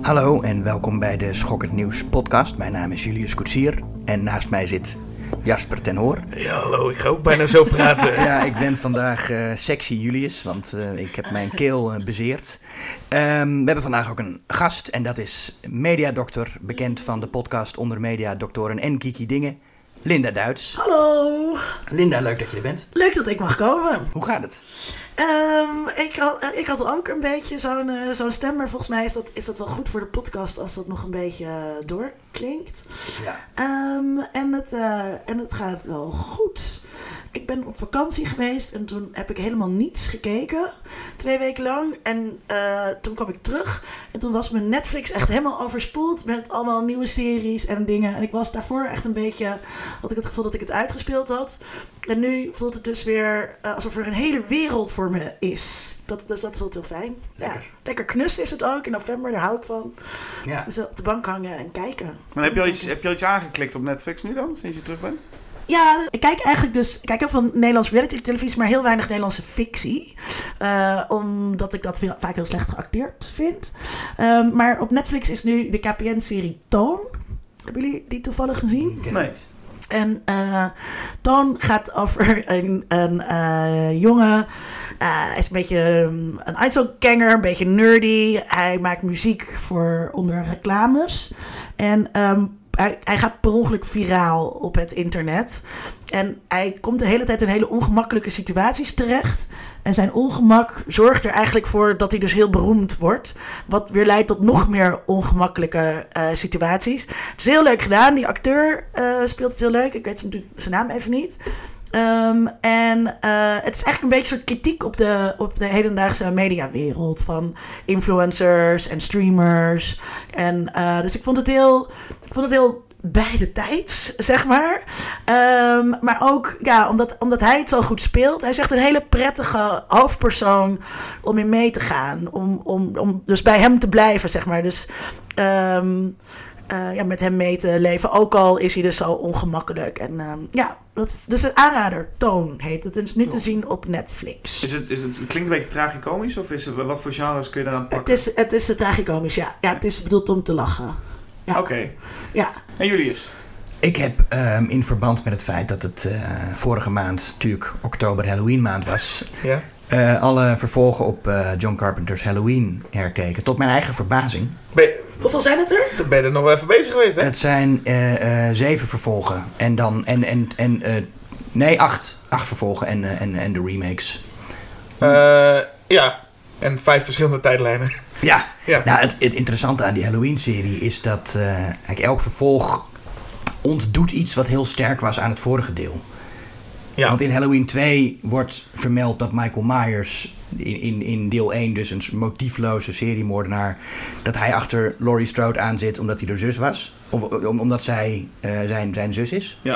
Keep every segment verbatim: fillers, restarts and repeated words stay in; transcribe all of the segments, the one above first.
Hallo en welkom bij de Schokkend Nieuws podcast. Mijn naam is Julius Koetsier en naast mij zit Jasper ten Hoor. Ja, hallo, ik ga ook bijna zo praten. Ja, ik ben vandaag uh, sexy Julius, want uh, ik heb mijn keel uh, bezeerd. Um, we hebben vandaag ook een gast en dat is mediadokter, bekend van de podcast Onder Mediadoktoren en Kiki Dingen, Linda Duits. Hallo. Linda, leuk dat je er bent. Leuk dat ik mag komen. Hoe gaat het? Um, ik, had, uh, ik had ook een beetje zo'n, uh, zo'n stem, maar volgens mij is dat, is dat wel goed voor de podcast als dat nog een beetje uh, doorklinkt. Ja. Um, en, het, uh, en het gaat wel goed. Ik ben op vakantie geweest en toen heb ik helemaal niets gekeken. Twee weken lang. En uh, toen kwam ik terug. En toen was mijn Netflix echt helemaal overspoeld met allemaal nieuwe series en dingen. En ik was daarvoor echt een beetje, had ik het gevoel dat ik het uitgespeeld had. En nu voelt het dus weer uh, alsof er een hele wereld voor me is. Dat, dus dat voelt heel fijn. Lekker. Ja, lekker knus is het ook. In november, daar hou ik van. Ja. Dus op de bank hangen en kijken. Maar heb je al iets, heb je al iets aangeklikt op Netflix nu dan, sinds je terug bent? Ja, ik kijk eigenlijk dus... Ik kijk heel veel Nederlandse reality-televisie, maar heel weinig Nederlandse fictie. Uh, omdat ik dat veel, vaak heel slecht geacteerd vind. Um, maar op Netflix is nu de K P N-serie Toon. Hebben jullie die toevallig gezien? Nee. En uh, Toon gaat over een, een uh, jongen. Uh, hij is een beetje um, een Einzelganger, een beetje nerdy. Hij maakt muziek voor onder reclames. En... Um, Hij, hij gaat per ongeluk viraal op het internet. En hij komt de hele tijd in hele ongemakkelijke situaties terecht. En zijn ongemak zorgt er eigenlijk voor dat hij dus heel beroemd wordt. Wat weer leidt tot nog meer ongemakkelijke uh, situaties. Het is heel leuk gedaan. Die acteur uh, speelt het heel leuk. Ik weet natuurlijk zijn naam even niet. Um, en uh, het is eigenlijk een beetje een soort kritiek op de, op de hedendaagse mediawereld. Van influencers en streamers. En uh, dus ik vond het heel, ik vond het heel beide tijds, zeg maar. Um, maar ook, ja, omdat, omdat hij het zo goed speelt. Hij is echt een hele prettige hoofdpersoon om in mee te gaan. Om, om, om dus bij hem te blijven, zeg maar. Dus... Um, Uh, ja, met hem mee te leven. Ook al is hij dus zo ongemakkelijk. En uh, ja, dat, dus een aanrader. Toon heet het. Het is nu te zien op Netflix. Is het, is het, het klinkt een beetje tragicomisch? Of is het, wat voor genres kun je eraan pakken? Het is, het is tragicomisch, ja. Ja, het is bedoeld om te lachen. Ja. Oké. Okay. Ja. En Julius? Ik heb um, in verband met het feit dat het uh, vorige maand natuurlijk oktober Halloween maand was... Ja. Uh, alle vervolgen op uh, John Carpenter's Halloween herkeken. Tot mijn eigen verbazing. Ben je, Hoeveel zijn het er? Dan ben je er nog wel even bezig geweest, hè? Het zijn uh, uh, zeven vervolgen. En dan... En, en, en, uh, nee, acht. Acht vervolgen en, uh, en, en de remakes. Uh, ja. En vijf verschillende tijdlijnen. Ja. Ja. Nou, het, het interessante aan die Halloween-serie is dat... Uh, eigenlijk elk vervolg ontdoet iets wat heel sterk was aan het vorige deel. Ja. Want in Halloween twee wordt vermeld dat Michael Myers in, in, in deel één, dus een motiefloze seriemoordenaar, dat hij achter Laurie Strode aan zit omdat hij haar zus was. Of om, omdat zij uh, zijn, zijn zus is. Ja.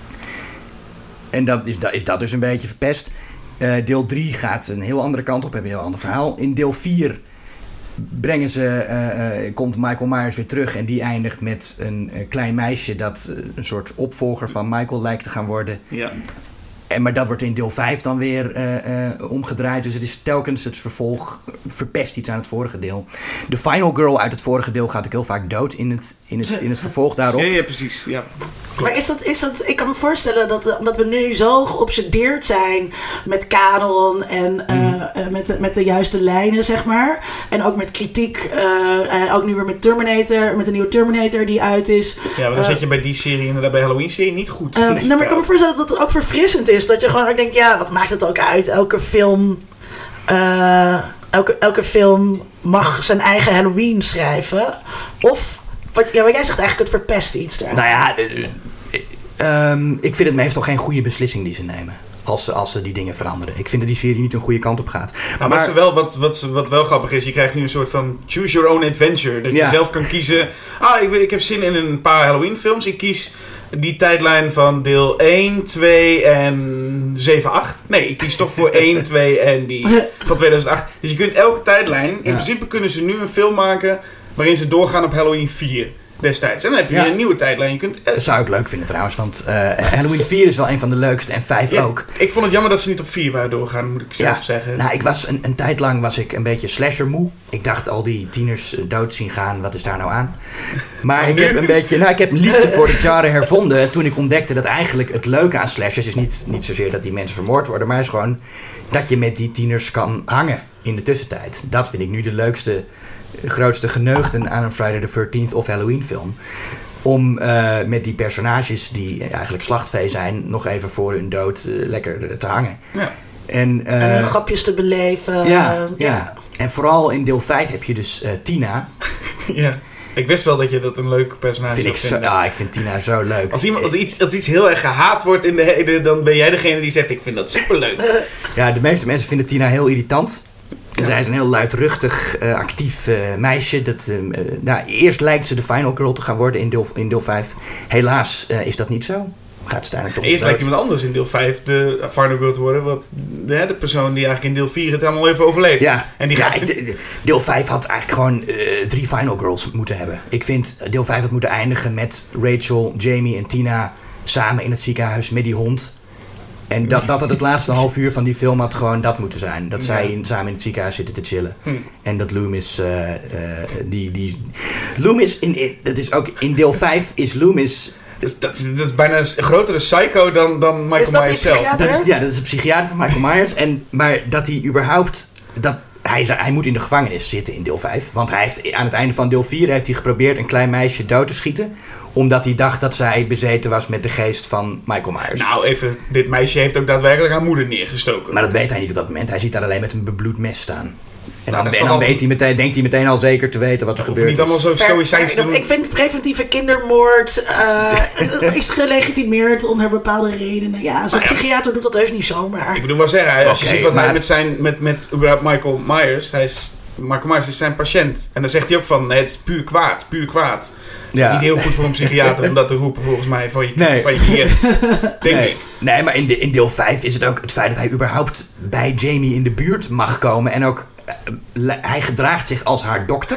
En dan is dat, is dat dus een beetje verpest. Uh, deel drie gaat een heel andere kant op, hebben een heel ander verhaal. In deel vier brengen ze, uh, uh, komt Michael Myers weer terug en die eindigt met een uh, klein meisje dat uh, een soort opvolger van Michael lijkt te gaan worden. Ja. En, maar dat wordt in deel vijf dan weer uh, uh, omgedraaid. Dus het is telkens het vervolg verpest iets aan het vorige deel. De final girl uit het vorige deel gaat ook heel vaak dood in het, in het, in het vervolg daarop. Ja, ja precies. Ja. Maar is dat, is dat, ik kan me voorstellen dat, dat we nu zo geobsedeerd zijn met kanon en uh, mm. uh, met, de, met de juiste lijnen, zeg maar. En ook met kritiek. Uh, en ook nu weer met Terminator, met de nieuwe Terminator die uit is. Ja, maar dan uh, zit je bij die serie inderdaad bij Halloween-serie niet goed. Uh, nou, maar ik kan me voorstellen dat het ook verfrissend is. Dat je gewoon ook denkt, ja, wat maakt het ook uit? Elke film... Uh, elke, elke film mag zijn eigen Halloween schrijven. Of... Wat, ja, maar jij zegt eigenlijk het verpest iets daar. Nou ja, uh, uh, um, ik vind het meestal geen goede beslissing die ze nemen. Als ze, als ze die dingen veranderen. Ik vind dat die serie niet een goede kant op gaat. Nou, maar maar wel, wat, wat, wat wel grappig is, je krijgt nu een soort van choose your own adventure. Dat je ja. zelf kan kiezen. Ah, ik, ik heb zin in een paar Halloween films. Ik kies die tijdlijn van deel één, twee en zeven, acht. Nee, ik kies toch voor één, twee en die van tweeduizend acht. Dus je kunt elke tijdlijn, in ja. principe kunnen ze nu een film maken waarin ze doorgaan op Halloween vier. destijds. En dan heb je ja. een nieuwe tijdlijn. Je kunt, uh, dat zou ik leuk vinden trouwens, want uh, Halloween vier is wel een van de leukste en vijf ja, ook. Ik vond het jammer dat ze niet op vier waren doorgaan, moet ik zelf ja, zeggen. Nou, ik was een, een tijd lang was ik een beetje slasher moe. Ik dacht al die tieners uh, dood zien gaan, wat is daar nou aan? Maar ik heb een beetje, nou ik heb liefde voor de genre hervonden toen ik ontdekte dat eigenlijk het leuke aan slashers is niet, niet zozeer dat die mensen vermoord worden, maar is gewoon dat je met die tieners kan hangen in de tussentijd. Dat vind ik nu de leukste, grootste geneugten aan een Friday the thirteenth of Halloween film. Om uh, met die personages die eigenlijk slachtvee zijn, nog even voor hun dood uh, lekker te hangen. Ja. En, uh, en grapjes te beleven. Ja, ja. ja. En vooral in deel vijf heb je dus uh, Tina. Ja. Ik wist wel dat je dat een leuk personage vind ik zou vinden. Zo, ja, ik vind Tina zo leuk. Als, iemand, als, iets, als iets heel erg gehaat wordt in de heden, dan ben jij degene die zegt, ik vind dat superleuk. Ja, de meeste mensen vinden Tina heel irritant. Ja. Zij is een heel luidruchtig, uh, actief uh, meisje. Dat, uh, nou, eerst lijkt ze de final girl te gaan worden in deel, in deel vijf. Helaas uh, is dat niet zo. Gaat ze uiteindelijk toch Eerst lijkt iemand anders in deel vijf de final girl te worden. Want de, de persoon die eigenlijk in deel vier het helemaal even overleeft. Ja, en die ja gaat... de, deel vijf had eigenlijk gewoon uh, drie final girls moeten hebben. Ik vind deel vijf had moeten eindigen met Rachel, Jamie en Tina samen in het ziekenhuis met die hond. En dat, dat het het laatste half uur van die film had gewoon dat moeten zijn. Dat zij in, samen in het ziekenhuis zitten te chillen. Hm. En dat Loomis, uh, uh, die, die... Loomis, in, in, dat is ook in deel vijf is Loomis... Dus dat, dat is bijna een grotere psycho dan, dan Michael Myers zelf. Dat is, ja, dat is een psychiater van Michael Myers. En, maar dat hij überhaupt... Dat, hij, hij moet in de gevangenis zitten in deel vijf. Want hij heeft, aan het einde van deel vier heeft hij geprobeerd een klein meisje dood te schieten. Omdat hij dacht dat zij bezeten was met de geest van Michael Myers. Nou, even, dit meisje heeft ook daadwerkelijk haar moeder neergestoken. Maar dat weet hij niet op dat moment. Hij ziet daar alleen met een bebloed mes staan. En dan, nou, en dan weet hij meteen, denkt hij meteen al zeker te weten wat er gebeurt. Niet allemaal zo stoïcijns te doen. Ik vind preventieve kindermoord uh, is gelegitimeerd onder bepaalde redenen. Ja, zo'n nou ja. psychiater doet dat heus niet zomaar. Ik bedoel wel zeggen, als okay, je ziet wat maar... hij met zijn met, met Michael Myers, hij is, Michael Myers is zijn patiënt. En dan zegt hij ook van, nee, het is puur kwaad, puur kwaad. Het is ja. niet heel goed voor een psychiater om dat te roepen volgens mij van je, nee. van je cliënt. Denk nee. ik. Nee, maar in, de, in deel vijf is het ook het feit dat hij überhaupt bij Jamie in de buurt mag komen. En ook, uh, hij gedraagt zich als haar dokter.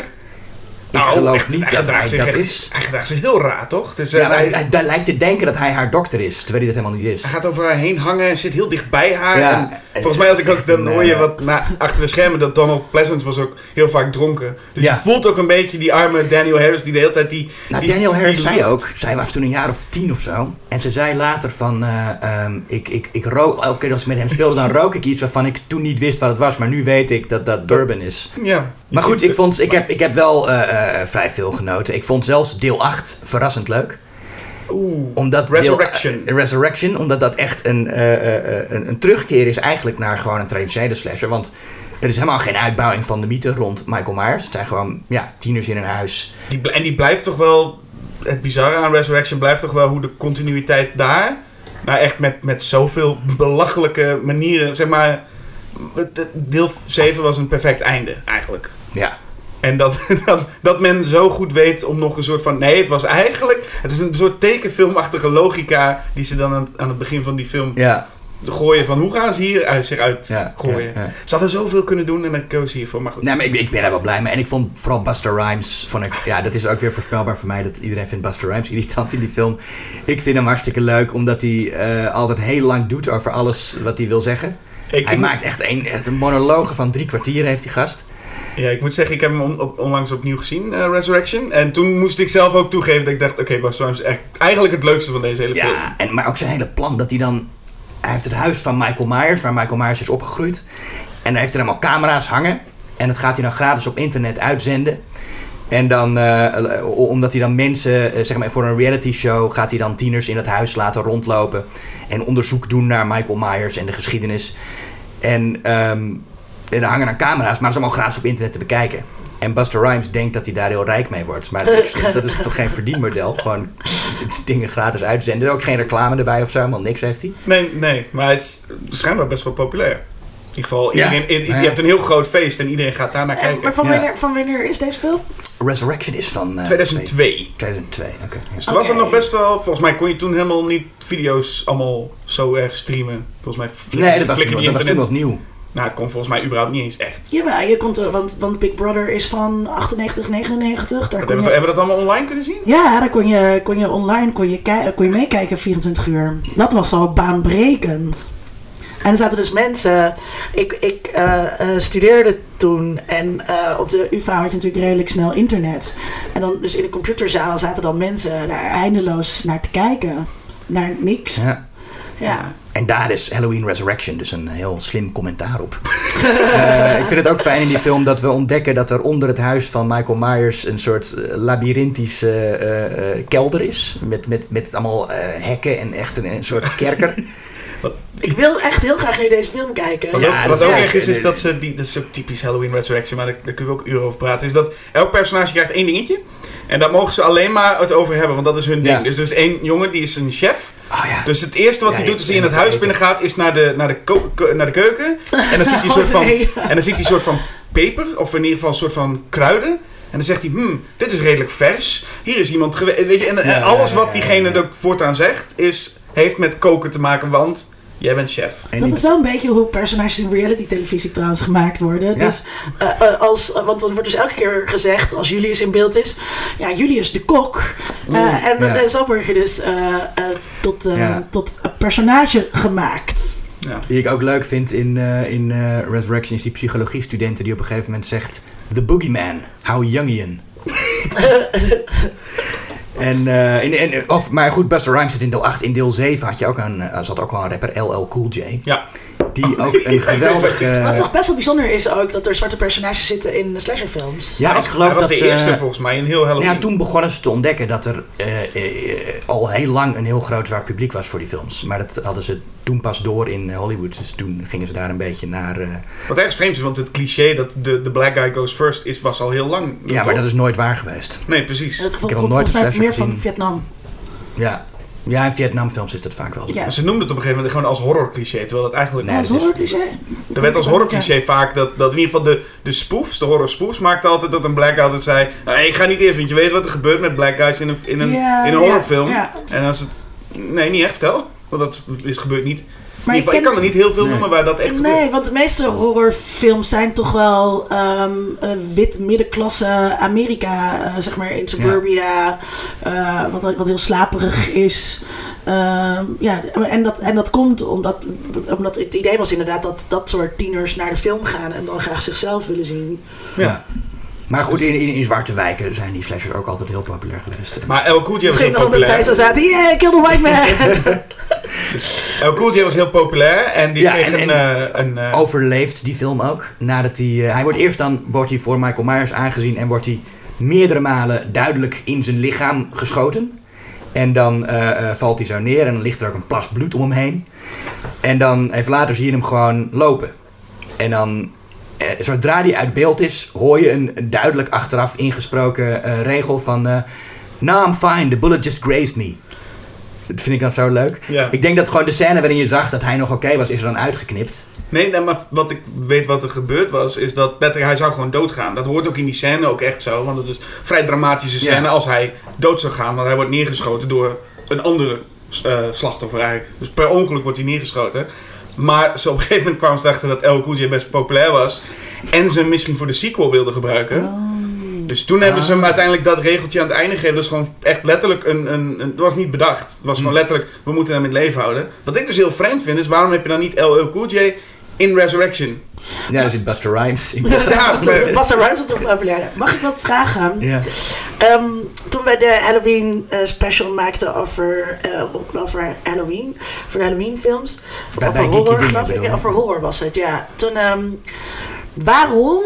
Ik nou, geloof echt, niet hij dat hij dat echt, is. Hij gedraagt zich heel raar, toch? Dus, uh, ja, maar hij, hij, hij lijkt te denken dat hij haar dokter is, terwijl hij dat helemaal niet is. Hij gaat over haar heen hangen en zit heel dicht bij haar. Ja, en volgens mij als ik ook, dan hoor je wat na, achter de schermen dat Donald Pleasence was ook heel vaak dronken. Dus ja. je voelt ook een beetje die arme Daniel Harris die de hele tijd die... Nou, die, Daniel Harris die zei ook, zij was toen een jaar of tien of zo. En ze zei later van, uh, um, ik, ik, ik rook, elke keer als ik met hem speelde, dan rook ik iets waarvan ik toen niet wist wat het was. Maar nu weet ik dat dat bourbon is. Ja. Maar goed, ik, vond, ik, heb, ik heb wel uh, uh, vrij veel genoten. Ik vond zelfs deel acht verrassend leuk. Oeh, omdat Resurrection. Deel, uh, Resurrection, omdat dat echt een, uh, uh, een, een terugkeer is eigenlijk naar gewoon een traditionele slasher. Want er is helemaal geen uitbouwing van de mythe rond Michael Myers. Het zijn gewoon ja, tieners in een huis. Die, en die blijft toch wel... Het bizarre aan Resurrection blijft toch wel hoe de continuïteit daar... Nou echt met, met zoveel belachelijke manieren... Zeg maar... Deel zeven was een perfect einde, eigenlijk. Ja. En dat, dat, dat men zo goed weet om nog een soort van... Nee, het was eigenlijk... Het is een soort tekenfilmachtige logica... die ze dan aan, aan het begin van die film ja. gooien van... Hoe gaan ze hier uit, zich uit ja, gooien? Ja, ja. Ze hadden zoveel kunnen doen en dan koos hiervoor. Maar goed. Nee, maar ik, ik ben daar wel blij mee. En ik vond vooral Busta Rhymes... Vond ik, ja, dat is ook weer voorspelbaar voor mij... dat iedereen vindt Busta Rhymes irritant in die film. Ik vind hem hartstikke leuk... omdat hij uh, altijd heel lang doet over alles wat hij wil zeggen. Ik, hij ik maakt echt een, echt een monologe van drie kwartier, heeft die gast. Ja, ik moet zeggen, ik heb hem on, op, onlangs opnieuw gezien, uh, Resurrection. En toen moest ik zelf ook toegeven dat ik dacht... Oké, okay, Busta Rhymes is echt eigenlijk het leukste van deze hele ja, film. Ja, maar ook zijn hele plan dat hij dan... Hij heeft het huis van Michael Myers, waar Michael Myers is opgegroeid. En daar heeft hij allemaal camera's hangen. En dat gaat hij dan gratis op internet uitzenden. En dan, uh, omdat hij dan mensen, uh, zeg maar voor een reality show... gaat hij dan tieners in het huis laten rondlopen... en onderzoek doen naar Michael Myers en de geschiedenis... En, um, en er hangen dan camera's, maar dat is allemaal gratis op internet te bekijken. En Busta Rhymes denkt dat hij daar heel rijk mee wordt. Maar dat is, dat is toch geen verdienmodel? Gewoon dingen gratis uitzenden. Ook geen reclame erbij of zo, helemaal niks heeft hij. Nee, nee, maar hij is schijnbaar best wel populair. In ieder geval, iedereen, ja, je ja. hebt een heel groot feest en iedereen gaat daar naar kijken. Maar van, ja. wanneer, van wanneer is deze film? Resurrection is van... Uh, tweeduizend twee. tweeduizend twee, oké. Okay. Dus toen was er nog best wel... Volgens mij kon je toen helemaal niet video's allemaal zo erg streamen. Volgens mij... Nee, dat was, toen, dat was toen nog nieuw. Nou, het kon volgens mij überhaupt niet eens echt. Jawel, je kon er, want, want Big Brother is van achtennegentig, negenennegentig. Daar kon hebben, je, we, hebben we dat allemaal online kunnen zien? Ja, daar kon je, kon je online kon je, kon je meekijken vierentwintig uur. Dat was al baanbrekend. En er zaten dus mensen... Ik, ik uh, uh, studeerde toen en uh, op de U vA had je natuurlijk redelijk snel internet. En dan dus in de computerzaal zaten dan mensen daar eindeloos naar te kijken. Naar niks. Ja. Ja. En daar is Halloween Resurrection dus een heel slim commentaar op. uh, ik vind het ook fijn in die film dat we ontdekken dat er onder het huis van Michael Myers een soort labyrinthische uh, uh, kelder is. Met, met, met allemaal uh, hekken en echt een, een soort kerker. Ik wil echt heel graag naar deze film kijken. Wat ja, ook, wat ook ja, echt is, is dat ze... Die, dat is ook typisch Halloween Resurrection, maar daar, daar kunnen we ook uren over praten. Is dat elk personage krijgt één dingetje. En daar mogen ze alleen maar het over hebben, want dat is hun ding. Ja. Dus er is één jongen, die is een chef. Oh, ja. Dus het eerste wat Ja, hij doet als hij in het en- huis binnen gaat, is naar de, naar de, ko- ko- naar de keuken. En dan ziet hij een soort van, Oh, nee. en dan ziet hij een soort van peper, of in ieder geval een soort van kruiden. En dan zegt hij, hmm, dit is redelijk vers. Hier is iemand geweest. Weet je, en, en Ja, alles ja, wat ja, diegene ja. er voortaan zegt, is, heeft met koken te maken, want jij bent chef. En Dat iets- is wel een beetje hoe personages in reality televisie trouwens gemaakt worden. Ja. Dus, uh, uh, als, uh, want er wordt dus elke keer gezegd, als Julius in beeld is, ja, Julius de kok. Uh, Mm, en ja. uh, zo word je dus uh, uh, tot, uh, Ja. tot een personage gemaakt. Ja. Die ik ook leuk vind in, uh, in uh, Resurrection is die psychologie-studenten die op een gegeven moment zegt... The boogeyman, how Jungian. En, uh, in, in, of, maar goed, Busta Rhymes zit in deel acht. In deel zeven had je ook een, uh, zat ook wel een rapper, L L Cool J. Ja. Die ook een geweldige... Wat toch best wel bijzonder is ook, dat er zwarte personages zitten in slasherfilms. Ja, Hij ik was, geloof hij was dat de ze... eerste volgens mij in heel Halloween. Ja, toen begonnen ze te ontdekken dat er uh, uh, al heel lang een heel groot zwart publiek was voor die films. Maar dat hadden ze toen pas door in Hollywood. Dus toen gingen ze daar een beetje naar... Uh... Wat ergens vreemd is, want het cliché dat de, de black guy goes first is, was al heel lang. Ja, maar toch? dat is nooit waar geweest. Nee, precies. Dat heb komt nog nooit volgens mij een slasher meer van gezien. Vietnam. Ja, ja in Vietnamfilms is dat vaak wel zo. Ja. Ze noemden het op een gegeven moment gewoon als horrorcliché, terwijl dat eigenlijk... Nee, Als dat is- horrorcliché. Er werd als horrorcliché vaak dat, dat in ieder geval de, de spoofs, de horror spoofs, maakten altijd dat een black guy altijd zei... Nou, ik ga niet eerst, want je weet wat er gebeurt met black guys in een, in een, Ja, in een ja, horrorfilm. ja. En als het... Nee, niet echt, vertel. Want dat is gebeurt niet. Maar In ieder geval, ik kan er niet heel veel Nee. noemen waar dat echt Nee, gebeurt. want de meeste horrorfilms zijn toch wel um, uh, wit middenklasse Amerika, uh, zeg maar in suburbia, uh, wat, wat heel slaperig is. Um, ja, en dat, en dat komt omdat, omdat het idee was inderdaad dat dat soort tieners naar de film gaan en dan graag zichzelf willen zien. Ja. Maar goed, in, in, in zwarte wijken zijn die slashers ook altijd heel populair geweest. Maar El Cool J was Misschien heel omdat zij populair. zo zaten, yeah, kill the white man! El Cool J was heel populair en die Ja, kreeg en- een... en- eh, een eh, Overleeft die film ook. Nadat hij, uh, hij wordt eerst dan wordt hij voor Michael Myers aangezien en wordt hij meerdere malen duidelijk in zijn lichaam geschoten. En dan uh, uh, valt hij zo neer en dan ligt er ook een plas bloed om hem heen. En dan even later zie je hem gewoon lopen. En dan, uh, zodra hij uit beeld is, hoor je een, een duidelijk achteraf ingesproken uh, regel van... Uh, Now I'm fine, the bullet just grazed me. Dat vind ik dan zo leuk. Ja. Ik denk dat gewoon de scène waarin je zag dat hij nog oké was, is er dan uitgeknipt. Nee, nee, maar wat ik weet wat er gebeurd was, is dat letterlijk, hij zou gewoon doodgaan. Dat hoort ook in die scène ook echt zo, want het is een vrij dramatische scène Ja. als hij dood zou gaan, want hij wordt neergeschoten door een andere uh, slachtoffer eigenlijk. Dus per ongeluk wordt hij neergeschoten. Maar ze op een gegeven moment kwamen ze erachter dat El Cool J best populair was en ze hem misschien voor de sequel wilden gebruiken. Oh. Dus toen hebben ze hem Ah. uiteindelijk dat regeltje aan het einde gegeven. Dat is gewoon echt letterlijk een... een, een het was niet bedacht. Het was gewoon letterlijk, we moeten hem in het leven houden. Wat ik dus heel vreemd vind, is waarom heb je dan niet L L Cool J in Resurrection? Ja, er zit Busta Rhymes in. Ja, maar- Busta Rhymes is toch populair. Mag ik wat vragen? Ja. Um, toen wij de Halloween uh, special maakten over, uh, over Halloween, voor de Halloween films, of Bij- over bij horror, Geeky Dingen geloof ik. bedoel je? Ja, over horror was het, ja. Toen, um, waarom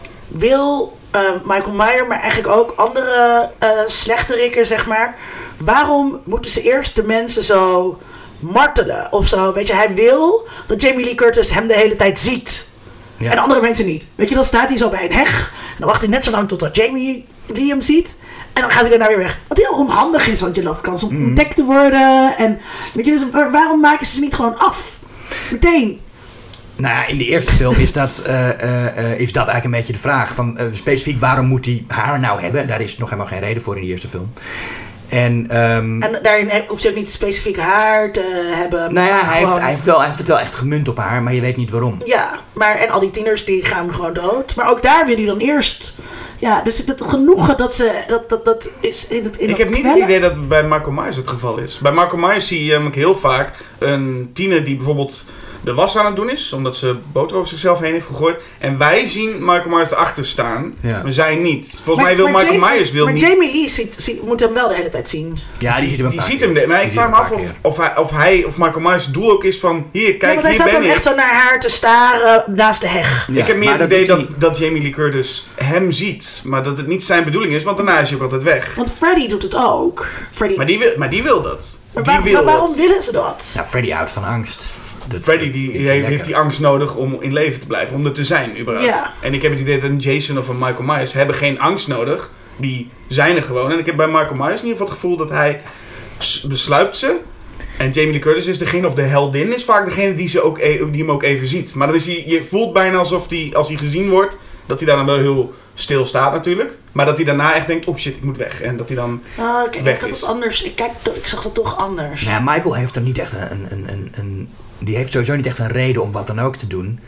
wil uh, Michael Myers, maar eigenlijk ook andere uh, slechterikken, zeg maar, waarom moeten ze eerst de mensen zo martelen of zo? Weet je, hij wil dat Jamie Lee Curtis hem de hele tijd ziet. Ja. En andere mensen niet. Weet je, dan staat hij zo bij een heg. En dan wacht hij net zo lang totdat Jamie Lee hem ziet. En dan gaat hij daarna weer weg. Wat heel onhandig is, want je loopt kans om Mm. ontdekt te worden. En weet je, dus waarom maken ze ze niet gewoon af? Meteen. Nou ja, in de eerste film is dat, uh, uh, uh, is dat eigenlijk een beetje de vraag. Van, uh, specifiek, waarom moet hij haar nou hebben? Daar is nog helemaal geen reden voor in de eerste film. En, um, en daarin hoeft ze ook niet specifiek haar te hebben. Nou ja, hij gewoon... heeft, hij, heeft wel, hij heeft het wel echt gemunt op haar, maar je weet niet waarom. Ja, maar en al die tieners die gaan gewoon dood. Maar ook daar wil hij dan eerst... Ja, dus het genoegen dat ze... Dat, dat, dat is in het, in ik heb niet kwellen. het idee dat het bij Michael Myers het geval is. Bij Michael Myers zie je namelijk heel vaak een tiener die bijvoorbeeld de was aan het doen is, omdat ze boter over zichzelf heen heeft gegooid. En wij zien Michael Myers erachter staan. Ja. Maar zij niet. Volgens maar, mij wil maar Michael Jamie, Myers wil maar niet... Maar Jamie Lee ziet, ziet, moet hem wel de hele tijd zien. Ja, die ziet hem een Die paar ziet keer. hem, maar die ik vraag me af of, of, hij, of hij of Michael Myers doel ook is van... Hier, kijk, ja, want hij hier staat ben dan ik. echt zo naar haar te staren naast de heg. Ja, ik heb meer het dat idee dat, die... dat Jamie Lee Curtis hem ziet. Maar dat het niet zijn bedoeling is, want daarna is hij ook altijd weg. Want Freddy doet het ook. Freddy... Maar, die wil, maar die wil dat. Maar, die waar, wil maar waarom dat. willen ze dat? Ja, Freddy houdt van angst. Dat, Freddy dat die, heeft, heeft, heeft die angst nodig om in leven te blijven, om er te zijn überhaupt. Ja. En ik heb het idee dat een Jason of een Michael Myers hebben geen angst nodig. Die zijn er gewoon. En ik heb bij Michael Myers in ieder geval het gevoel dat hij besluipt ze. En Jamie Lee Curtis is degene, of de heldin, is vaak degene die, ze ook, die hem ook even ziet. Maar dan is hij, je voelt bijna alsof hij, als hij gezien wordt, dat hij daar dan wel heel stil staat natuurlijk. Maar dat hij daarna echt denkt, oh shit, ik moet weg. En dat hij dan uh, ik, weg ik had is. het anders. Ik, kijk, ik zag dat toch anders. Nou ja, Michael heeft er niet echt een, een, een, een... Die heeft sowieso niet echt een reden om wat dan ook te doen.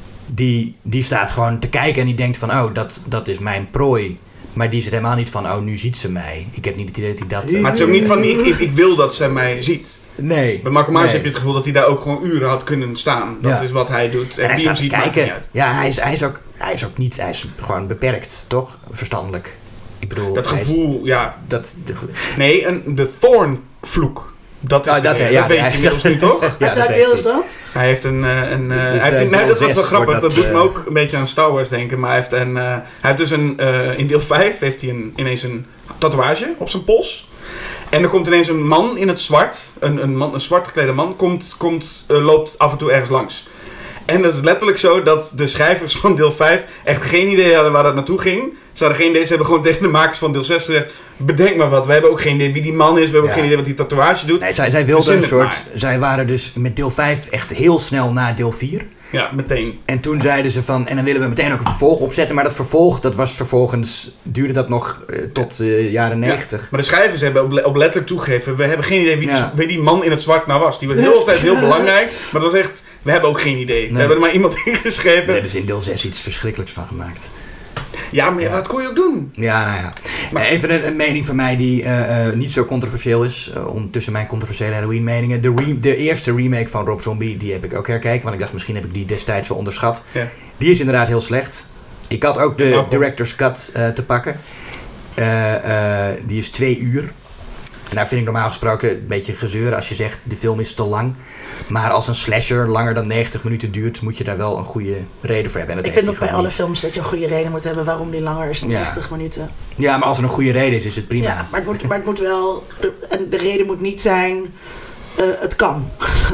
Die, die staat gewoon te kijken en die denkt van, oh, dat, dat is mijn prooi. Maar die is er helemaal niet van, oh, nu ziet ze mij. Ik heb niet het idee dat hij dat... Uh... Maar het is ook niet van, ik, ik, ik wil dat ze mij ziet. Nee. Bij Michael Myers nee. heb je het gevoel dat hij daar ook gewoon uren had kunnen staan. Dat ja. is wat hij doet. En, en hij wie hem staat ziet, te maakt kijken. niet uit. Ja, hij is, hij, is ook, hij is ook niet... Hij is gewoon beperkt, toch? Verstandelijk. Ik bedoel... Dat gevoel, is, ja. Dat, de, nee, een, de Thorn-vloek. Dat is oh, dat, de, ja, dat weet ja, je inmiddels nu toch? Ja, welk deel is dat? Hij heeft een... Uh, een uh, dus hij heeft een nee, dat was wel grappig. Dat, dat doet uh, me ook een beetje aan Star Wars denken. Maar hij heeft, een, uh, hij heeft dus een... Uh, in deel vijf heeft hij een, ineens een tatoeage op zijn pols. En er komt ineens een man in het zwart. Een, een, man, een zwart geklede man. Komt, komt, uh, loopt af en toe ergens langs. En dat is letterlijk zo dat de schrijvers van deel vijf echt geen idee hadden waar dat naartoe ging. Ze hadden geen idee. Ze hebben gewoon tegen de makers van deel zes gezegd... Bedenk maar wat. We hebben ook geen idee wie die man is. We hebben ja. ook geen idee wat die tatoeage doet. Nee, zij, zij wilden een soort... Zij waren dus met deel vijf echt heel snel na deel vier. Ja, meteen. En toen zeiden ze van... En dan willen we meteen ook een vervolg opzetten. Maar dat vervolg, dat was vervolgens... Duurde dat nog uh, tot de uh, jaren negentig. Ja. Maar de schrijvers hebben op, op letterlijk toegegeven... We hebben geen idee wie, ja. die, wie die man in het zwart nou was. Die was heel altijd heel belangrijk. Maar het was echt... We hebben ook geen idee. Nee. We hebben er maar iemand in geschreven. We hebben dus in deel zes iets verschrikkelijks van gemaakt. Ja, maar ja. wat kon je ook doen? Ja, nou ja. Maar even een, een mening van mij die uh, uh, niet zo controversieel is. Uh, ondertussen mijn controversiële Halloween meningen. De, re- de eerste remake van Rob Zombie, die heb ik ook herkeken. Want ik dacht, misschien heb ik die destijds wel onderschat. Ja. Die is inderdaad heel slecht. Ik had ook de nou, director's cut uh, te pakken. Uh, uh, die is twee uur. En daar vind ik normaal gesproken een beetje gezeur als je zegt de film is te lang. Maar als een slasher langer dan negentig minuten duurt, moet je daar wel een goede reden voor hebben. En dat ik vind ook bij alle niet. films dat je een goede reden moet hebben waarom die langer is dan ja. negentig minuten. Ja, maar als er een goede reden is, is het prima. Ja, maar het moet, maar het moet wel... De, en de reden moet niet zijn... Uh, het kan.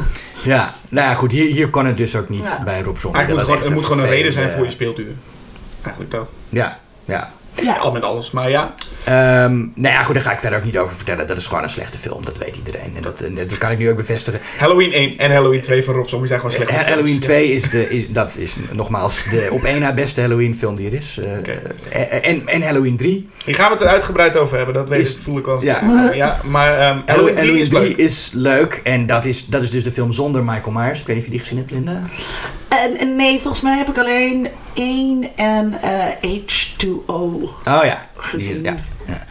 Ja, nou ja, goed. Hier, hier kon het dus ook niet ja. bij Rob Zombie. Het moet, gewoon, het moet gewoon een reden zijn voor je speelduur. Eigenlijk dat. Ja, ja. Ja, al met alles, maar ja. Um, nou ja, goed, daar ga ik verder ook niet over vertellen. Dat is gewoon een slechte film, dat weet iedereen. En dat, dat kan ik nu ook bevestigen. Halloween één en Halloween twee van Rob Zombie zijn gewoon slechte uh, films. Halloween twee is, de, is, dat is nogmaals de op één na beste Halloween film die er is. Uh, okay. uh, en, en Halloween drie. Hier gaan we het er uitgebreid over hebben, dat weet is, ik, voel ik wel. Ja, ja maar um, Halloween, Halloween drie, is, drie leuk. is leuk. En dat is, dat is dus de film zonder Michael Myers. Ik weet niet of je die gezien hebt, Linda. Uh, nee, volgens mij heb ik alleen één en uh, H two O. Oh ja. Gezien. Ja,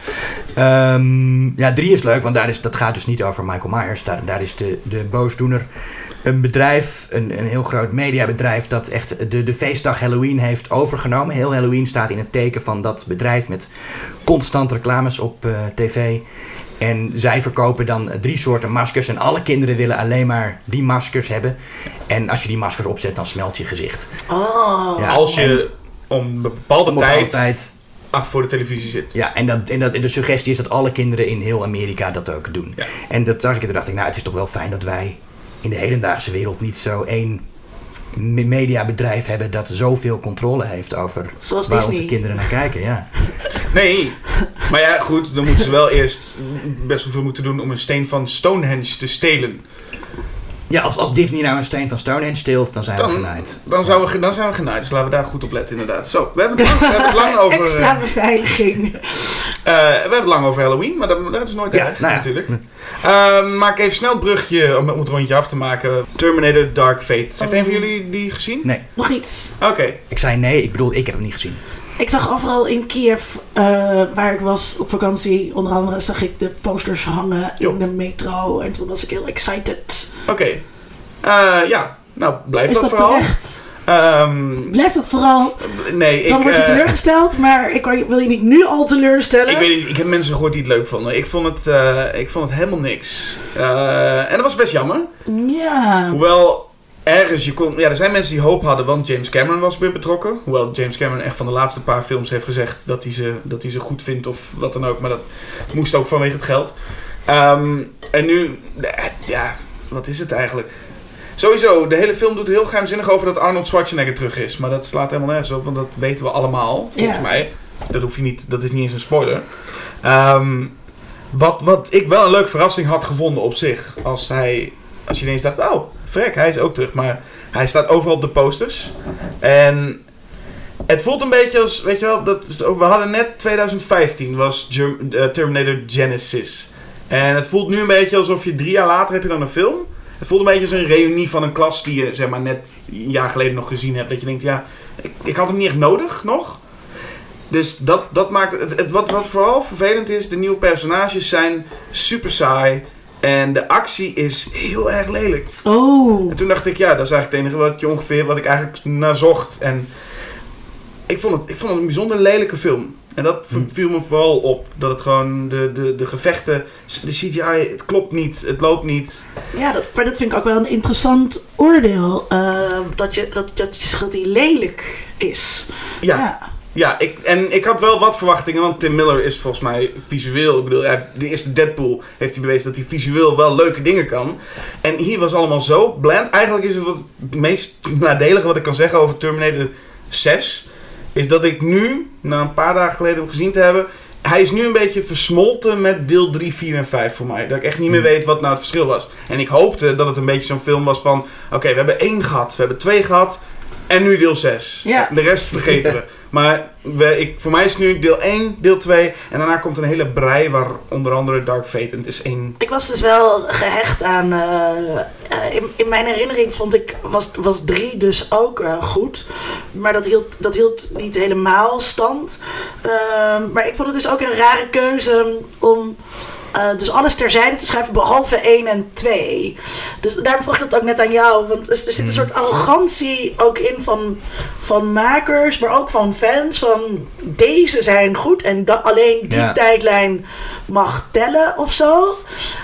ja. Um, ja, drie is leuk, want daar is, dat gaat dus niet over Michael Myers. Daar, daar is de, de boosdoener een bedrijf, een, een heel groot mediabedrijf dat echt de, de feestdag Halloween heeft overgenomen. Heel Halloween staat in het teken van dat bedrijf met constant reclames op uh, tv. En zij verkopen dan drie soorten maskers en alle kinderen willen alleen maar die maskers hebben. En als je die maskers opzet, dan smelt je gezicht. Oh. Ja, als je om een bepaalde om tijd... tijd Ach, voor de televisie zit. Ja, en, dat, en, dat, en de suggestie is dat alle kinderen in heel Amerika dat ook doen. Ja. En dat zag ik en toen dacht ik, nou, het is toch wel fijn dat wij in de hedendaagse wereld niet zo één mediabedrijf hebben dat zoveel controle heeft over Zoals waar Disney. onze kinderen naar kijken. Ja. Nee, maar ja, goed, dan moeten ze wel eerst best wel veel moeten doen om een steen van Stonehenge te stelen. Ja, als, als Disney nou een steen van Stonehenge steelt, dan zijn dan, we genaaid. Dan, ja. we, dan zijn we genaaid, dus laten we daar goed op letten inderdaad. Zo, we hebben het lang, we hebben het lang over... Extra beveiliging. we hebben het lang over Halloween, maar dat, dat is nooit ja, erg nou ja. natuurlijk. Uh, maak even snel het brugje om, om het rondje af te maken. Terminator Dark Fate. Heeft oh. een van jullie die gezien? Nee. Nog niet. Oké. Okay. Ik zei nee, ik bedoel, ik heb hem niet gezien. Ik zag overal in Kiev, uh, waar ik was op vakantie, onder andere zag ik de posters hangen jo. in de metro. En toen was ik heel excited. Oké. Okay. Uh, ja, nou blijf is dat, dat vooral. Terecht? Um, Blijft dat vooral? Nee, ik... Dan word je teleurgesteld, maar ik wil je niet nu al teleurstellen. Ik weet niet, ik heb mensen gehoord die het leuk vonden. Ik vond het, uh, ik vond het helemaal niks. Uh, en dat was best jammer. Ja. Hoewel... Ergens, je kon, ja, er zijn mensen die hoop hadden, want James Cameron was weer betrokken. Hoewel James Cameron echt van de laatste paar films heeft gezegd dat hij ze, dat hij ze goed vindt of wat dan ook. Maar dat moest ook vanwege het geld. Um, en nu, ja, wat is het eigenlijk? Sowieso, de hele film doet heel geheimzinnig over dat Arnold Schwarzenegger terug is. Maar dat slaat helemaal nergens op, want dat weten we allemaal, volgens ja. mij. Dat hoef je niet, dat is niet eens een spoiler. Um, wat, wat ik wel een leuke verrassing had gevonden op zich, als hij, als je ineens dacht, oh... Frek, hij is ook terug, maar hij staat overal op de posters. En het voelt een beetje als, weet je wel, dat is, we hadden net twintig vijftien was Germ, uh, Terminator Genesis. En het voelt nu een beetje alsof je drie jaar later heb je dan een film. Het voelt een beetje als een reunie van een klas die je zeg maar net een jaar geleden nog gezien hebt. Dat je denkt, ja, ik, ik had hem niet echt nodig nog. Dus dat, dat maakt het, het wat, wat vooral vervelend is, de nieuwe personages zijn super saai. En de actie is heel erg lelijk. Oh. En toen dacht ik, ja, dat is eigenlijk het enige wat je ongeveer wat ik eigenlijk naar zocht. En ik vond het, ik vond het een bijzonder lelijke film. En dat hm. viel me vooral op. Dat het gewoon, de, de, de gevechten, de C G I, het klopt niet, het loopt niet. Ja, dat, maar dat vind ik ook wel een interessant oordeel. Uh, dat, je, dat, dat je zegt dat hij lelijk is. Ja. ja. Ja, ik, en ik had wel wat verwachtingen, want Tim Miller is volgens mij visueel, ik bedoel, hij heeft, de eerste Deadpool heeft hij bewezen dat hij visueel wel leuke dingen kan. En hier was allemaal zo bland. Eigenlijk is het wat het meest nadelige wat ik kan zeggen over Terminator zes, is dat ik nu, na een paar dagen geleden hem gezien te hebben, hij is nu een beetje versmolten met deel drie, vier en vijf voor mij. Dat ik echt niet meer weet wat nou het verschil was. En ik hoopte dat het een beetje zo'n film was van, oké, okay, we hebben één gehad, we hebben twee gehad en nu deel zes. Ja. De rest vergeten we. Maar we, ik, voor mij is het nu deel één, deel twee en daarna komt een hele brei waar onder andere Dark Fate en het is één. Ik was dus wel gehecht aan, uh, in, in mijn herinnering vond ik, was, was drie dus ook uh, goed. Maar dat hield, dat hield niet helemaal stand. Uh, maar ik vond het dus ook een rare keuze om... Uh, dus alles terzijde te schrijven, behalve één en twee. Dus daarom vroeg ik dat ook net aan jou. Want er zit een soort arrogantie ook in van, van makers, maar ook van fans. Van deze zijn goed en da- alleen die ja. tijdlijn mag tellen of zo.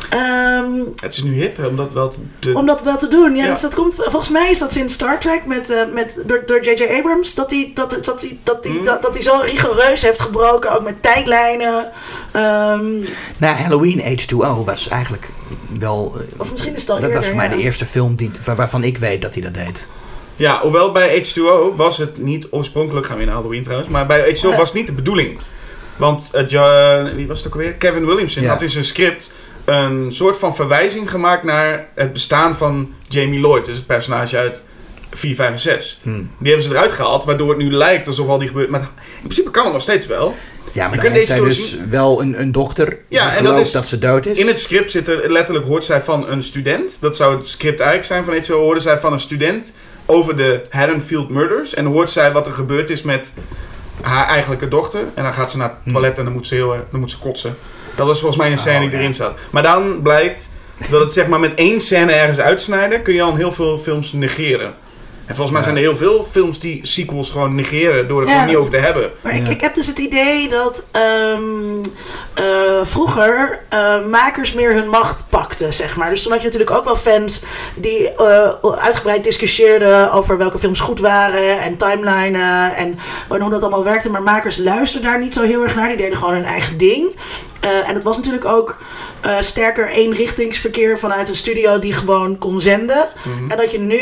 Um, het is nu hip om dat wel te... Om dat wel te doen, ja. ja. Dus dat komt, volgens mij is dat sinds Star Trek met, uh, met, door, door J J Abrams. Dat hij dat, dat, die, dat, die, mm. dat, dat die zo rigoureus heeft gebroken, ook met tijdlijnen. Um, nou, Halloween H two O was eigenlijk wel... Uh, of misschien is het al dat eerder, was voor mij ja. de eerste film die, waar, waarvan ik weet dat hij dat deed. Ja, hoewel bij H two O was het niet oorspronkelijk, gaan we in Halloween trouwens, maar bij H two O uh, was het niet de bedoeling. Want, uh, John, wie was het ook alweer? Kevin Williamson ja. had in zijn script een soort van verwijzing gemaakt naar het bestaan van Jamie Lloyd, dus het personage uit vier, vijf en zes. Hmm. Die hebben ze eruit gehaald, waardoor het nu lijkt alsof al die gebeurt. Maar in principe kan het nog steeds wel. Ja, maar dan heeft zij dus zien. wel een, een dochter. Ja, en dat is dat ze dood is. In het script zit er letterlijk, hoort zij van een student. Dat zou het script eigenlijk zijn van H two O. Hoorde zij van een student over de Haddonfield Murders. En hoort zij wat er gebeurd is met haar eigenlijke dochter. En dan gaat ze naar het toilet hmm. en dan moet ze, heel, dan moet ze kotsen. Dat was volgens mij een scène oh, die ja. erin zat. Maar dan blijkt dat het zeg maar met één scène ergens uitsnijden, kun je al heel veel films negeren. En volgens mij ja. zijn er heel veel films die sequels gewoon negeren door er ja. gewoon niet over te hebben. Maar ja. ik, ik heb dus het idee dat um, uh, vroeger uh, makers meer hun macht pakten, zeg maar. Dus toen had je natuurlijk ook wel fans die uh, uitgebreid discussieerden over welke films goed waren en timelinen en hoe dat allemaal werkte. Maar makers luisterden daar niet zo heel erg naar. Die deden gewoon hun eigen ding. Uh, en het was natuurlijk ook uh, sterker eenrichtingsverkeer vanuit een studio die gewoon kon zenden. Mm-hmm. En dat je nu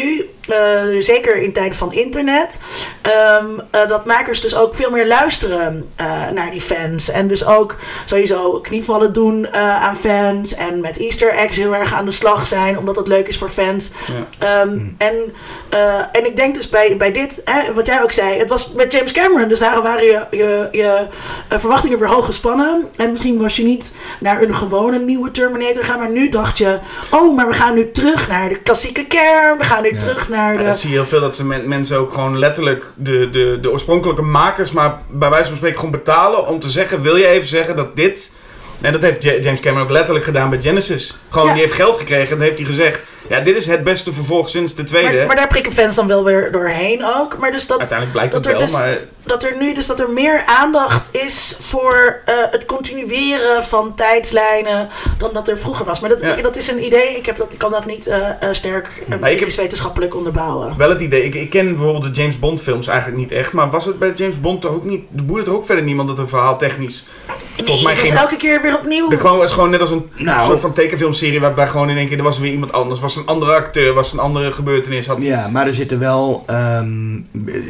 uh, zeker in tijden van internet, um, uh, dat makers dus ook veel meer luisteren uh, naar die fans. En dus ook sowieso knievallen doen uh, aan fans en met Easter eggs heel erg aan de slag zijn, omdat het leuk is voor fans. Ja. Um, mm. en, uh, en ik denk dus bij, bij dit, hè, wat jij ook zei, het was met James Cameron, dus daar waren je, je, je uh, verwachtingen weer hoog gespannen. En misschien was je niet naar een gewone nieuwe Terminator gaan, maar nu dacht je, oh, maar we gaan nu terug naar de klassieke kern, we gaan nu ja. terug naar de... Ja, dat zie je heel veel, dat ze men, mensen ook gewoon letterlijk de, de, de oorspronkelijke makers, maar bij wijze van spreken gewoon betalen om te zeggen, wil je even zeggen dat dit... En dat heeft James Cameron ook letterlijk gedaan bij Genesis. Gewoon, ja. die heeft geld gekregen en heeft hij gezegd, ja, dit is het beste vervolg sinds de tweede. Maar, maar daar prikken fans dan wel weer doorheen ook. Maar dus dat, uiteindelijk blijkt dat het er wel, dus, maar... Dat er nu dus dat er meer aandacht is voor uh, het continueren van tijdslijnen dan dat er vroeger was. Maar dat, ja. dat is een idee, ik, heb dat, ik kan dat niet uh, uh, sterk uh, ik heb wetenschappelijk onderbouwen. Wel het idee, ik, ik ken bijvoorbeeld de James Bond films eigenlijk niet echt, maar was het bij James Bond toch ook niet, de boerde toch ook verder niemand dat een verhaal technisch... Volgens mij ging elke keer weer opnieuw. Het was gewoon net als een nou, soort van tekenfilmserie waarbij gewoon in één keer er was weer iemand anders, was een andere acteur, was een andere gebeurtenis. Had ja, maar er zitten wel um,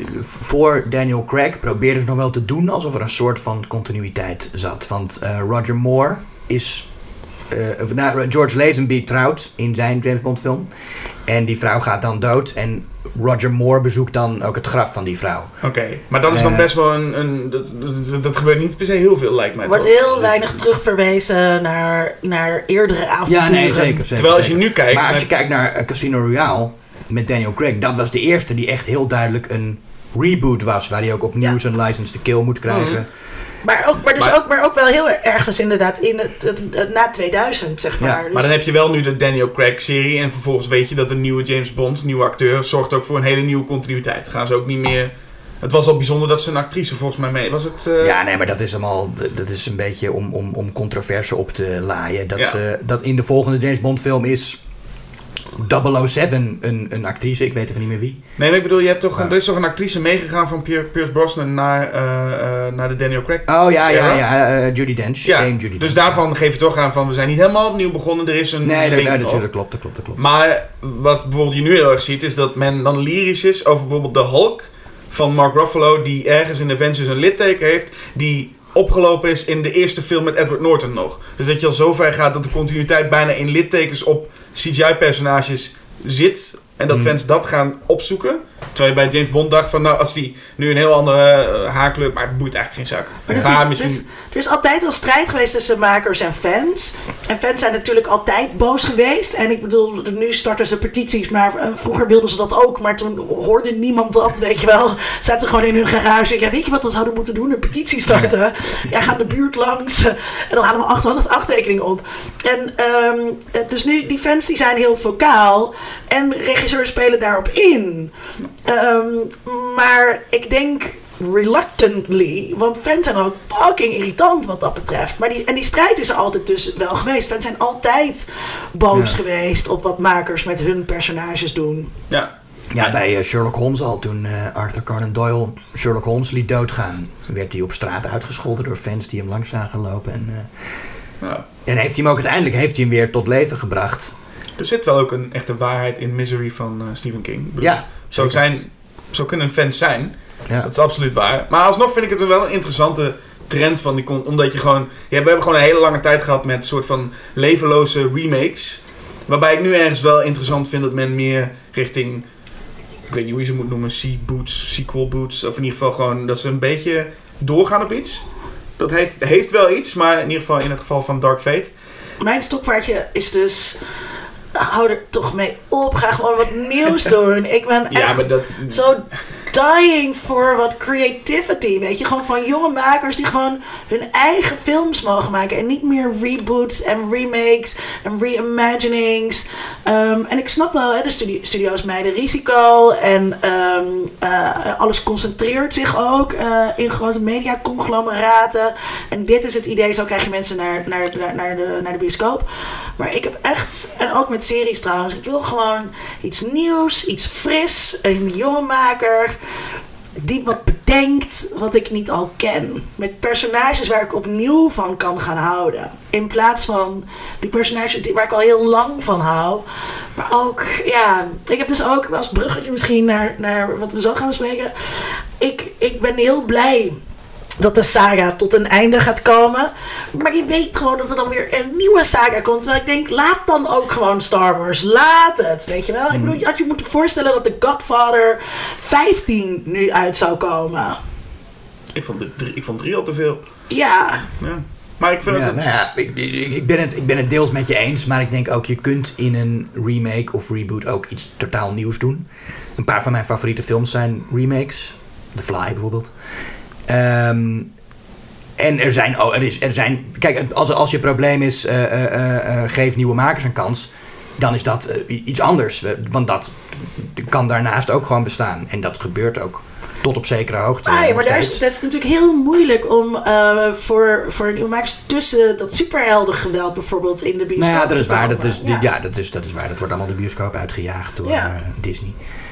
voor Daniel Craig probeerden ze nog wel te doen alsof er een soort van continuïteit zat. Want uh, Roger Moore is uh, nou, George Lazenby trouwt in zijn James Bond film en die vrouw gaat dan dood en Roger Moore bezoekt dan ook het graf van die vrouw. Oké, okay, maar dat is dan uh, best wel een... een dat, dat, dat gebeurt niet per se heel veel, lijkt mij. Er wordt heel weinig terugverwezen naar, naar eerdere avonturen. Ja, nee, zeker. zeker Terwijl als je nu kijkt... Maar als met... je kijkt naar uh, Casino Royale met Daniel Craig, dat was de eerste die echt heel duidelijk een reboot was, waar hij ook opnieuw ja. zijn License to Kill moet krijgen. Mm-hmm. Maar ook, maar, dus maar, ook, maar ook wel heel ergens inderdaad in het, het, het, na tweeduizend, zeg maar. Ja, dus. Maar dan heb je wel nu de Daniel Craig-serie en vervolgens weet je dat een nieuwe James Bond, nieuwe acteur, zorgt ook voor een hele nieuwe continuïteit. Dan gaan ze ook niet meer... Het was al bijzonder dat ze een actrice volgens mij mee... Was het, uh... Ja, nee, maar dat is allemaal... Dat is een beetje om, om, om controverse op te laaien. Dat, ja. ze, dat in de volgende James Bond film is... double oh seven een, een actrice, ik weet even niet meer wie. Nee, maar ik bedoel, je hebt toch, ja. er is toch een actrice meegegaan van Pierce Brosnan naar, uh, uh, naar de Daniel Craig. Oh ja, ja, ja, uh, Judi Dench. Ja, Judi dus Dench. Daarvan geef je toch aan van, we zijn niet helemaal opnieuw begonnen, er is een... Nee, dat, nee, dat, dat klopt, dat klopt, dat klopt. Maar wat bijvoorbeeld je nu heel erg ziet, is dat men dan lyrisch is over bijvoorbeeld de Hulk van Mark Ruffalo, die ergens in Avengers een litteken heeft, die opgelopen is in de eerste film met Edward Norton nog. Dus dat je al zo ver gaat dat de continuïteit bijna in littekens op C G I-personages zit. En dat mm. fans dat gaan opzoeken. Terwijl je bij James Bond dacht van, nou, als die nu een heel andere uh, haarkleur... Maar het boeit eigenlijk geen zak. Maar dus is, misschien... dus, er is altijd wel strijd geweest tussen makers en fans. En fans zijn natuurlijk altijd boos geweest. En ik bedoel, nu starten ze petities. Maar uh, vroeger wilden ze dat ook. Maar toen hoorde niemand dat, weet je wel. Zaten ze gewoon in hun garage. Ja, weet je wat we zouden moeten doen? Een petitie starten. Ja, ja gaan de buurt langs. En dan halen we achthonderd aftekeningen op. En um, dus nu, die fans die zijn heel vocaal. En regisseurs spelen daarop in. Um, maar ik denk reluctantly, want fans zijn ook fucking irritant wat dat betreft. Maar die, en die strijd is er altijd dus wel geweest. Fans zijn altijd boos ja. geweest op wat makers met hun personages doen. Ja. Ja, bij uh, Sherlock Holmes al, toen uh, Arthur Conan Doyle Sherlock Holmes liet doodgaan, werd hij op straat uitgescholden door fans die hem langs zagen lopen. En, uh, ja. en heeft hij hem ook uiteindelijk heeft hij hem weer tot leven gebracht. Er zit wel ook een echte waarheid in Misery van uh, Stephen King. Bedoel, ja, zo, zijn, zo kunnen fans zijn. Ja. Dat is absoluut waar. Maar alsnog vind ik het wel een interessante trend van die... Omdat je gewoon... Ja, we hebben gewoon een hele lange tijd gehad met een soort van levenloze remakes. Waarbij ik nu ergens wel interessant vind dat men meer richting... Ik weet niet hoe je ze moet noemen. C-boots, sequel boots. Of in ieder geval gewoon dat ze een beetje doorgaan op iets. Dat heeft, heeft wel iets. Maar in ieder geval in het geval van Dark Fate. Mijn stokpaardje is dus... Hou er toch mee op. Ga gewoon wat nieuws doen. Ik ben echt ja, maar dat... zo dying voor wat creativity. Weet je, gewoon van jonge makers die gewoon hun eigen films mogen maken. En niet meer reboots en remakes en reimaginings. Um, en ik snap wel, hè, de studio, studio's mijden risico. En um, uh, alles concentreert zich ook uh, in grote mediaconglomeraten. En dit is het idee, zo krijg je mensen naar, naar, naar, naar, de, naar de bioscoop. Maar ik heb echt, en ook met series trouwens, ik wil gewoon iets nieuws, iets fris, een jonge maker die wat bedenkt wat ik niet al ken. Met personages waar ik opnieuw van kan gaan houden. In plaats van die personages die, waar ik al heel lang van hou. Maar ook, ja, ik heb dus ook als bruggetje misschien naar, naar wat we zo gaan bespreken. Ik, ik ben heel blij dat de saga tot een einde gaat komen. Maar je weet gewoon dat er dan weer een nieuwe saga komt. Terwijl ik denk, laat dan ook gewoon Star Wars. Laat het, weet je wel. Ik bedoel, je had je moeten voorstellen dat The Godfather vijftien nu uit zou komen. Ik vond, de drie, ik vond drie al te veel. Ja. ja. Maar ik vind ja, het... Nou ja, ik, ik, ik, ben het, ik ben het deels met je eens. Maar ik denk ook, je kunt in een remake of reboot ook iets totaal nieuws doen. Een paar van mijn favoriete films zijn remakes. The Fly bijvoorbeeld. Um, en er zijn, oh, er is, er zijn, kijk, als, als je probleem is, uh, uh, uh, geef nieuwe makers een kans, dan is dat uh, iets anders. Want dat kan daarnaast ook gewoon bestaan. En dat gebeurt ook tot op zekere hoogte. Ah, ja, maar daar is, dat is natuurlijk heel moeilijk om uh, voor, voor nieuwe makers tussen dat superheldengeweld bijvoorbeeld in de bioscoop. Nou ja, dat is waar. Dat is, ja. ja, dat is, dat is waar. Dat wordt allemaal de bioscoop uitgejaagd door ja. uh, Disney.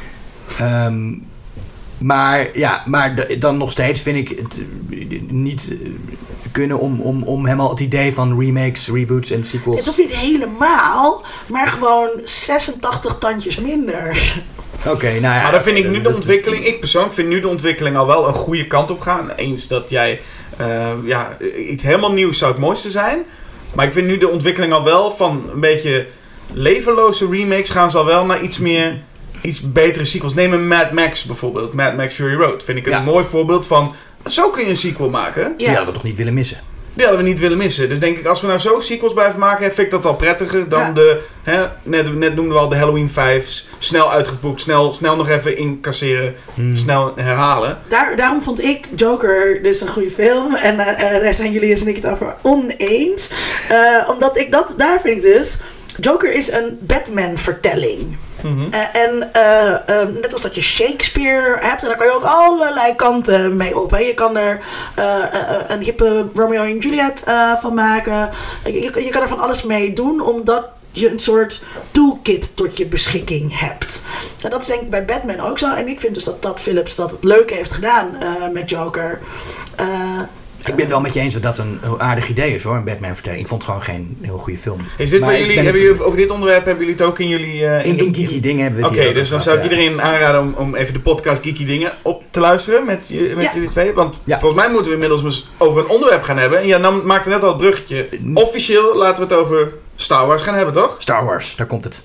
Um, Maar ja, maar d- dan nog steeds vind ik het niet kunnen om, om, om helemaal het idee van remakes, reboots en sequels. Het hoeft niet helemaal, maar gewoon zesentachtig tandjes minder. Oké, okay, nou ja. Maar dan vind ik nu de ontwikkeling, ik persoonlijk vind nu de ontwikkeling al wel een goede kant op gaan. Eens dat jij, uh, ja, iets helemaal nieuws zou het mooiste zijn. Maar ik vind nu de ontwikkeling al wel van een beetje levenloze remakes gaan ze al wel naar iets meer... iets betere sequels. Neem een Mad Max bijvoorbeeld. Mad Max Fury Road. Vind ik een ja. mooi voorbeeld van... Zo kun je een sequel maken. Ja. Die hadden we toch niet willen missen. Die hadden we niet willen missen. Dus denk ik, als we nou zo sequels blijven maken... vind ik dat al prettiger dan ja. de... Hè, net, net noemden we al de Halloween vijf. Snel uitgepoept. Snel, snel nog even incasseren. Hmm. Snel herhalen. Daar, daarom vond ik Joker dus een goede film. En uh, uh, daar zijn jullie en ik het over oneens. Uh, omdat ik dat... Daar vind ik dus... Joker is een Batman-vertelling. Mm-hmm. Uh, en uh, uh, net als dat je Shakespeare hebt, en daar kan je ook allerlei kanten mee op. Hè. Je kan er uh, uh, een hippe Romeo en Juliet uh, van maken. Je, je, je kan er van alles mee doen, omdat je een soort toolkit tot je beschikking hebt. En dat is denk ik bij Batman ook zo. En ik vind dus dat Todd Phillips dat het leuke heeft gedaan uh, met Joker. Uh, Ik ben het wel met je eens dat dat een heel aardig idee is hoor, een Batman-vertelling. Ik vond het gewoon geen heel goede film. Is dit waar jullie, hebben jullie, over dit onderwerp hebben jullie het ook in jullie... Uh, in, in Geeky Dingen hebben we het Oké, okay, dus dan gehad, zou ik ja. iedereen aanraden om, om even de podcast Geeky Dingen op te luisteren met, met ja. jullie twee. Want ja. volgens mij moeten we inmiddels over een onderwerp gaan hebben. En ja, dan maakte net al het bruggetje. Officieel laten we het over Star Wars gaan hebben, toch? Star Wars, daar komt het.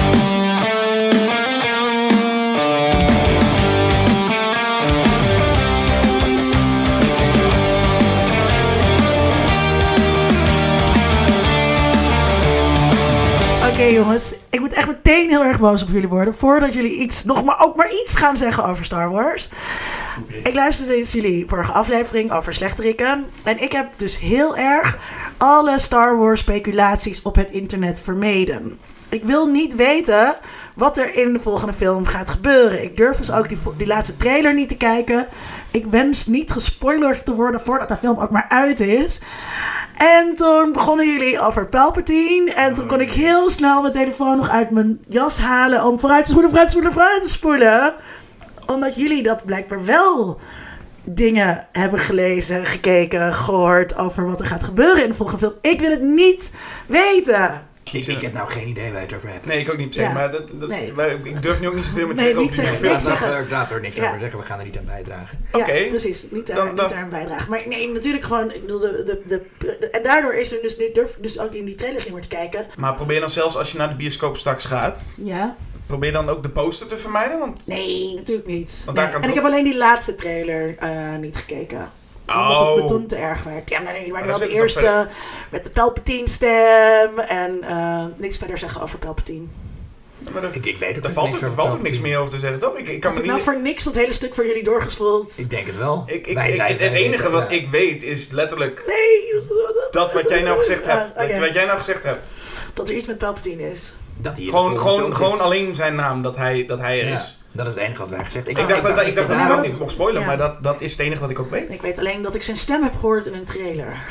Oké okay, jongens, ik moet echt meteen heel erg boos op jullie worden. Voordat jullie iets, nog maar ook maar iets gaan zeggen over Star Wars. Okay. Ik luisterde eens jullie vorige aflevering over slechterikken. En ik heb dus heel erg alle Star Wars speculaties op het internet vermeden. Ik wil niet weten wat er in de volgende film gaat gebeuren. Ik durf dus ook die, die laatste trailer niet te kijken. Ik wens niet gespoilerd te worden voordat de film ook maar uit is. En toen begonnen jullie over Palpatine. En toen kon ik heel snel mijn telefoon nog uit mijn jas halen om vooruit te spoelen, vooruit te spoelen, vooruit te spoelen. Omdat jullie dat blijkbaar wel dingen hebben gelezen, gekeken, gehoord over wat er gaat gebeuren in de volgende film. Ik wil het niet weten. Ik, ik heb nou geen idee waar je het over hebt. Nee, ik ook niet per se. Ja. Maar dat, dat nee. is, maar ik durf nu ook niet zoveel met nee, zeggen niet over zeggen, die niks film. zeggen. Ik laat er niks ja. over zeggen. We gaan er niet aan bijdragen. Ja, okay. precies. Niet, dan, aan, dan, niet aan bijdragen. Maar nee, natuurlijk gewoon... Ik bedoel, de, de, de, de, en daardoor is er dus nu... Durf dus ook in die trailers niet meer te kijken. Maar probeer dan zelfs als je naar de bioscoop straks gaat... Ja. Probeer dan ook de poster te vermijden? Want... Nee, natuurlijk niet. Want Nee. daar kan en ik ook... heb alleen die laatste trailer uh, niet gekeken. Omdat oh. het me toen te erg werd. Ja, maar nee, maar, maar wel de eerste met de Palpatine stem. En uh, niks verder zeggen over Palpatine. Ja, maar er, ik, ik weet ook er valt, ook, er valt ook niks meer over te zeggen, toch? Ik, ik kan heb me ik niet... nou voor niks dat hele stuk voor jullie doorgespoeld? Ik denk het wel. Ik, ik, ik, het, het enige weten, wat ja. ik weet is letterlijk... Nee! Dat wat jij nou gezegd hebt. Uh, okay. Wat jij nou gezegd hebt. Dat er iets met Palpatine is. Dat hij gewoon gewoon, gewoon alleen zijn naam, dat hij, dat hij er ja. is. Dat is het enige wat wij gezegd hebben. Ik, ik dacht dat ik dacht dat ik dat niet mocht spoilen, ja. maar dat, dat is het enige wat ik ook weet. Ik weet alleen dat ik zijn stem heb gehoord in een trailer.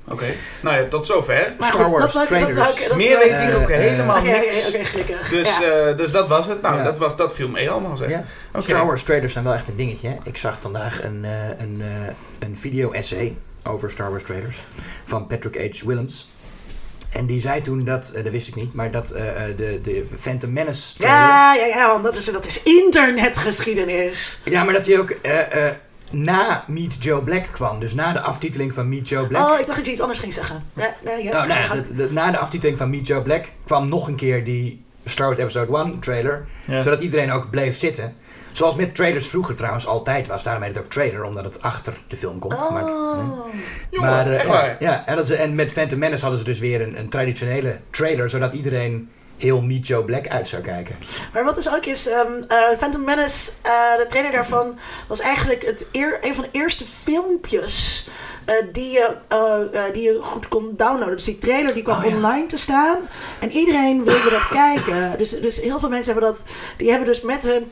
Oké, okay. Nou ja, tot zover. Maar Star goed, Wars dat trailers. Dat, dat, dat, Meer weet uh, ik ook uh, helemaal okay, niks. Oké, okay, gelukkig. Dus, ja. uh, dus dat was het. Nou, ja. dat, was, dat viel mee allemaal, zeg. Ja. Okay. Star Wars trailers zijn wel echt een dingetje. Hè? Ik zag vandaag een, uh, een, uh, een video-essay over Star Wars trailers van Patrick H. Willems. En die zei toen dat, uh, dat wist ik niet, maar dat uh, de, de Phantom Menace trailer... Ja, ja, ja, want dat is, dat is internetgeschiedenis. Ja, maar dat hij ook uh, uh, na Meet Joe Black kwam. Dus na de aftiteling van Meet Joe Black... Oh, ik dacht dat je iets anders ging zeggen. Ja, nee, ja, oh, nou ja, de, de, na de aftiteling van Meet Joe Black kwam nog een keer die Star Wars Episode één trailer. Ja. Zodat iedereen ook bleef zitten. Zoals met trailers vroeger trouwens altijd was. Daarom heet het ook trailer, omdat het achter de film komt. Oh. Maar, nee. Jongen, maar uh, echt ja, waar. ja, en, dat is, en met Phantom Menace hadden ze dus weer een, een traditionele trailer. Zodat iedereen heel Meet Joe Black uit zou kijken. Maar wat dus ook is, um, uh, Phantom Menace, uh, de trailer daarvan was eigenlijk het eer, een van de eerste filmpjes uh, die, je, uh, uh, die je goed kon downloaden. Dus die trailer die kwam oh, ja. online te staan en iedereen wilde dat kijken. Dus, dus heel veel mensen hebben dat, die hebben dus met hun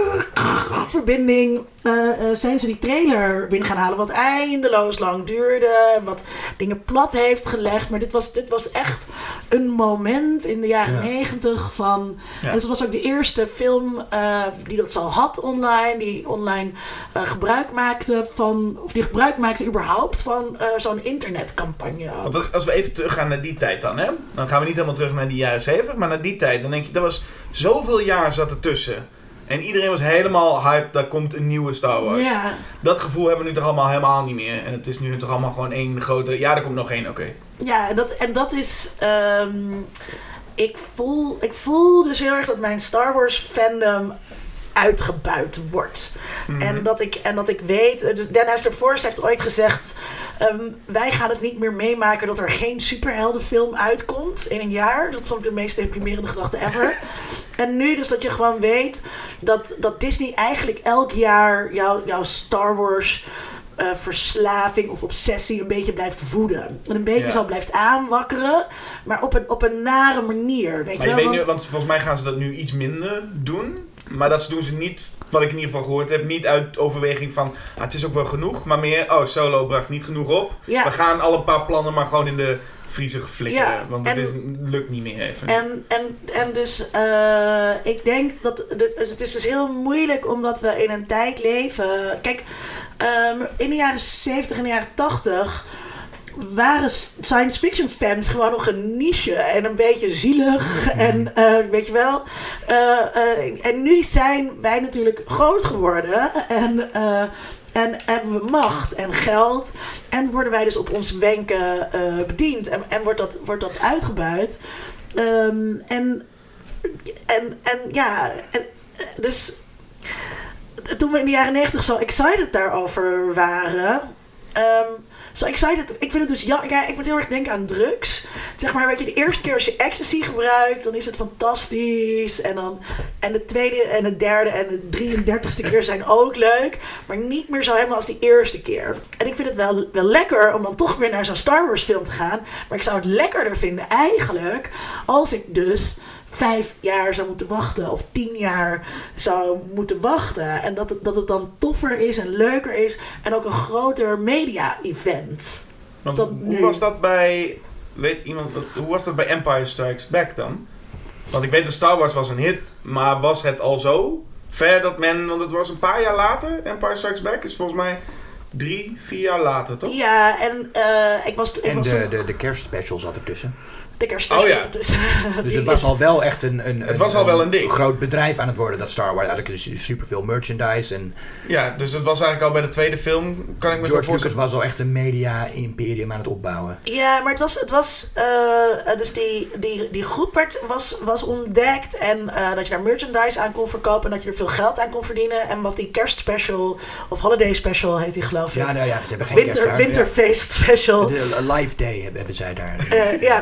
verbinding uh, uh, zijn ze die trailer binnen gaan halen, wat eindeloos lang duurde, wat dingen plat heeft gelegd. Maar dit was, dit was echt een moment in de jaren ja. negentig van... Ja. En dus het was ook de eerste film uh, die dat zo had online, die online uh, gebruik maakte van, of die gebruik maakte überhaupt van uh, zo'n internetcampagne. Want als we even teruggaan naar die tijd dan, hè? Dan gaan we niet helemaal terug naar die jaren zeventig, maar naar die tijd, dan denk je, er was zoveel jaar zat er tussen. En iedereen was helemaal hyped, daar komt een nieuwe Star Wars. Ja. Dat gevoel hebben we nu toch allemaal helemaal niet meer. En het is nu toch allemaal gewoon één grote... Ja, er komt nog één, oké. Okay. Ja, en dat, en dat is... Um, ik, voel, ik voel dus heel erg dat mijn Star Wars fandom uitgebuit wordt. Mm-hmm. En, dat ik, en dat ik weet... Dus Dan Hester-Force heeft ooit gezegd... Um, wij gaan het niet meer meemaken dat er geen superheldenfilm uitkomt in een jaar. Dat vond ik de meest deprimerende gedachte ever. En nu dus dat je gewoon weet dat, dat Disney eigenlijk elk jaar jou, jouw Star Wars uh, verslaving of obsessie een beetje blijft voeden. En een beetje ja. zo blijft aanwakkeren, maar op een, op een nare manier. Weet maar je je wel? weet Want, nu, want volgens mij gaan ze dat nu iets minder doen. Maar dat doen ze niet, wat ik in ieder geval gehoord heb, niet uit overweging van, ah, het is ook wel genoeg, maar meer, oh, Solo bracht niet genoeg op. Ja. We gaan al een paar plannen maar gewoon in de vriezer flikkeren, ja, want en, het is, lukt niet meer even. En, en, en dus, uh, ik denk dat, de, dus het is dus heel moeilijk omdat we in een tijd leven. Kijk, um, in de jaren zeventig en de jaren tachtig waren science fiction fans gewoon nog een niche en een beetje zielig en uh, weet je wel. Uh, uh, en nu zijn wij natuurlijk groot geworden en, uh, en hebben we macht en geld en worden wij dus op onze wenken uh, bediend en, en wordt, dat, wordt dat uitgebuit. Um, en, en, en ja, en, dus toen we in de jaren negentig zo excited daarover waren... Um, Zo so excited. Ik vind het dus ja, ja, ik moet heel erg denken aan drugs. Zeg maar, weet je, de eerste keer als je ecstasy gebruikt, dan is het fantastisch. En dan en de tweede en de derde en de drieëndertigste keer zijn ook leuk, maar niet meer zo helemaal als die eerste keer. En ik vind het wel, wel lekker om dan toch weer naar zo'n Star Wars film te gaan, maar ik zou het lekkerder vinden eigenlijk als ik dus vijf jaar zou moeten wachten of tien jaar zou moeten wachten. En dat het, dat het dan toffer is en leuker is en ook een groter media-event. Want hoe nu... was dat bij, weet iemand, hoe was dat bij Empire Strikes Back dan? Want ik weet dat Star Wars was een hit, maar was het al zo ver dat men, want het was een paar jaar later, Empire Strikes Back is volgens mij drie, vier jaar later, toch? Ja, en uh, ik was... Ik en was de, toen... de, de kerstspecial zat ertussen. De kerstspecial oh, ja. zat ertussen. Dus het was al wel echt een, een, het was een, al wel een, ding. een groot bedrijf aan het worden, dat Star Wars. Eigenlijk dus superveel merchandise. En ja, dus het was eigenlijk al bij de tweede film, kan ik me George zo voorstellen. Lucas was al echt een media-imperium aan het opbouwen. Ja, maar het was... Het was uh, dus die, die, die groep werd, was, was ontdekt en uh, dat je daar merchandise aan kon verkopen en dat je er veel geld aan kon verdienen. En wat die kerstspecial, of holiday special heet die geloof ik. Ja, nou ja, ze hebben geen Winter, kerst. Winterfeest special. De, een live day hebben, hebben zij daar. Uh, ja, precies.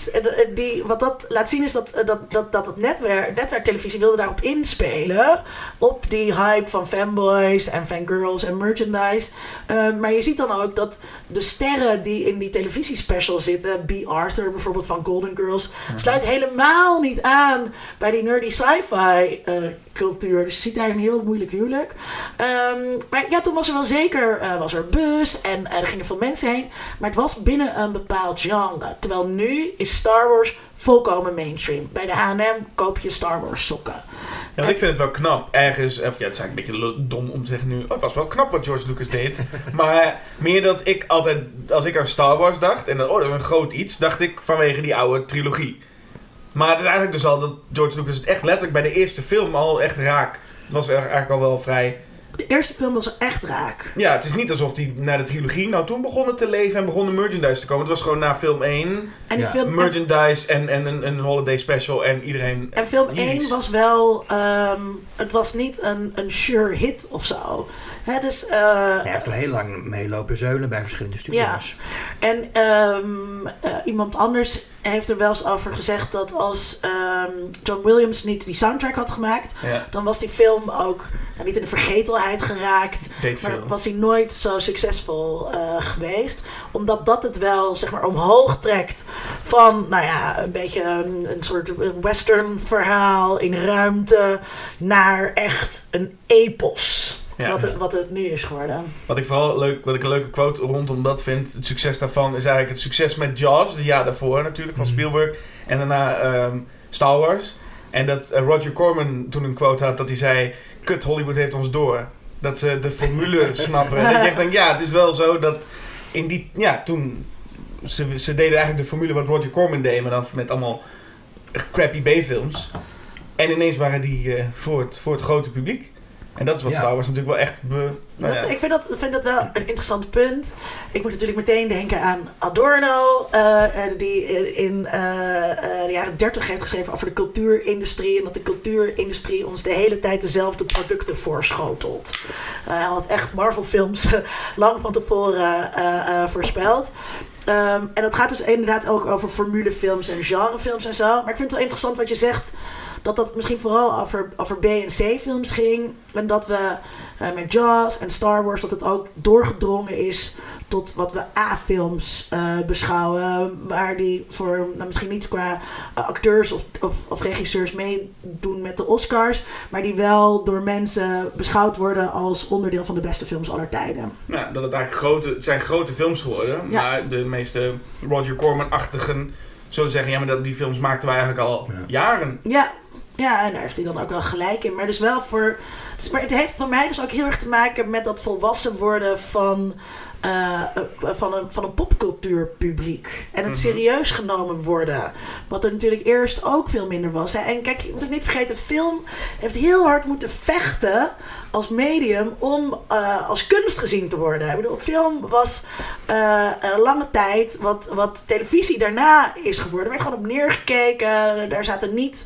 precies. Die, wat dat laat zien is dat, dat, dat, dat het netwerk, netwerktelevisie wilde daarop inspelen. Op die hype van fanboys en fangirls en merchandise. Uh, maar je ziet dan ook dat de sterren die in die televisiespecial zitten, B. Arthur bijvoorbeeld van Golden Girls, mm-hmm. sluit helemaal niet aan bij die nerdy sci-fi uh, cultuur. Dus je ziet daar een heel moeilijk huwelijk. Um, maar ja, toen was er wel zeker uh, was er buzz en uh, er gingen veel mensen heen. Maar het was binnen een bepaald genre. Terwijl nu is Star Wars volkomen mainstream. Bij de H en M koop je Star Wars sokken. Ja, want ik vind het wel knap. Ergens, ja, het is eigenlijk een beetje dom om te zeggen nu. Oh, het was wel knap wat George Lucas deed. Maar meer dat ik altijd, als ik aan Star Wars dacht, en dan, oh, dat is een groot iets, dacht ik vanwege die oude trilogie. Maar het is eigenlijk dus al dat George Lucas het echt letterlijk bij de eerste film al echt raak. Het was eigenlijk al wel vrij. De eerste film was echt raak. Ja, het is niet alsof hij na de trilogie, nou toen begonnen te leven en begonnen merchandise te komen. Het was gewoon na film één, en die ja. film, merchandise en, en een, een holiday special en iedereen. En film één was wel, um, het was niet een, een sure hit of zo. Hè, dus, uh, Hij heeft er heel lang mee lopen zeulen bij verschillende studios. Ja. En um, uh, iemand anders heeft er wel eens over gezegd dat als um, John Williams niet die soundtrack had gemaakt, ja. dan was die film ook nou, niet in de vergetelheid geraakt. Deed maar veel. Was hij nooit zo succesvol uh, geweest. Omdat dat het wel zeg maar omhoog trekt van nou ja, een beetje een, een soort western verhaal in ruimte naar echt een epos. Ja. Wat, het, wat het nu is geworden. Wat ik vooral leuk, wat ik een leuke quote rondom dat vind, het succes daarvan, is eigenlijk het succes met Jaws, het jaar daarvoor natuurlijk, van Spielberg. En daarna um, Star Wars. En dat uh, Roger Corman toen een quote had dat hij zei, kut, Hollywood heeft ons door. Dat ze de formule snappen. En dat je echt denkt, ja, het is wel zo dat in die, ja, toen, ze, ze deden eigenlijk de formule wat Roger Corman deed, maar dan met allemaal crappy B-films. En ineens waren die uh, voor, het, voor het grote publiek. En dat is wat ja. Star Wars natuurlijk wel echt... Be, nou dat, ja. Ik vind dat, vind dat wel een interessant punt. Ik moet natuurlijk meteen denken aan Adorno, uh, die in uh, uh, de jaren dertig heeft geschreven over de cultuurindustrie. En dat de cultuurindustrie ons de hele tijd dezelfde producten voorschotelt. Uh, hij had echt Marvel-films lang van tevoren uh, uh, voorspeld. Um, en dat gaat dus inderdaad ook over formulefilms en genrefilms en zo. Maar ik vind het wel interessant wat je zegt, dat dat misschien vooral over, over B- en C-films ging. En dat we uh, met Jaws en Star Wars, dat het ook doorgedrongen is tot wat we A-films uh, beschouwen. Waar die voor, nou, misschien niet qua uh, acteurs of, of, of regisseurs meedoen met de Oscars. Maar die wel door mensen beschouwd worden als onderdeel van de beste films aller tijden. Nou, dat het eigenlijk grote, het zijn grote films geworden. Ja. Maar de meeste Roger Corman-achtigen zullen zeggen, ja, maar dat, die films maakten wij eigenlijk al ja. jaren. Ja. Ja, en daar heeft hij dan ook wel gelijk in. Maar dus wel voor. Dus, maar het heeft voor mij dus ook heel erg te maken met dat volwassen worden van, uh, van een, van een popcultuurpubliek. En het mm-hmm. serieus genomen worden. Wat er natuurlijk eerst ook veel minder was. En kijk, je moet ook niet vergeten, film heeft heel hard moeten vechten als medium om uh, als kunst gezien te worden. Ik bedoel, film was uh, een lange tijd wat, wat televisie daarna is geworden. Er werd gewoon op neergekeken. Daar zaten niet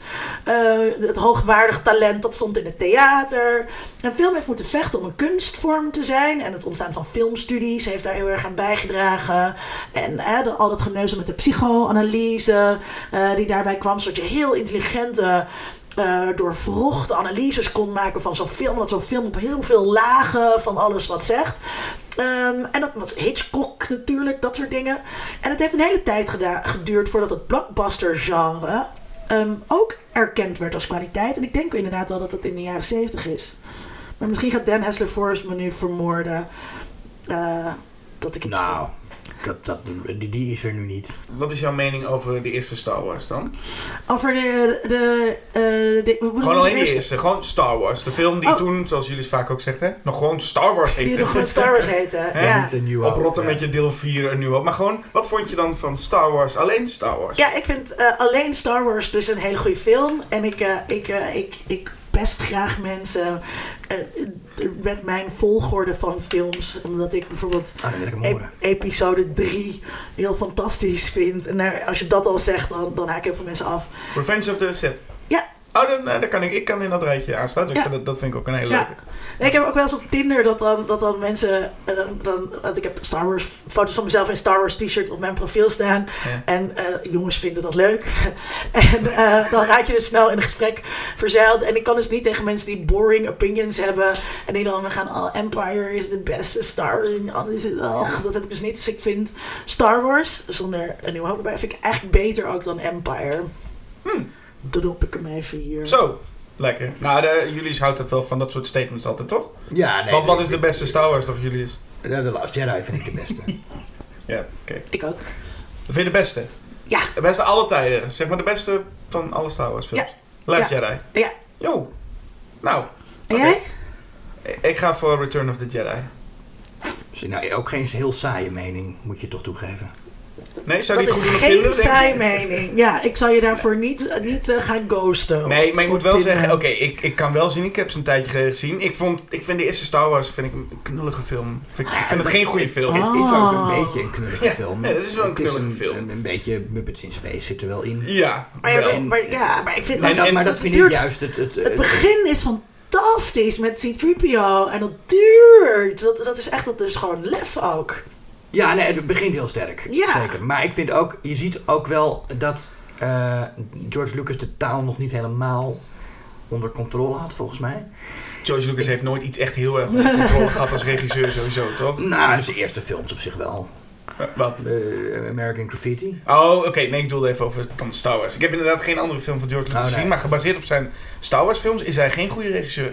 uh, het hoogwaardig talent dat stond in het theater. En film heeft moeten vechten om een kunstvorm te zijn. En het ontstaan van filmstudies heeft daar heel erg aan bijgedragen. En uh, de, al dat geneuzel met de psychoanalyse uh, die daarbij kwam. Zodat je heel intelligente Uh, doorvrochte analyses kon maken van zo'n film. Dat zo'n film op heel veel lagen van alles wat zegt. Um, en dat was Hitchcock natuurlijk, dat soort dingen. En het heeft een hele tijd geda- geduurd voordat het blockbuster genre um, ook erkend werd als kwaliteit. En ik denk inderdaad wel dat het in de jaren zeventig is. Maar misschien gaat Dan Hessler-Forrest me nu vermoorden. Uh, dat ik iets... Nou... Dat, dat, die, die is er nu niet. Wat is jouw mening over de eerste Star Wars dan? Over de... de, uh, de gewoon alleen de eerste? eerste, gewoon Star Wars. De film die oh. toen, zoals jullie vaak ook zeggen, nog gewoon Star Wars heette. Die nog gewoon Star Wars heette, ja. Niet een nieuwe. Oprotten ja. met je deel vier, een nieuwe. Maar gewoon, wat vond je dan van Star Wars? Alleen Star Wars? Ja, ik vind uh, alleen Star Wars dus een hele goede film. En ik, uh, ik, uh, ik, ik best graag mensen uh, met mijn volgorde van films. Omdat ik bijvoorbeeld ah, ep- episode drie heel fantastisch vind. En uh, als je dat al zegt, dan, dan haak ik heel veel mensen af. Revenge of the Sith? Ja. Oh, dan, dan kan ik, ik kan in dat rijtje aansluiten. Ja. Ik vind dat, dat vind ik ook een hele ja. leuke. Nee, ik heb ook wel eens op Tinder dat dan, dat dan mensen... Uh, dan, dan, uh, ik heb Star Wars foto's van mezelf in Star Wars t-shirt op mijn profiel staan. Ja. En uh, jongens vinden dat leuk. en uh, dan raak je dus snel in een gesprek verzeild. En ik kan dus niet tegen mensen die boring opinions hebben. En die dan gaan, oh, Empire is de beste Star Wars. Is het, oh, dat heb ik dus niet. Dus ik vind Star Wars, zonder een nieuw hoop erbij, vind ik eigenlijk beter ook dan Empire. Hm. Drop ik hem even hier. Zo. Lekker. Nou, de, Julius houdt het wel van dat soort statements altijd, toch? Ja, nee. Want wat is de beste Star Wars, toch, Julius? The Last Jedi vind ik de beste. Ja, oké. Okay. Ik ook. Vind je de beste? Ja. De beste alle tijden. Zeg maar de beste van alle Star Wars films. Ja. Last ja. Jedi. Ja. Jo. Nou. En okay. jij? Ik ga voor Return of the Jedi. Dus, nou, ook geen heel saaie mening, moet je toch toegeven. Nee, zou dat die is goed geen Tinder, saai mening. Ja, ik zal je daarvoor niet, niet uh, gaan ghosten. Nee, maar ik moet wel Tinder. zeggen, oké, okay, ik, ik kan wel zien, ik heb ze een tijdje geleden gezien. Ik, vond, ik vind de eerste Star Wars vind ik een knullige film. Vind ik, ik vind het geen goede film. Oh. Het is ook een beetje een knullige ja, film. Ja, het is wel een knullige een, film. Een, een beetje Muppets in Space zit er wel in. Ja, maar, wel. maar, ja, maar ik vind... Maar, en, dat, en, maar dat het vind duurt, ik juist het... Het, het begin is fantastisch met C drie P O en dat duurt. Dat, dat is echt, dat is gewoon lef ook. Ja, nee, het begint heel sterk. Ja. Zeker. Maar ik vind ook, je ziet ook wel dat uh, George Lucas de taal nog niet helemaal onder controle had, volgens mij. George Lucas ik, heeft nooit iets echt heel erg onder controle gehad als regisseur sowieso, toch? Nou, zijn eerste films op zich wel. Uh, wat? Uh, American Graffiti. Oh, oké. Okay. Nee, ik bedoelde even over dan Star Wars. Ik heb inderdaad geen andere film van George Lucas oh, nee. gezien, maar gebaseerd op zijn Star Wars films is hij geen goede regisseur.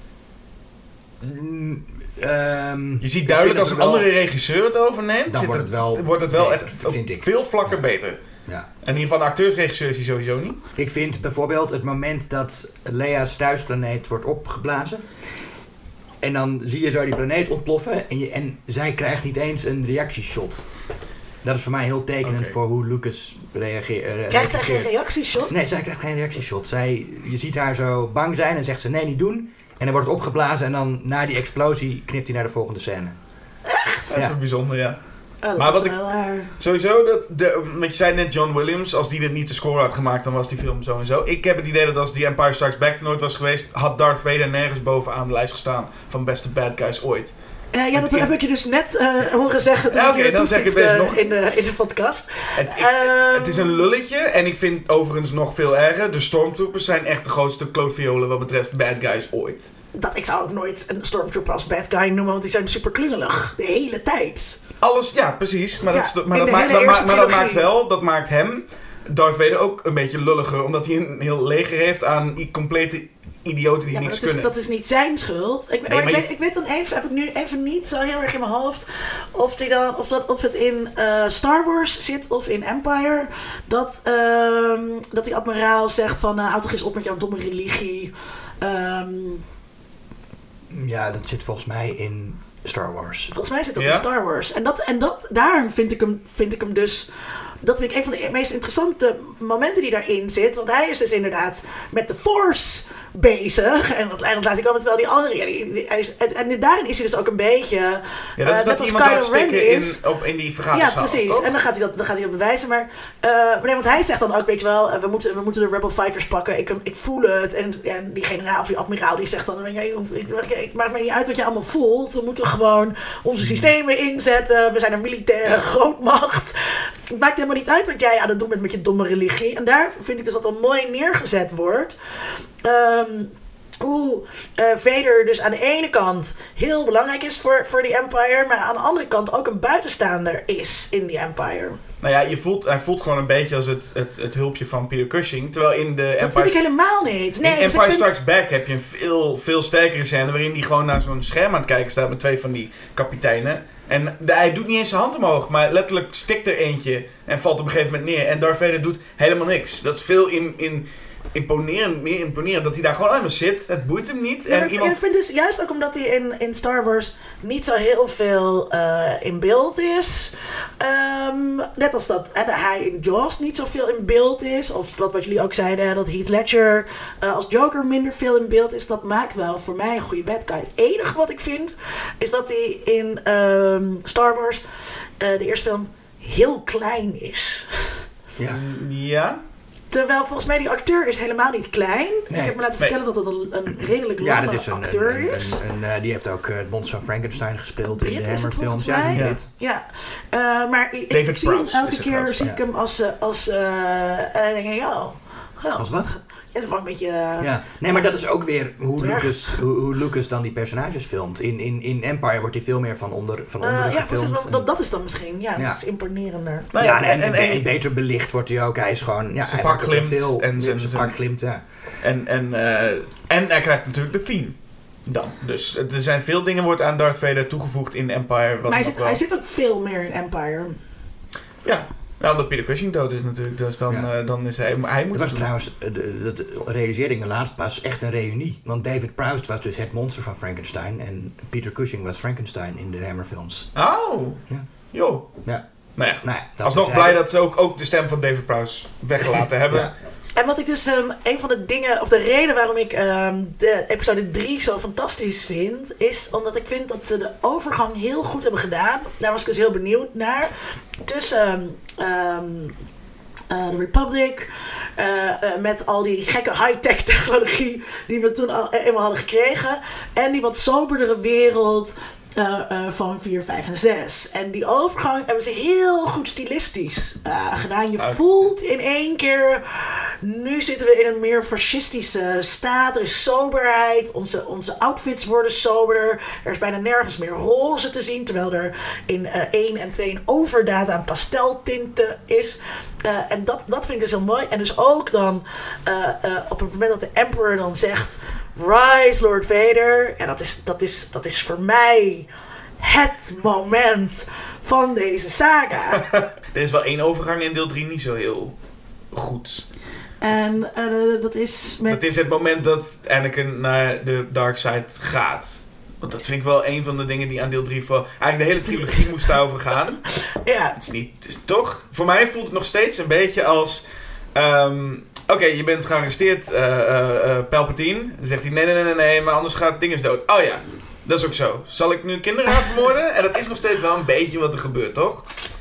Mm, um, je ziet duidelijk als een wel, andere regisseur het overneemt, dan wordt het wel, wordt het wel beter, echt vind ik. veel vlakker ja. beter. Ja. En in ieder geval de acteursregisseur is hij sowieso niet. Ik vind bijvoorbeeld het moment dat Leia's thuisplaneet wordt opgeblazen. En dan zie je zo die planeet ontploffen en, je, en zij krijgt niet eens een reactieshot. Dat is voor mij heel tekenend okay. voor hoe Lucas reageert. Uh, krijgt zij geen reactieshot? Nee, zij krijgt geen reactieshot. Zij, je ziet haar zo bang zijn en zegt ze nee, niet doen. En dan wordt het opgeblazen en dan na die explosie knipt hij naar de volgende scène. Echt? Dat is ja. wel bijzonder, ja. Oh, maar wat ik haar. sowieso, dat de, want je zei net John Williams, als die dit niet de score had gemaakt, dan was die film zo en zo. Ik heb het idee dat als die Empire Strikes Back er nooit was geweest, had Darth Vader nergens bovenaan de lijst gestaan van beste bad guys ooit. Uh, ja, dat in... heb ik je dus net uh, horen zeggen toen ja, okay, je dan zeg ik best nog in de, in de podcast. Het, ik, um... het is een lulletje en ik vind overigens nog veel erger. De Stormtroopers zijn echt de grootste klootviolen wat betreft bad guys ooit. Dat, ik zou ook nooit een Stormtrooper als bad guy noemen, want die zijn super klungelig. De hele tijd. Alles, ja, precies. Maar, ja, dat, is, maar, dat, maakt, dat, ma- maar dat maakt wel, dat maakt hem, Darth Vader, ook een beetje lulliger. Omdat hij een heel leger heeft aan complete idioten die ja, niks dat is, kunnen. Dat is niet zijn schuld. Ik, nee, maar ik, je... weet, ik weet dan even, heb ik nu even niet zo heel erg in mijn hoofd of, die dan, of, dat, of het in uh, Star Wars zit of in Empire. Dat, uh, dat die admiraal zegt van, uh, houd toch eens op met jouw domme religie. Um, ja, dat zit volgens mij in Star Wars. Volgens mij zit dat ja? in Star Wars. En, dat, en dat, daarom vind ik, hem, vind ik hem dus... Dat vind ik een van de meest interessante momenten die daarin zit. Want hij is dus inderdaad met de Force bezig. En dat, en dat laat ik komen terwijl die andere... Ja, die, die, hij is, en, en daarin is hij dus ook een beetje... Ja, dat is uh, dat iemand gaat stikken in, op, in die vergaderzaal. Ja, precies. Toch? En dan gaat hij dat, dan gaat hij dat bewijzen. Maar, uh, maar nee, want hij zegt dan ook, weet je wel... Uh, we, moeten, we moeten de Rebel Fighters pakken. Ik, ik voel het. En, en die generaal of die admiraal die zegt dan... Ik, ik, ik, ik maakt me niet uit wat je allemaal voelt. We moeten gewoon onze systemen inzetten. We zijn een militaire grootmacht. Het maakt helemaal niet uit wat jij aan het doen bent met je domme religie. En daar vind ik dus dat al mooi neergezet wordt. Um, Oeh, uh, Vader dus aan de ene kant heel belangrijk is voor, voor die Empire, maar aan de andere kant ook een buitenstaander is in die Empire. Nou ja, je voelt, hij voelt gewoon een beetje als het, het, het hulpje van Peter Cushing, terwijl in de dat Empire... Dat vind ik helemaal niet. Nee, in dus Empire vind... Strikes Back heb je een veel, veel sterkere scène waarin hij gewoon naar zo'n scherm aan het kijken staat met twee van die kapiteinen. En de, hij doet niet eens zijn hand omhoog, maar letterlijk stikt er eentje en valt op een gegeven moment neer. En Darth Vader doet helemaal niks. Dat is veel in... in imponerend, meer imponerend dat hij daar gewoon allemaal zit. Het boeit hem niet. Ja, en iemand... Ik vind dus juist ook omdat hij in, in Star Wars niet zo heel veel uh, in beeld is. Um, net als dat en hij in Jaws niet zoveel in beeld is. Of wat, wat jullie ook zeiden, dat Heath Ledger uh, als Joker minder veel in beeld is. Dat maakt wel voor mij een goede bad guy. Het enige wat ik vind is dat hij in um, Star Wars, uh, de eerste film, heel klein is. Ja. Ja? Terwijl volgens mij die acteur is helemaal niet klein. Nee. Ik heb me laten vertellen nee. dat het een, een redelijk lange ja, dat is een, acteur een, is. Een, een, een, die heeft ook uh, het monster van Frankenstein gespeeld Brit in de Hammer-films. Ja, ja. ja. Uh, maar ik, ik zie hem elke keer zie ik hem als... als uh, uh, denk ik, ja, oh, als wat? Het is wel een beetje... Uh, ja. Nee, maar dat is ook weer hoe Lucas, hoe, hoe Lucas dan die personages filmt. In, in, in Empire wordt hij veel meer van onder van uh, onderen ja, gefilmd. Wel, dat, dat is dan misschien, ja, ja. dat is imponerender. Ja, ja en, en, en, en beter belicht wordt hij ook. Hij is gewoon... Ja, zijn pak glimt. Veel, en zijn pak glimt, ja. En, en, uh, en hij krijgt natuurlijk de theme. Dan. Dus er zijn veel dingen wordt aan Darth Vader toegevoegd in Empire. Wat maar hij zit, wel... hij zit ook veel meer in Empire. Ja. Ja, omdat Peter Cushing dood is natuurlijk, dus dan, ja. uh, dan is hij... hij moet dat was trouwens, dat realiseerde ik me laatst pas, echt een reunie. Want David Prowse was dus het monster van Frankenstein en Peter Cushing was Frankenstein in de Hammer-films. Oh, ja. joh. Ja. Nou ja, nou ja alsnog blij dat ze ook, ook de stem van David Prowse weggelaten hebben. Ja. En wat ik dus, um, een van de dingen, of de reden waarom ik um, de episode drie zo fantastisch vind, is omdat ik vind dat ze de overgang heel goed hebben gedaan. Daar was ik dus heel benieuwd naar. Tussen um, uh, de Republic, uh, uh, met al die gekke high-tech technologie die we toen al eenmaal hadden gekregen, en die wat soberdere wereld Uh, uh, van vier, vijf en zes. En die overgang hebben ze heel goed stilistisch uh, gedaan. Je voelt in één keer... Nu zitten we in een meer fascistische staat. Er is soberheid. Onze, onze outfits worden soberder. Er is bijna nergens meer roze te zien. Terwijl er in uh, één en twee een overdaad aan pasteltinten is. Uh, en dat, dat vind ik dus heel mooi. En dus ook dan uh, uh, op het moment dat de Emperor dan zegt... Rise, Lord Vader. En dat is, dat is, dat is voor mij het moment van deze saga. Er is wel één overgang in deel drie niet zo heel goed. En uh, dat is met... Dat is het moment dat Anakin naar de dark side gaat. Want dat vind ik wel een van de dingen die aan deel drie... Voor, eigenlijk de hele trilogie moest daarover gaan. Ja. Het is niet... Het is toch... Voor mij voelt het nog steeds een beetje als... Um, Oké, okay, je bent gearresteerd, uh, uh, uh, Palpatine. Dan zegt hij, nee, nee, nee, nee, maar anders gaat dinges dood. Oh ja, dat is ook zo. Zal ik nu kinderen gaan vermoorden? En dat is nog steeds wel een beetje wat er gebeurt, toch?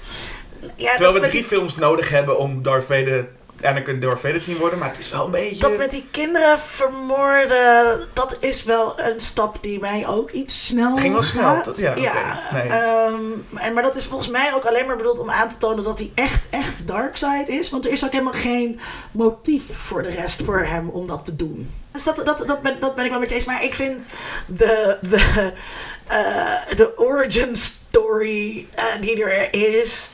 Ja, terwijl we drie die... films nodig hebben om Darth Vader... Anakin Darth Vader zien worden, maar het is wel een beetje... Dat met die kinderen vermoorden, dat is wel een stap die mij ook iets snel ging wel gaat. snel, dat, ja. ja okay. nee. um, en, maar dat is volgens mij ook alleen maar bedoeld om aan te tonen dat hij echt, echt darkside is. Want er is ook helemaal geen motief voor de rest voor hem om dat te doen. Dus dat, dat, dat, ben, dat ben ik wel met je eens. Maar ik vind de, de, uh, de origin story uh, die er is...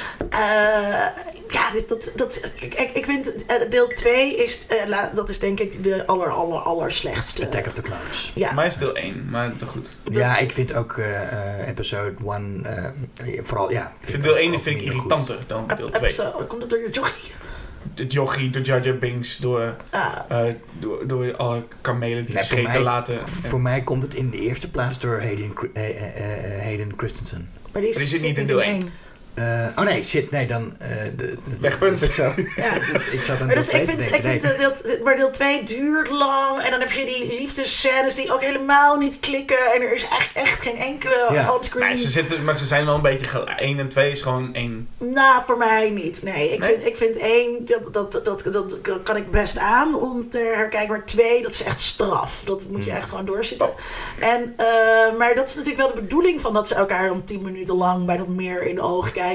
Uh, ja, dit, dat, dat, ik, ik vind uh, deel twee is, uh, la, dat is denk ik de aller, aller, aller slechtste. Attack of the Clones. Ja. Voor mij is deel één, maar goed. Ja, ik vind ook uh, uh, episode één, uh, vooral, ja. Ik vind deel één vind ik irritanter goed. Dan deel twee. Episode, komt het door je jochie? De jochie, door Jar Jar Binks, door, ah. uh, door, door alle kamelen die nee, scheten mij, laten. Voor en... mij komt het in de eerste plaats door Hayden, uh, uh, uh, Hayden Christensen. Maar die, maar die zit niet in deel één. Uh, oh nee, shit, nee, dan... Uh, de, de, Wegpunt. Zo. Ja, ik zat aan maar dus deel ik vind, te denken. Ik vind nee. deel, maar deel twee duurt lang en dan heb je die liefdescènes die ook helemaal niet klikken en er is echt, echt geen enkele ja. onscreen... Maar ze, zitten, maar ze zijn wel een beetje... Gel- één en twee is gewoon één... Nou, voor mij niet. Nee, ik, nee? Vind, ik vind één, dat, dat, dat, dat, dat kan ik best aan om te herkijken. Maar twee, dat is echt straf. Dat moet je echt gewoon doorzitten. Oh. En, uh, maar dat is natuurlijk wel de bedoeling van dat ze elkaar dan tien minuten lang bij dat meer in de ogen kijken.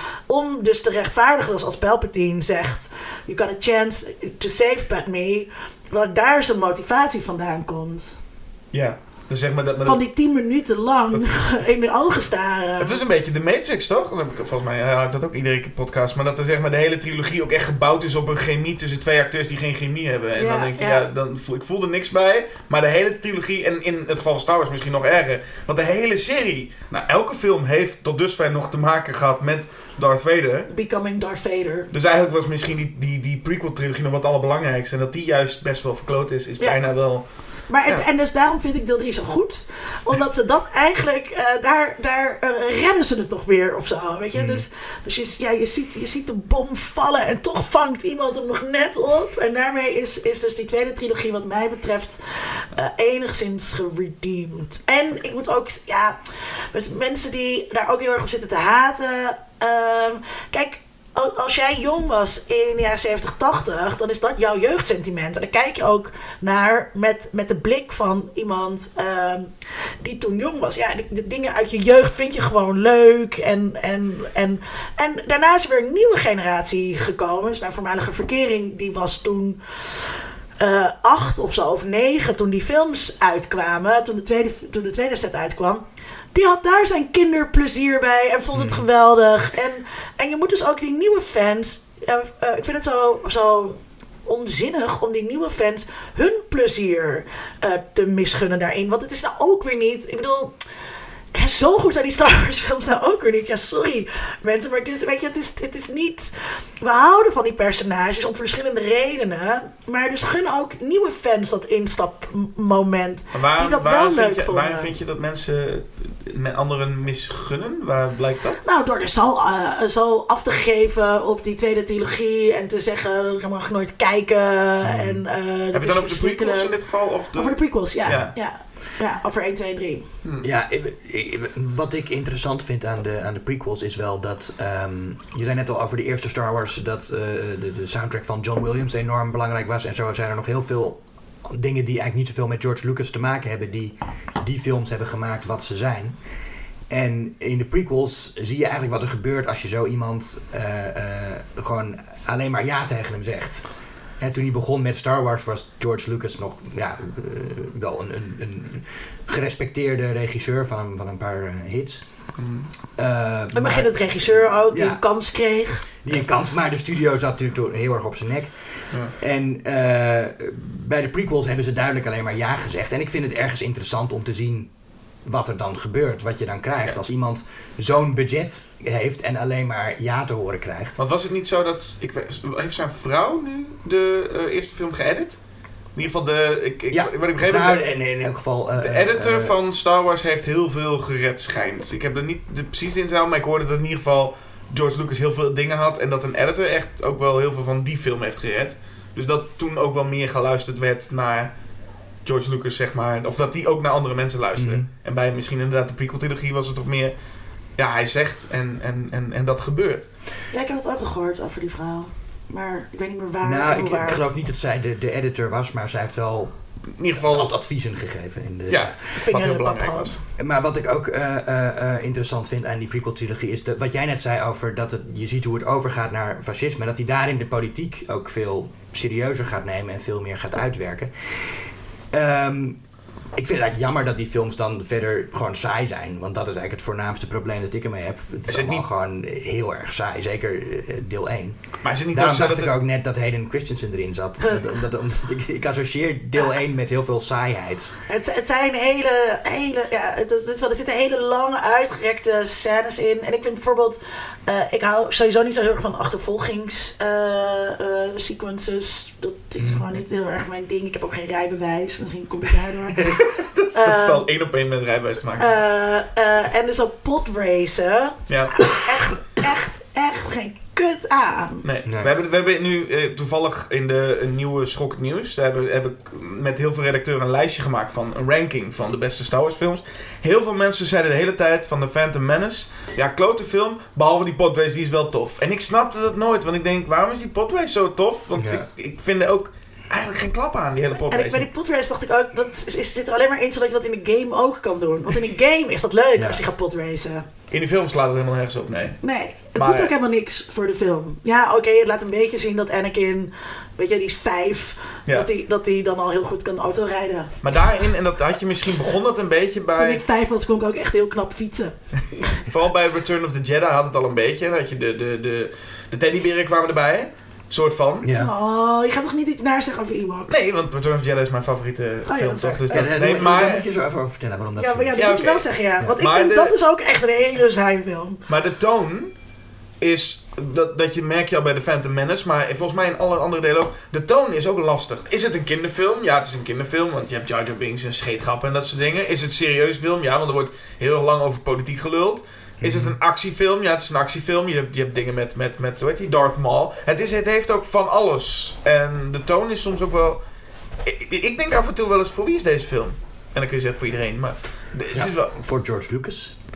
Om dus te rechtvaardigen, dus als Palpatine zegt... You got a chance to save Padme. Dat daar zijn motivatie vandaan komt. Ja. Dus zeg maar dat, maar van dat, die tien minuten lang dat, in de ogen staren. Het is een beetje de Matrix, toch? Volgens mij had ik dat ook iedere keer podcast. Maar dat er zeg maar de hele trilogie ook echt gebouwd is op een chemie tussen twee acteurs die geen chemie hebben. En ja, dan denk je, ja, ja dan voel, ik voel er niks bij. Maar de hele trilogie, en in het geval van Star Wars misschien nog erger. Want de hele serie, nou elke film heeft tot dusver nog te maken gehad met Darth Vader. Becoming Darth Vader. Dus eigenlijk was misschien die, die, die prequel-trilogie nog wat allerbelangrijkste. En dat die juist best wel verkloot is, is ja. bijna wel... Maar ja. en, en dus daarom vind ik deel drie zo goed. Omdat ze dat eigenlijk... Uh, daar daar uh, redden ze het nog weer of zo. Weet je? Mm. Dus, dus je, ja, je, ziet, je ziet de bom vallen. En toch vangt iemand hem nog net op. En daarmee is, is dus die tweede trilogie wat mij betreft... Uh, enigszins geredeemd. En ik moet ook... Ja, met mensen die daar ook heel erg op zitten te haten... Um, kijk... als jij jong was in de jaren zeventig, tachtig, dan is dat jouw jeugdsentiment. En dan kijk je ook naar met, met de blik van iemand uh, die toen jong was. Ja, de, de dingen uit je jeugd vind je gewoon leuk. En, en, en, en daarna is er weer een nieuwe generatie gekomen. Dus mijn voormalige verkering, die was toen uh, acht of zo, of negen, toen die films uitkwamen. Toen de tweede, toen de tweede set uitkwam. Die had daar zijn kinderplezier bij en vond het mm. geweldig. En, en je moet dus ook die nieuwe fans... Uh, uh, ik vind het zo, zo onzinnig om die nieuwe fans hun plezier uh, te misgunnen daarin. Want het is nou ook weer niet... Ik bedoel... Zo goed zijn die Star Wars films nou ook weer niet. Ja, sorry mensen, maar het is, weet je, het is, het is niet... We houden van die personages om verschillende redenen. Maar dus gun ook nieuwe fans dat instapmoment. Waar, die dat waar wel leuk je, vonden. Waarom vind je dat mensen met anderen misgunnen? Waar blijkt dat? Nou, door er zo, uh, zo af te geven op die tweede trilogie. En te zeggen, ik mag nooit kijken. Hmm. En, uh, Heb je het dan over de prequels in dit geval? Of de... Over de prequels, ja. ja. ja. Ja, over één, twee en drie. Hmm. Ja, wat ik interessant vind aan de, aan de prequels is wel dat... Um, je zei net al over de eerste Star Wars... dat uh, de, de soundtrack van John Williams enorm belangrijk was. En zo zijn er nog heel veel dingen die eigenlijk niet zoveel met George Lucas te maken hebben... die die films hebben gemaakt wat ze zijn. En in de prequels zie je eigenlijk wat er gebeurt... als je zo iemand uh, uh, gewoon alleen maar ja tegen hem zegt... En toen hij begon met Star Wars was George Lucas nog ja, uh, wel een, een, een gerespecteerde regisseur van een, van een paar uh, hits. Mm. Uh, en begin het regisseur ook, die ja, een kans kreeg. Die een kans, maar de studio zat natuurlijk heel erg op zijn nek. Ja. En uh, bij de prequels hebben ze duidelijk alleen maar ja gezegd. En ik vind het ergens interessant om te zien wat er dan gebeurt, wat je dan krijgt. Ja. Als iemand zo'n budget heeft en alleen maar ja te horen krijgt. Want was het niet zo dat... Ik, heeft zijn vrouw nu de uh, eerste film geëdit? In ieder geval de... Ik, ik, ja, wat ik begrepen nou, heb, in, in elk geval... Uh, de editor uh, van uh, Star Wars heeft heel veel gered, schijnt. Ik heb er niet de precieze inzaal, maar ik hoorde dat in ieder geval George Lucas heel veel dingen had en dat een editor echt ook wel heel veel van die film heeft gered. Dus dat toen ook wel meer geluisterd werd naar George Lucas, zeg maar. Of dat die ook naar andere mensen luisterde. Mm-hmm. En bij misschien inderdaad de prequel-trilogie was het toch meer... Ja, hij zegt en, en, en, en dat gebeurt. Ja, ik heb het ook gehoord over die vrouw. Maar ik weet niet meer waar. Nou, ik, waar. ik geloof niet dat zij de, de editor was, maar zij heeft wel in ieder geval adviezen gegeven. In de, ja, wat heel belangrijk was. Maar wat ik ook uh, uh, uh, interessant vind aan die prequel-trilogie is de, wat jij net zei over dat het, je ziet hoe het overgaat naar fascisme. Dat hij daarin de politiek ook veel serieuzer gaat nemen en veel meer gaat uitwerken. Um, Ik vind het eigenlijk jammer dat die films dan verder gewoon saai zijn. Want dat is eigenlijk het voornaamste probleem dat ik ermee heb. Het is, is het niet gewoon heel erg saai. Zeker uh, deel één. Maar is het niet Daarom dacht dat ik het... ook net dat Hayden Christensen erin zat. omdat, omdat, omdat ik, ik associeer deel één met heel veel saaiheid. Het, het zijn hele... hele ja, het, het, er zitten hele lange uitgerekte scènes in. En ik vind bijvoorbeeld... Uh, ik hou sowieso niet zo heel erg van achtervolgingssequences. Uh, uh, dat is gewoon niet heel erg mijn ding. Ik heb ook geen rijbewijs. Misschien kom ik daardoor. dat dat uh, staat één op één met rijbewijs te maken. Uh, uh, en dus op podracen. Ja. Echt, echt, echt geen kut aan. Nee. nee. We, hebben, we hebben nu uh, toevallig in de een nieuwe Schokkend Nieuws. Daar hebben, hebben met heel veel redacteuren een lijstje gemaakt van een ranking van de beste Star Wars films. Heel veel mensen zeiden de hele tijd van The Phantom Menace. Ja, klote film, behalve die podrace, die is wel tof. En ik snapte dat nooit, want ik denk, waarom is die podrace zo tof? Want ja. ik, ik vind er ook eigenlijk geen klap aan, die hele podrace. En bij die podrace dacht ik ook, dat is, is dit er alleen maar in zodat je dat in de game ook kan doen. Want in de game is dat leuk ja. als je gaat podracen. In de film slaat het helemaal nergens op, nee. Nee, het maar, doet ook helemaal niks voor de film. Ja, oké, okay, het laat een beetje zien dat Anakin, weet je, die is vijf, ja. dat hij dat die dan al heel goed kan autorijden. Maar daarin, en dat had je misschien begon dat een beetje bij... Toen ik vijf was, kon ik ook echt heel knap fietsen. Vooral bij Return of the Jedi had het al een beetje. Dan had je de, de, de, de teddyberen kwamen erbij. Soort van. Ja. Oh, je gaat toch niet iets naar zeggen over Ewoks? Nee, want Return of the Jedi is mijn favoriete oh, film, ja, toch? Dus dat, ja, nee, maar daar moet je zo even over vertellen waarom dat ja, zo is. Ja, dat ja, moet okay. je wel zeggen, ja. ja. Want ik maar vind de, dat is ook echt een hele saaie film. Maar de toon is... Dat, dat je merk je al bij The Phantom Menace, maar volgens mij in alle andere delen ook. De toon is ook lastig. Is het een kinderfilm? Ja, het is een kinderfilm, want je hebt Jar Jar Binks en scheetgrappen en dat soort dingen. Is het een serieus film? Ja, want er wordt heel lang over politiek geluld. Is het een actiefilm? Ja, het is een actiefilm. Je hebt, je hebt dingen met, met, met hoe heet die, Darth Maul. Het, is, het heeft ook van alles. En de toon is soms ook wel... Ik, ik denk af en toe wel eens, voor wie is deze film? En dan kun je zeggen voor iedereen, maar... Het ja, is wel... Voor George Lucas.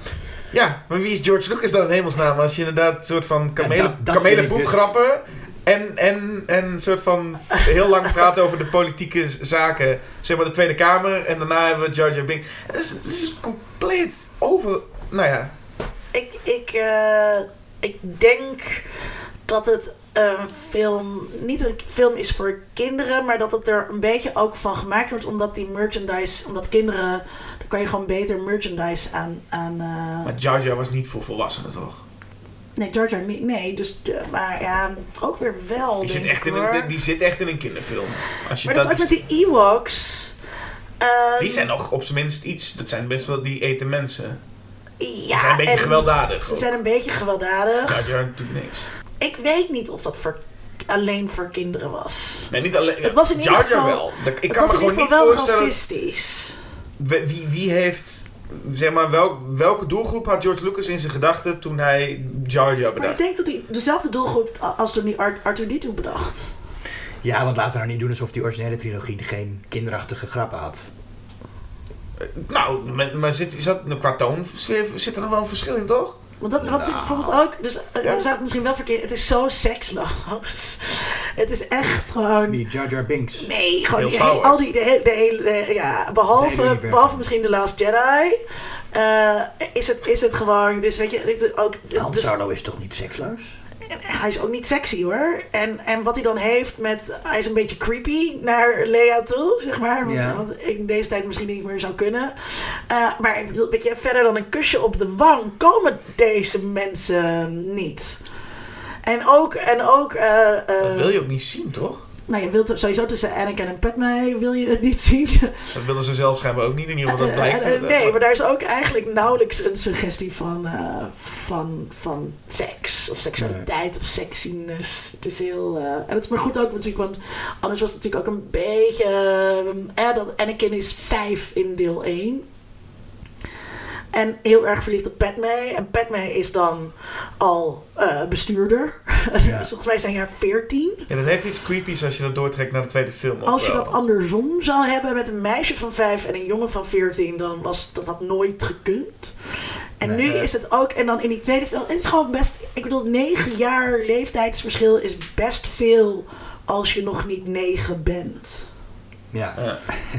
Ja, maar wie is George Lucas dan in hemelsnaam? Als je inderdaad een soort van kamele, ja, kamelenboekgrappen... Dus... En, en, en een soort van heel lang praten over de politieke zaken. Zeg maar de Tweede Kamer. En daarna hebben we Jar Jar Binks. Het is, het is compleet over... Nou ja. Ik, ik, uh, ik denk dat het een film... Niet een film is voor kinderen. Maar dat het er een beetje ook van gemaakt wordt. Omdat die merchandise... Omdat kinderen... Daar kan je gewoon beter merchandise aan... aan uh... Maar Jar Jar was niet voor volwassenen, toch? Nee, Jar Jar niet. Nee, dus, uh, maar ja, ook weer wel. Die zit, echt in een, die zit echt in een kinderfilm. Als je maar dat is ook met die Ewoks. Um, die zijn nog op zijn minst iets. Dat zijn best wel die eten mensen. Ja, die zijn een beetje gewelddadig. Ze zijn een beetje gewelddadig. Jar Jar doet niks. Ik weet niet of dat voor, alleen voor kinderen was. Nee, niet alleen. Het was in Jar Jar ieder geval, wel. Ik het kan was me gewoon in ieder geval niet wel voorstellen. racistisch. Wie, wie heeft... Zeg maar, welk, welke doelgroep had George Lucas in zijn gedachten toen hij Jar Jar bedacht? Maar ik denk dat hij dezelfde doelgroep als toen hij R two D two bedacht. Ja, want laten we nou niet doen alsof die originele trilogie geen kinderachtige grappen had. Uh, nou, maar, maar zit, zat, qua toon zit er nog wel een verschil in, toch? Want dat, wat nou. vind ik bijvoorbeeld ook, dus ja. zou ik misschien wel verkeerd, het is zo seksloos. Het is echt gewoon... Die Jar Jar Binks. Nee, gewoon die, al die, de, de hele, de, ja, behalve, behalve misschien The Last Jedi, uh, is, het, is het gewoon, dus weet je, ook... Han dus, Solo is toch niet seksloos? Hij is ook niet sexy hoor. En, en wat hij dan heeft met... Hij is een beetje creepy naar Leia toe, zeg maar. Wat, ja. wat in deze tijd misschien niet meer zou kunnen. Uh, maar ik bedoel, weet je, verder dan een kusje op de wang komen deze mensen niet. En ook... En ook uh, uh, dat wil je ook niet zien, toch? Nou, je wilt sowieso tussen Anakin en Padme wil je het niet zien. Dat willen ze zelf schijnbaar ook niet, in ieder geval dat blijkt. Uh, uh, nee, maar daar is ook eigenlijk nauwelijks een suggestie van, uh, van, van seks of seksualiteit nee. of sexiness. Het is heel... Uh, en het is maar goed ook natuurlijk, want anders was het natuurlijk ook een beetje... Uh, uh, dat Anakin is vijf in deel één. En heel erg verliefd op Padme. En Padme is dan al uh, bestuurder. Ja. Volgens mij zijn jaar veertien. Ja, dat heeft iets creepies als je dat doortrekt naar de tweede film. Als je wel. dat andersom zou hebben met een meisje van vijf en een jongen van veertien, dan was dat had nooit gekund. En nee, nu nee. is het ook, en dan in die tweede film, het is gewoon best, ik bedoel, negen jaar leeftijdsverschil is best veel als je nog niet negen bent. Ja. ja.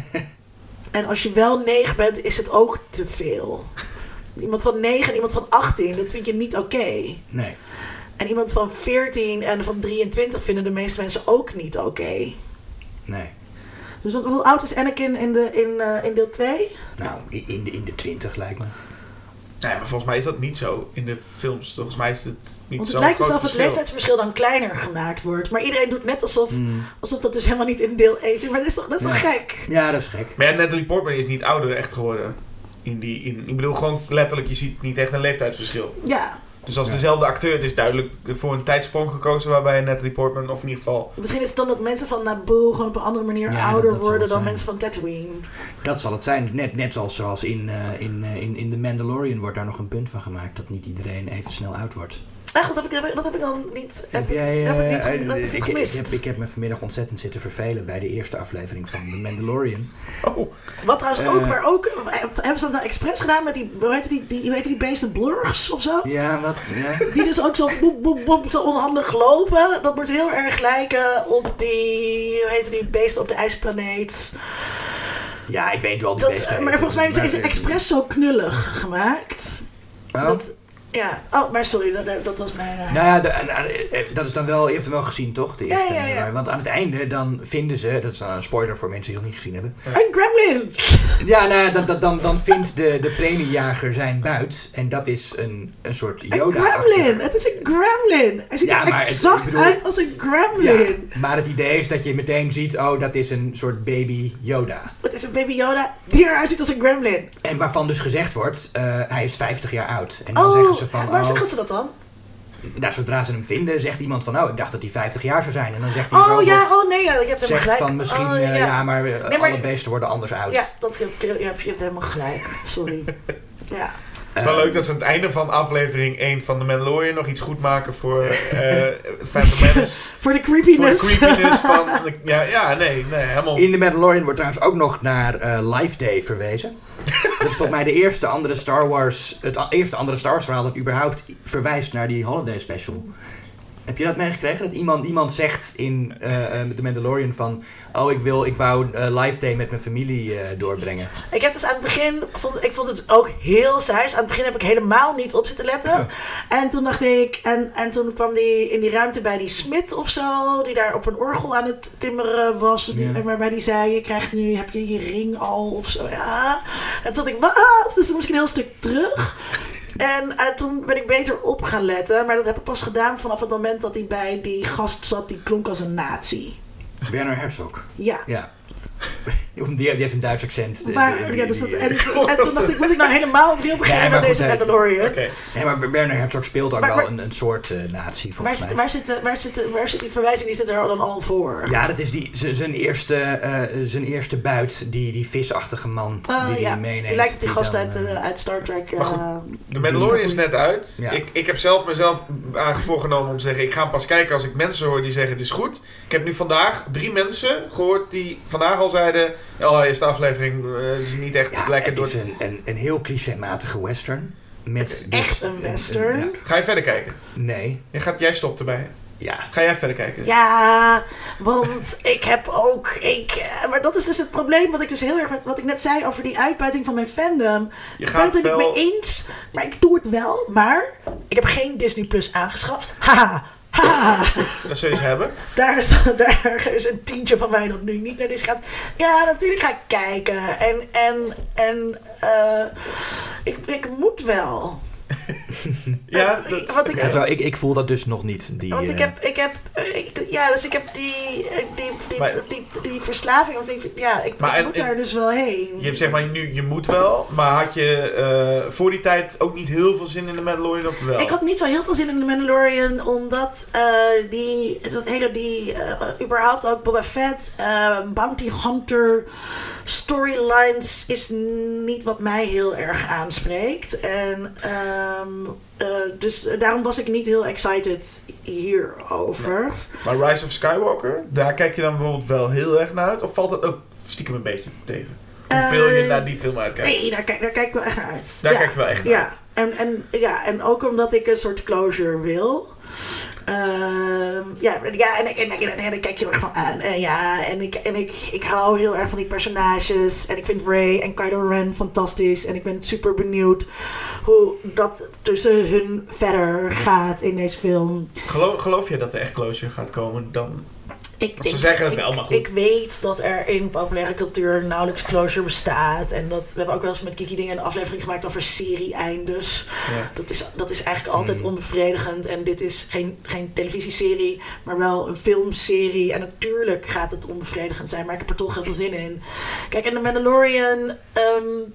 En als je wel negen bent, is het ook te veel. Iemand van negen en iemand van achttien, dat vind je niet oké. Okay. Nee. En iemand van veertien en van drieëntwintig vinden de meeste mensen ook niet oké. Okay. Nee. Dus wat, hoe oud is Anakin in, de, in, uh, in deel twee? Nou, in de, in de twintig lijkt me. Nee, maar volgens mij is dat niet zo in de films. Volgens mij is het niet Want zo. Het lijkt alsof het leeftijdsverschil dan kleiner gemaakt wordt. Maar iedereen doet net alsof, mm. alsof dat dus helemaal niet in deel één zit. Maar dat is toch, dat is ja. toch gek? Ja, dat is gek. Maar ja, Natalie Portman is niet ouder echt geworden. In die, in, ik bedoel gewoon letterlijk, je ziet niet echt een leeftijdsverschil. Ja. Dus als ja. dezelfde acteur, het is duidelijk voor een tijdsprong gekozen waarbij Natalie Portman, of in ieder geval... Misschien is het dan dat mensen van Naboo gewoon op een andere manier ja, ouder dat, dat worden dan zijn. mensen van Tatooine. Dat zal het zijn. Net, net zoals, zoals in, uh, in, uh, in, in The Mandalorian wordt daar nog een punt van gemaakt dat niet iedereen even snel oud wordt. Echt, dat heb ik, dat heb ik dan niet, heb heb jij, ik, heb ik niet, uh, heb ik ik, niet gemist. Ik, ik, heb, ik heb me vanmiddag ontzettend zitten vervelen bij de eerste aflevering van The Mandalorian. Oh. Wat trouwens uh, ook, waar ook, hebben ze dat nou expres gedaan met die, hoe heet die, die, hoe heet die beesten, blurs of zo? Ja, wat? Ja. Die dus ook zo boep, boep, boep, zo onhandig lopen. Dat moet heel erg lijken op die, hoe heet die beesten op de ijsplaneet. Ja, ik weet wel die dat, beesten. Maar volgens mij is het expres zo knullig gemaakt. Oh. Dat, ja, oh, maar sorry, dat, dat was mijn... Uh... Nou ja, de, dat is dan wel, je hebt hem wel gezien toch? De eerste, ja, ja, ja. Want aan het einde dan vinden ze, dat is dan een spoiler voor mensen die het nog niet gezien hebben. Een gremlin! Ja, nou ja, dan, dan, dan, dan vindt de, de premiejager zijn buit en dat is een, een soort Yoda. Een gremlin! Het is een gremlin! Hij ziet ja, er exact het, bedoel, uit als een gremlin! Ja, maar het idee is dat je meteen ziet, oh, dat is een soort baby Yoda. Het is een baby Yoda die eruit ziet als een gremlin. En waarvan dus gezegd wordt, uh, hij is vijftig jaar oud. En dan oh, zeggen ze van, waar oh, zeggen ze dat dan? Nou, zodra ze hem vinden, zegt iemand van, oh, ik dacht dat hij vijftig jaar zou zijn. En dan zegt die oh, robot, ja, oh nee, ja, je hebt helemaal gelijk. van misschien, oh, ja. Uh, ja, maar, uh, nee, maar alle beesten worden anders oud. Ja, dat, je, je, hebt, je hebt helemaal gelijk. Sorry. Ja. Het is wel leuk dat ze aan het einde van aflevering één van The Mandalorian nog iets goed maken voor uh, Phantom Menace. Voor de creepiness. Voor de creepiness van... Ja, ja nee, nee, helemaal... In The Mandalorian wordt trouwens ook nog naar uh, Life Day verwezen. Dat is volgens mij de eerste andere Star Wars... Het eerste andere Star Wars verhaal dat überhaupt verwijst naar die Holiday Special. Heb je dat meegekregen? Dat iemand, iemand zegt in uh, uh, The Mandalorian van... Oh, ik, wil, ik wou uh, Life Day met mijn familie uh, doorbrengen. Ik heb dus aan het begin... Vond, ik vond het ook heel saai. Aan het begin heb ik helemaal niet op zitten letten. En toen dacht ik... En, en toen kwam die in die ruimte bij die smid of zo... Die daar op een orgel aan het timmeren was. Ja. En waarbij die zei... Je krijgt nu... Heb je je ring al of zo? Ja. En toen zat ik... Wat? Dus toen moest ik een heel stuk terug... En uh, toen ben ik beter op gaan letten. Maar dat heb ik pas gedaan vanaf het moment dat hij bij die gast zat. Die klonk als een nazi. Werner Herzog. Ja. Ja. Die, die heeft een Duits accent. Maar, ja, dus dat, en, en toen dacht ik, moet ik nou helemaal opnieuw beginnen ja, met deze Mandalorian? Okay. Nee, maar Werner Herzog speelt ook maar, wel maar, een, een soort uh, nazi, volgens waar mij. Zit, waar, zit, waar, zit, waar zit die verwijzing, die zit er dan al voor? Ja, dat is die, zijn, eerste, uh, zijn eerste buit, die, die visachtige man uh, die ja, hij meeneemt. Die lijkt op die, die gast dan, uit, uh, uit Star Trek. Uh, maar goed, de Mandalorian is net uit. Ja. Ik, ik heb zelf mezelf voorgenomen om te zeggen, ik ga hem pas kijken als ik mensen hoor die zeggen, het is goed. Ik heb nu vandaag drie mensen gehoord die vandaag al zeiden... Oh, is de aflevering uh, is niet echt ja, lekker het door... Het is een, een, een heel clichématige western. Met dus echt een western? Een, een, ja. Ga je verder kijken? Nee. Je gaat, jij stopt erbij. Ja. Ga jij verder kijken? Ja, want ik heb ook... Ik, maar dat is dus het probleem wat ik dus heel erg... Wat ik net zei over die uitbuiting van mijn fandom. Je ik ben het er wel... niet mee eens, maar ik doe het wel. Maar ik heb geen Disney Plus aangeschaft. Haha. Ha! Dat zul je eens hebben. Daar is, daar is een tientje van mij dat nu niet naar Disney gaat. Ja, natuurlijk ga ik kijken. En, en, en uh, ik, ik moet wel. ja, dat, want ik, ja, zo, ik, ik voel dat dus nog niet. Die, want ik heb, ik heb, ik, ja, dus ik heb die, die, die, maar, die, die, die verslaving, of die, ja, ik, maar, ik moet en, daar dus wel heen. Je hebt zeg maar nu, je moet wel, maar had je uh, voor die tijd ook niet heel veel zin in de Mandalorian of wel? Ik had niet zo heel veel zin in de Mandalorian, omdat uh, die, dat hele, die, uh, überhaupt ook Boba Fett, uh, Bounty Hunter storylines is niet wat mij heel erg aanspreekt. En um, uh, dus daarom was ik niet heel excited hierover. Nee. Maar Rise of Skywalker, daar kijk je dan bijvoorbeeld wel heel erg naar uit? Of valt dat ook stiekem een beetje tegen? Hoeveel uh, je naar die film uitkijkt? Nee, daar kijk, daar kijk ik wel echt naar uit. Daar ja. kijk je wel echt naar ja. uit. En, en, ja, en ook omdat ik een soort closure wil. Uh, ja, ja, en, en, en, en, en dan kijk je er gewoon aan. En ja, en, ik, en ik, ik hou heel erg van die personages. En ik vind Rey en Kylo Ren fantastisch. En ik ben super benieuwd hoe dat tussen hun verder gaat in deze film. Geloof, geloof je dat er echt closure gaat komen dan? Ik, ze ik, zeggen het ik, wel, maar goed. Ik weet dat er in populaire cultuur nauwelijks closure bestaat. En dat, we hebben ook wel eens met Kiki Dingen een aflevering gemaakt over serie-eindes. Ja. Dat, is, dat is eigenlijk altijd hmm. onbevredigend. En dit is geen, geen televisieserie, maar wel een filmserie. En natuurlijk gaat het onbevredigend zijn, maar ik heb er toch heel veel zin in. Kijk, en de Mandalorian... Um,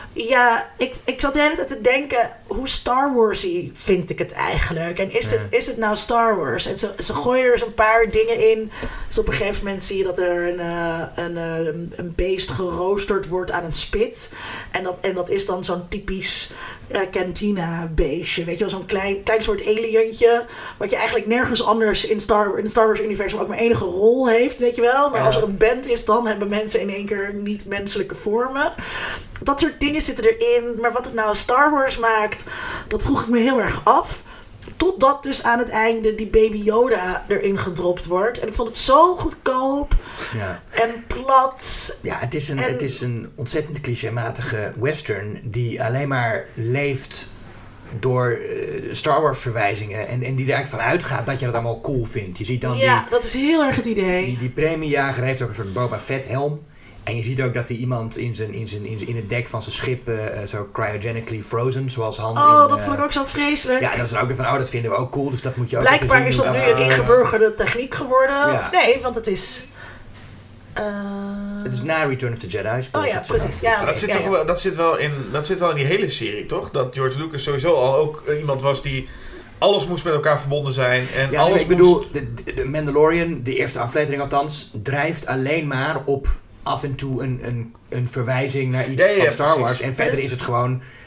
Ja, ik, ik zat de hele tijd te denken, hoe Star Wars-y vind ik het eigenlijk? En is, ja. het, is het nou Star Wars? En ze, ze gooien er eens een paar dingen in. Dus op een gegeven moment zie je dat er een, uh, een, uh, een beest geroosterd wordt aan een spit. En dat, en dat is dan zo'n typisch uh, cantina-beestje. Weet je wel, zo'n klein, klein soort alientje. Wat je eigenlijk nergens anders in, Star, in het Star Wars-universum ook maar enige rol heeft, weet je wel. Maar ja. als er een band is, dan hebben mensen in één keer niet menselijke vormen. Dat soort dingen zitten erin. Maar wat het nou Star Wars maakt, dat vroeg ik me heel erg af. Totdat dus aan het einde die Baby Yoda erin gedropt wordt. En ik vond het zo goedkoop. Ja. En plat. Ja, het is een, en... het is een ontzettend clichématige western die alleen maar leeft door uh, Star Wars verwijzingen. En, en die er eigenlijk van uitgaat dat je dat allemaal cool vindt. Je ziet dan ja, die, dat is heel erg het idee. Die, die premiejager heeft ook een soort Boba Fett helm. En je ziet ook dat hij iemand in, zijn, in, zijn, in, zijn, in het dek van zijn schip uh, zo cryogenically frozen, zoals Han. Oh, in, dat uh, vond ik ook zo vreselijk. Ja, dat is ook weer van, oh, dat vinden we ook cool, dus dat moet je ook Blijkbaar even zien. is dat nu een ingeburgerde techniek geworden. Ja. Of nee, want het is... Uh... Het is na Return of the Jedi. Oh ja, precies. Ja, dat, zit ja, toch ja. Wel, dat, zit wel in, dat zit wel in die hele serie, toch? Dat George Lucas sowieso al ook iemand was die... Alles moest met elkaar verbonden zijn. En ja, alles nee, ik bedoel, moest... de, de Mandalorian, de eerste aflevering althans, drijft alleen maar op af en toe een, een, een verwijzing naar iets ja, ja, van Star precies. Wars. En verder dus... is het gewoon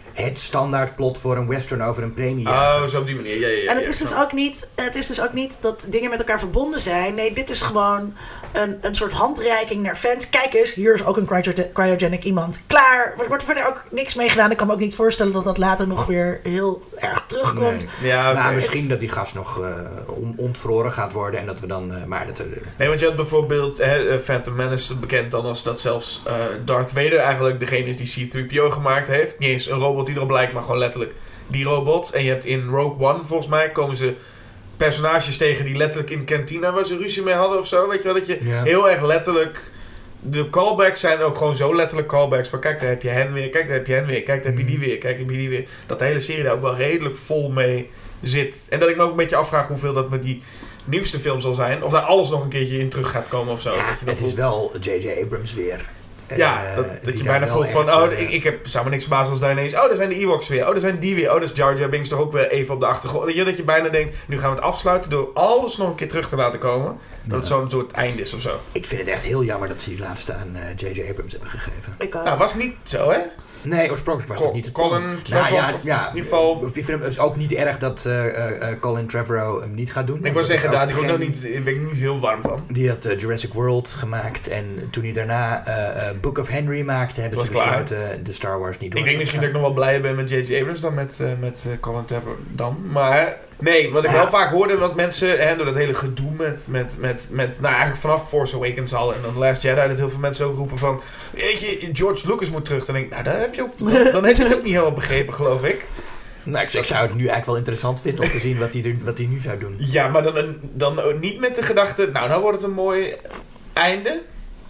het standaard plot voor een western over een premie. Oh, zo op die manier. Ja, ja, ja, en het ja, is, dus zo. ook niet, het is dus ook niet dat dingen met elkaar verbonden zijn. Nee, dit is gewoon een, een soort handreiking naar fans. Kijk eens, hier is ook een cryo- cryogenic iemand. Klaar. Er wordt verder ook niks mee gedaan. Ik kan me ook niet voorstellen dat dat later nog weer heel erg terugkomt. Nee. Ja, maar okay. misschien Het... dat die gas nog uh, on- ontvroren gaat worden en dat we dan... Uh, maar dat, uh, nee, want je had bijvoorbeeld hè, Phantom Menace bekend dan als dat zelfs uh, Darth Vader eigenlijk degene is die C drie P O gemaakt heeft. Niet eens een robot die erop lijkt, maar gewoon letterlijk die robot. En je hebt in Rogue One, volgens mij, komen ze personages tegen die letterlijk in Cantina waar ze ruzie mee hadden of zo. Weet je wel, dat je ja. heel erg letterlijk... De callbacks zijn ook gewoon zo letterlijk callbacks van kijk, daar heb je hen weer, kijk, daar heb je hen weer, kijk, daar heb je die weer, kijk, daar heb je die weer. Dat de hele serie daar ook wel redelijk vol mee zit. En dat ik me ook een beetje afvraag hoeveel dat met die nieuwste film zal zijn. Of daar alles nog een keertje in terug gaat komen of zo. Ja, dat je dat het is wel J J Abrams weer. Ja, uh, dat, dat je bijna voelt van, oh, uh, ik, ik heb, zou me niks verbazen als daar ineens, oh, daar zijn de Ewoks weer, oh, daar zijn die weer, oh, dat is Jar Jar Binks toch ook weer even op de achtergrond. Weet je, dat je bijna denkt, nu gaan we het afsluiten door alles nog een keer terug te laten komen. Dat ja. het zo'n soort eind is of zo. Ik vind het echt heel jammer dat ze die laatste aan uh, J J Abrams hebben gegeven. Ik nou, was niet zo, hè? Nee, oorspronkelijk was Col- dat niet het Colin nou, ja, ja, in ieder geval... Ik vind het ook niet erg dat uh, uh, Colin Trevorrow hem niet gaat doen. Ik wil zeggen, daar ben ik nog niet, ben ik niet heel warm van. Die had uh, Jurassic World gemaakt en toen hij daarna uh, uh, Book of Henry maakte, hebben ze besloten uh, de Star Wars niet door. Ik denk misschien dat ik nog wel blij ben met J J Abrams dan met, uh, met uh, Colin Trevorrow dan. Maar nee, wat ik ja. wel vaak hoorde, dat mensen, hè, door dat hele gedoe met, met, met, met, nou eigenlijk vanaf Force Awakens al en dan The Last Jedi, dat heel veel mensen ook roepen van, weet je, George Lucas moet terug. Dan denk ik, nou, daar heb je ook, dan, dan heeft hij het ook niet helemaal begrepen, geloof ik. Nou, ik, ik zou het nu eigenlijk wel interessant vinden om te zien wat hij, er, wat hij nu zou doen. Ja, maar dan, dan niet met de gedachte, nou, nou wordt het een mooi einde.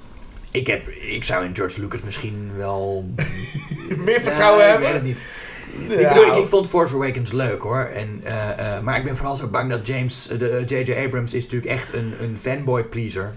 Ik, heb, ik zou in George Lucas misschien wel... meer vertrouwen ja, hebben? Ik weet het niet. Ja. Ik, bedoel, ik, ik vond Force Awakens leuk hoor. En, uh, uh, maar ik ben vooral zo bang dat James, de J J Abrams is natuurlijk echt een, een fanboy pleaser.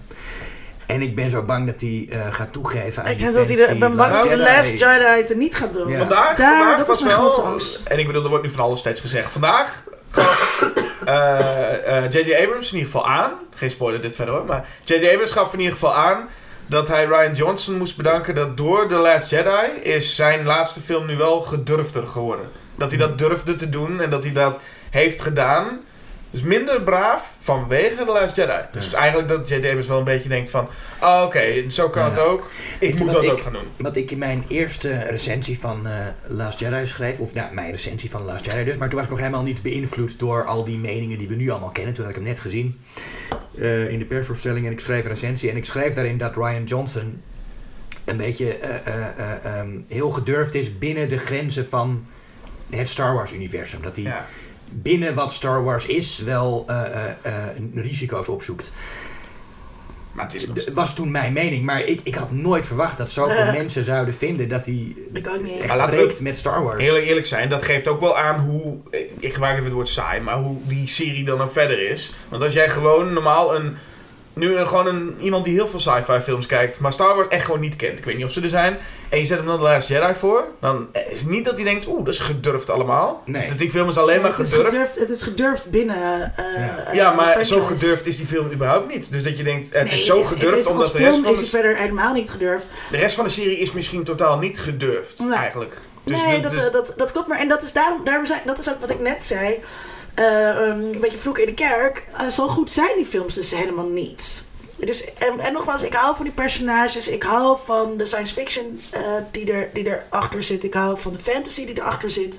En ik ben zo bang dat hij uh, gaat toegeven aan ik die denk fans dat hij de, die ben bang dat hij de Last Jedi het niet gaat doen. Ja. Vandaag, Daar, vandaag dat was was wel... En ik bedoel, er wordt nu van alles steeds gezegd. Vandaag gaf uh, uh, J J Abrams in ieder geval aan... Geen spoiler dit verder hoor, maar J J Abrams gaf in ieder geval aan... dat hij Rian Johnson moest bedanken dat door The Last Jedi... is zijn laatste film nu wel gedurfder geworden. Dat hij dat durfde te doen en dat hij dat heeft gedaan... Dus minder braaf vanwege The Last Jedi. Ja. Dus eigenlijk dat J J Abrams wel een beetje denkt van... Oh, oké, okay, zo kan ja. het ook. Ik Weet moet dat ik, ook gaan doen. Wat ik in mijn eerste recensie van uh, Last Jedi schreef... Of ja, mijn recensie van Last Jedi dus... Maar toen was ik nog helemaal niet beïnvloed door al die meningen die we nu allemaal kennen. Toen had ik hem net gezien. Uh, in de persvoorstelling. En ik schreef een recensie. En ik schreef daarin dat Rian Johnson... een beetje uh, uh, uh, um, heel gedurfd is binnen de grenzen van het Star Wars universum. Dat hij... Ja. binnen wat Star Wars is, wel uh, uh, uh, risico's opzoekt. Maar het is nog... Dat was toen mijn mening, maar ik, ik had nooit verwacht dat zoveel uh, mensen zouden vinden dat hij echt breekt met Star Wars. Heel eerlijk zijn, dat geeft ook wel aan hoe, ik gebruik even het woord saai, maar hoe die serie dan ook verder is. Want als jij gewoon normaal een, nu een, gewoon een, iemand die heel veel sci-fi films kijkt, maar Star Wars echt gewoon niet kent, ik weet niet of ze er zijn, en je zet hem dan The Last Jedi voor, dan is het niet dat hij denkt, oeh, dat is gedurfd allemaal. Nee. Dat die film is alleen nee, maar het gedurfd. Is gedurfd. Het is gedurfd binnen... Uh, ja. Uh, ja, maar franchise. Zo gedurfd is die film überhaupt niet. Dus dat je denkt, het nee, is zo het is, gedurfd, het is, omdat de rest van... is het verder helemaal niet gedurfd. De rest van de serie is misschien totaal niet gedurfd, nee. eigenlijk. Dus nee, de, dat, dus... dat, dat klopt maar. En dat is, daarom, daarom zijn, dat is ook wat ik net zei. Uh, um, een beetje vloeken in de kerk. Uh, zo goed zijn die films dus helemaal niet. Dus, en, en nogmaals, ik hou van die personages. Ik hou van de science fiction uh, die, er, die erachter zit. Ik hou van de fantasy die erachter zit.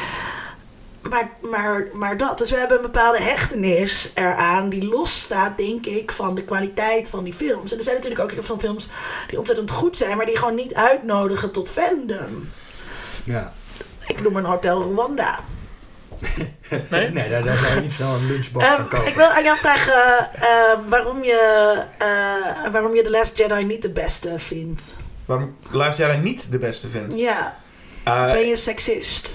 Maar, maar, maar dat. Dus we hebben een bepaalde hechtenis eraan die losstaat, denk ik, van de kwaliteit van die films. En er zijn natuurlijk ook heel veel films die ontzettend goed zijn, maar die gewoon niet uitnodigen tot fandom. Ja. Ik noem een Hotel Rwanda. Nee? Nee, daar, daar zou je niet snel een lunchbox um, van kopen. Ik wil aan jou vragen uh, waarom, je, uh, waarom je The Last Jedi niet de beste vindt. Waarom The Last Jedi niet de beste vindt? Ja. Uh, ben je seksist?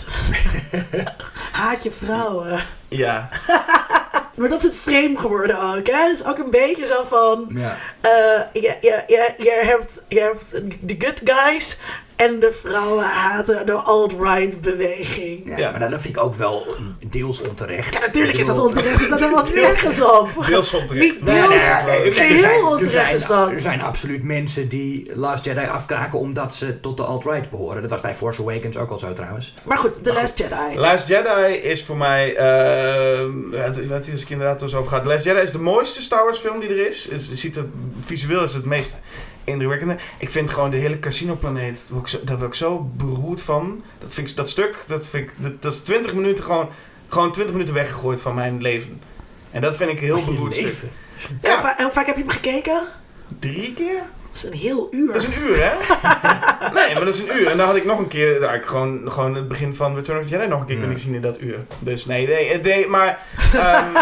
Haat je vrouwen? Ja. Maar dat is het frame geworden ook, hè? Het is ook een beetje zo van... Ja. Uh, je, je, je, je, hebt, je hebt de good guys En de vrouwen haten de alt-right beweging. Ja, ja, maar dat vind ik ook wel deels onterecht. Ja, natuurlijk is dat onterecht. Dat staat helemaal nergens op. Deels onterecht. Niet deels. Nee, nee, nee, nee, heel onterecht er zijn, is dat. Er zijn absoluut mensen die Last Jedi afkraken omdat ze tot de alt-right behoren. Dat was bij Force Awakens ook al zo trouwens. Maar goed, The Last Jedi. Last Jedi is voor mij... Uh, wat hier is ik inderdaad dus over gaat. The Last Jedi is de mooiste Star Wars film die er is. Het ziet er, visueel is het meest... indrukwekkende. Ik vind gewoon de hele casinoplaneet, daar ben ik zo, daar ben ik zo beroerd van. Dat, vind ik, dat stuk, dat, vind ik, dat, dat is twintig minuten gewoon, gewoon twintig minuten weggegooid van mijn leven. En dat vind ik een heel beroerd stuk. Ja. En hoe vaak heb je hem gekeken? Drie keer? Dat is een heel uur. Dat is een uur, hè? Nee, maar dat is een uur. En dan had ik nog een keer, nou, ik gewoon, gewoon het begin van Return of the Jedi nog een keer ja. kunnen zien in dat uur. Dus nee, nee, nee maar... Um,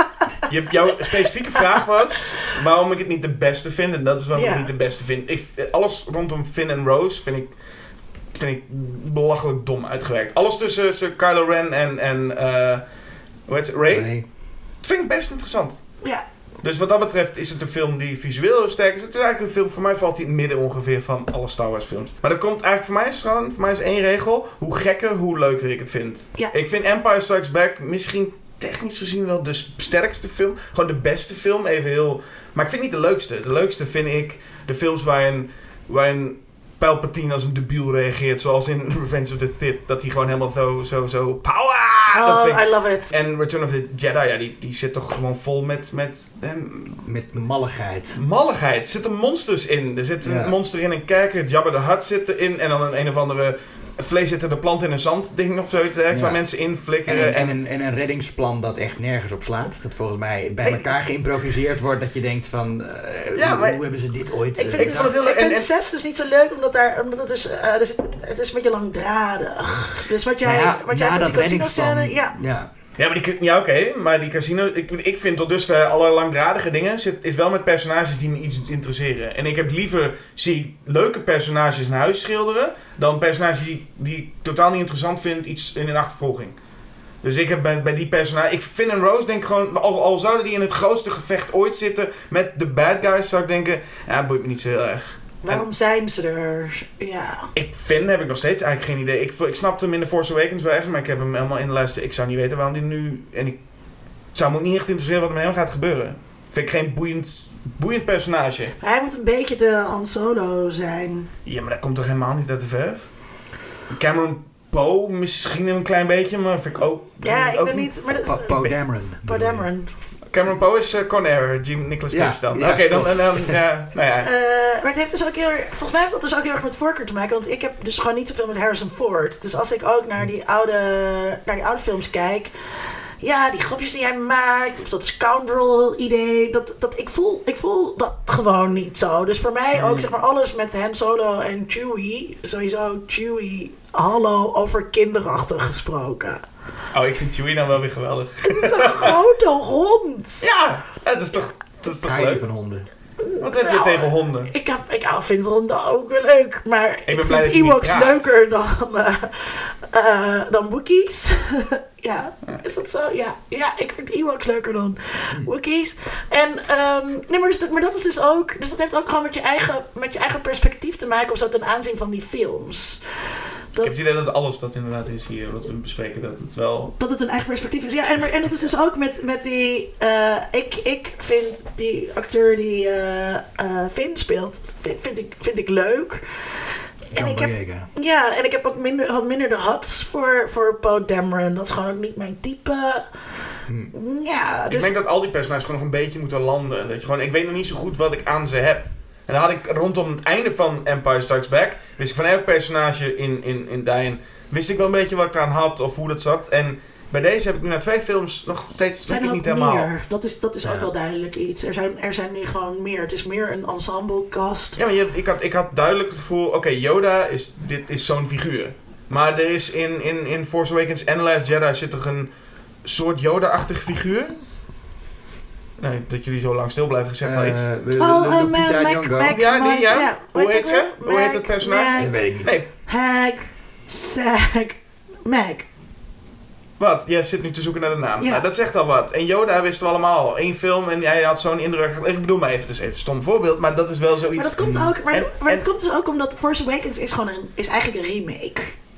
Je, jouw specifieke vraag was waarom ik het niet de beste vind. En dat is waarom yeah. ik het niet de beste vind. Ik, alles rondom Finn en Rose vind ik, vind ik belachelijk dom uitgewerkt. Alles tussen, tussen Kylo Ren en, en uh, hoe heet het, Rey? Ray. Dat vind ik best interessant. Ja. Yeah. Dus wat dat betreft is het een film die visueel heel sterk is. Het is eigenlijk een film, voor mij valt hij in het midden ongeveer van alle Star Wars films. Maar dat komt eigenlijk, voor mij is het gewoon, voor mij is één regel. Hoe gekker, hoe leuker ik het vind. Yeah. Ik vind Empire Strikes Back misschien... technisch gezien wel de sterkste film. Gewoon de beste film. Even heel... Maar ik vind het niet de leukste. De leukste vind ik de films waarin, waarin Palpatine als een debiel reageert. Zoals in Revenge of the Sith. Dat hij gewoon helemaal zo... zo, zo power! Oh, dat vind ik. I love it. En Return of the Jedi, ja, die, die zit toch gewoon vol met... Met, um, met malligheid. Malligheid. Er zitten monsters in. Er zit een ja. monster in een kerker. Jabba the Hutt zit erin. En dan een, een of andere... vlees zit er de plant in een zandding of zoiets, ja. waar mensen in flikkeren. En, en, en, en een reddingsplan dat echt nergens op slaat. Dat volgens mij bij elkaar geïmproviseerd wordt. Dat je denkt van, uh, ja, hoe, hoe hebben ze dit ooit... Ik vind, uh, dus, ik vind en, en, zes dus niet zo leuk, omdat, daar, omdat het, dus, uh, dus het, het is een beetje langdradig. Dus wat jij, ja, wat jij ja, met die casino-scène... Ja. ja. Ja, maar die, ja, oké, okay, maar die casino... Ik, ik vind tot dusver alle langdradige dingen... Zit, is wel met personages die me iets interesseren. En ik heb liever... zie leuke personages naar huis schilderen... dan personages die, die ik totaal niet interessant vind... iets in een achtervolging. Dus ik heb bij, bij die personages... Ik Finn en Rose denk gewoon... Al, al zouden die in het grootste gevecht ooit zitten... met de bad guys, zou ik denken... Ja, boeit me niet zo heel erg. Waarom en, zijn ze er? Ja. Ik vind, heb ik nog steeds eigenlijk geen idee. Ik, ik snapte hem in The Force Awakens wel ergens, maar ik heb hem helemaal in de lijst. Ik zou niet weten waarom die nu... En ik zou me ook niet echt interesseren wat er met hem gaat gebeuren. Vind ik geen boeiend, boeiend personage. Hij moet een beetje de Han Solo zijn. Ja, maar dat komt toch helemaal niet uit de verf? Cameron Poe misschien een klein beetje, maar vind ik ook... Ja, ik ook weet niet... Maar dat Poe Dameron. Poe Dameron. Cameron Poe is uh, Con Air, Jim Nicolas Cage dan. Ja, Oké, okay, dan, dan, dan ja, nou ja. Uh, maar het heeft dus ook heel erg, volgens mij heeft dat dus ook heel erg met voorkeur te maken, want ik heb dus gewoon niet zoveel met Harrison Ford. Dus als ik ook naar die oude, naar die oude films kijk, ja, die grapjes die hij maakt, of dat scoundrel idee, dat, dat, ik, voel, ik voel dat gewoon niet zo. Dus voor mij ook, zeg maar, alles met Han Solo en Chewie, sowieso Chewie, hallo, over kinderachtig gesproken. Oh, ik vind Chewie dan wel weer geweldig. Het is een grote hond. Ja, dat is toch, dat is toch leuk? van honden. Wat heb je nou, tegen honden? Ik, heb, ik vind honden ook wel leuk, maar ik, ik vind blij Ewoks leuker dan, uh, uh, dan Wookiees. Ja, is dat zo? Ja, ja, ik vind Ewoks leuker dan Wookiees. En, um, nee, maar, dus, maar dat is dus ook, dus dat heeft ook gewoon met je eigen, met je eigen perspectief te maken of zo ten aanzien van die films. Dat, ik heb het idee dat alles dat inderdaad is hier, wat we bespreken, dat het wel... Dat het een eigen perspectief is. Ja, en, en dat is dus ook met, met die... Uh, ik, ik vind die acteur die uh, uh, Finn speelt, vind, vind, ik, vind ik leuk. John en ik heb, ja, en ik heb ook minder, had minder de hots voor, voor Poe Dameron. Dat is gewoon ook niet mijn type. Hmm. Ja, dus... Ik denk dat al die personages gewoon nog een beetje moeten landen. Dat je gewoon, ik weet nog niet zo goed wat ik aan ze heb. En dan had ik rondom het einde van Empire Strikes Back, wist ik van elk personage in, in, in daarin, wist ik wel een beetje wat ik eraan had of hoe dat zat. En bij deze heb ik nu na twee films nog steeds weet ik niet helemaal. Meer. Dat is, dat is ja. ook wel duidelijk iets. Er zijn, er zijn nu gewoon meer. Het is meer een ensemble-cast. Ja, maar je, ik, had, ik had duidelijk het gevoel, oké, okay, Yoda is, dit is zo'n figuur. Maar er is in, in, in Force Awakens en Last Jedi zit toch een soort Yoda-achtig figuur? Nee, dat jullie zo lang stil blijven gezegd wel iets. Uh, oh, uh, Mac, Mac, Mac, ja, die, ja. ja. Hoe heet ze? Mac, Hoe heet het personage? Dat weet ik niet. Nee. Hag, Sag, Mac. Wat? Jij zit nu te zoeken naar de naam. Ja. Nou, dat zegt al wat. En Yoda wisten we allemaal. Eén film en hij had zo'n indruk. Ik bedoel maar even, dus even een stom voorbeeld, maar dat is wel zoiets. Maar dat komt ook, maar, en, maar en, dat komt dus ook omdat Force Awakens is gewoon een, is eigenlijk een remake.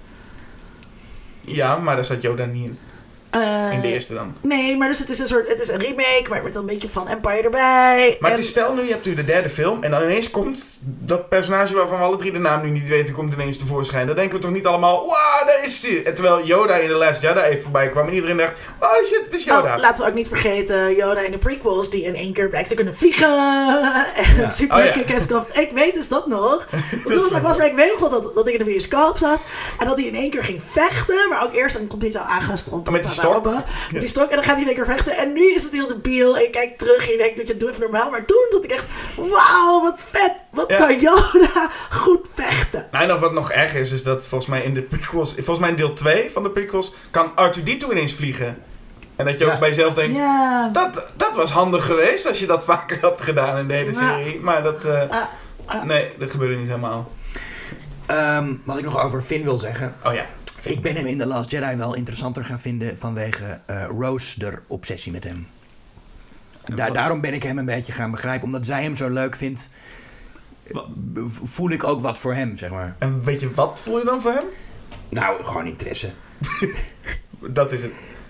Ja, maar daar zat Yoda niet in. Uh, in de eerste dan. Nee, maar dus het is een soort, het is een remake, maar met een beetje van Empire erbij. Maar en... het is, stel nu, je hebt nu de derde film en dan ineens komt dat personage waarvan we alle drie de naam nu niet weten, komt ineens tevoorschijn. Dan denken we toch niet allemaal, wauw, daar is hij. En terwijl Yoda in The Last Jedi even voorbij kwam en iedereen dacht, oh shit, het is Yoda. Oh, laten we ook niet vergeten, Yoda in de prequels, die in één keer blijkt te kunnen vliegen. En ja. super oh, ja. kick-ass kop. Ik weet dus dat nog. Dat was, dat was, maar ik weet nog dat, dat ik in de bioscoop zat en dat hij in één keer ging vechten, maar ook eerst dan komt hij zo aangestrompeld. Met die stok. Ja. Die stok en dan gaat hij in één keer vechten. En nu is het heel debiel. En je kijkt terug en je denkt, je doe even normaal. Maar toen zat ik echt, wauw, wat vet. Wat ja. kan Yoda goed vechten. Nou, en wat nog erg is, is dat volgens mij in de prequels, volgens mij in deel twee van de prequels, kan R two D two ineens vliegen. En dat je ja. ook bij jezelf denkt, ja. dat, dat was handig geweest als je dat vaker had gedaan in de hele ja. serie. Maar dat, uh, ah, ah. nee, dat gebeurde niet helemaal. Um, wat ik nog over Finn wil zeggen. Oh ja. Ik ben hem in The Last Jedi wel interessanter gaan vinden vanwege uh, Rose de obsessie met hem. Da- daarom ben ik hem een beetje gaan begrijpen. Omdat zij hem zo leuk vindt, wat? voel ik ook wat voor hem, zeg maar. En weet je wat voel je dan voor hem? Nou, gewoon interesse. Dat is het.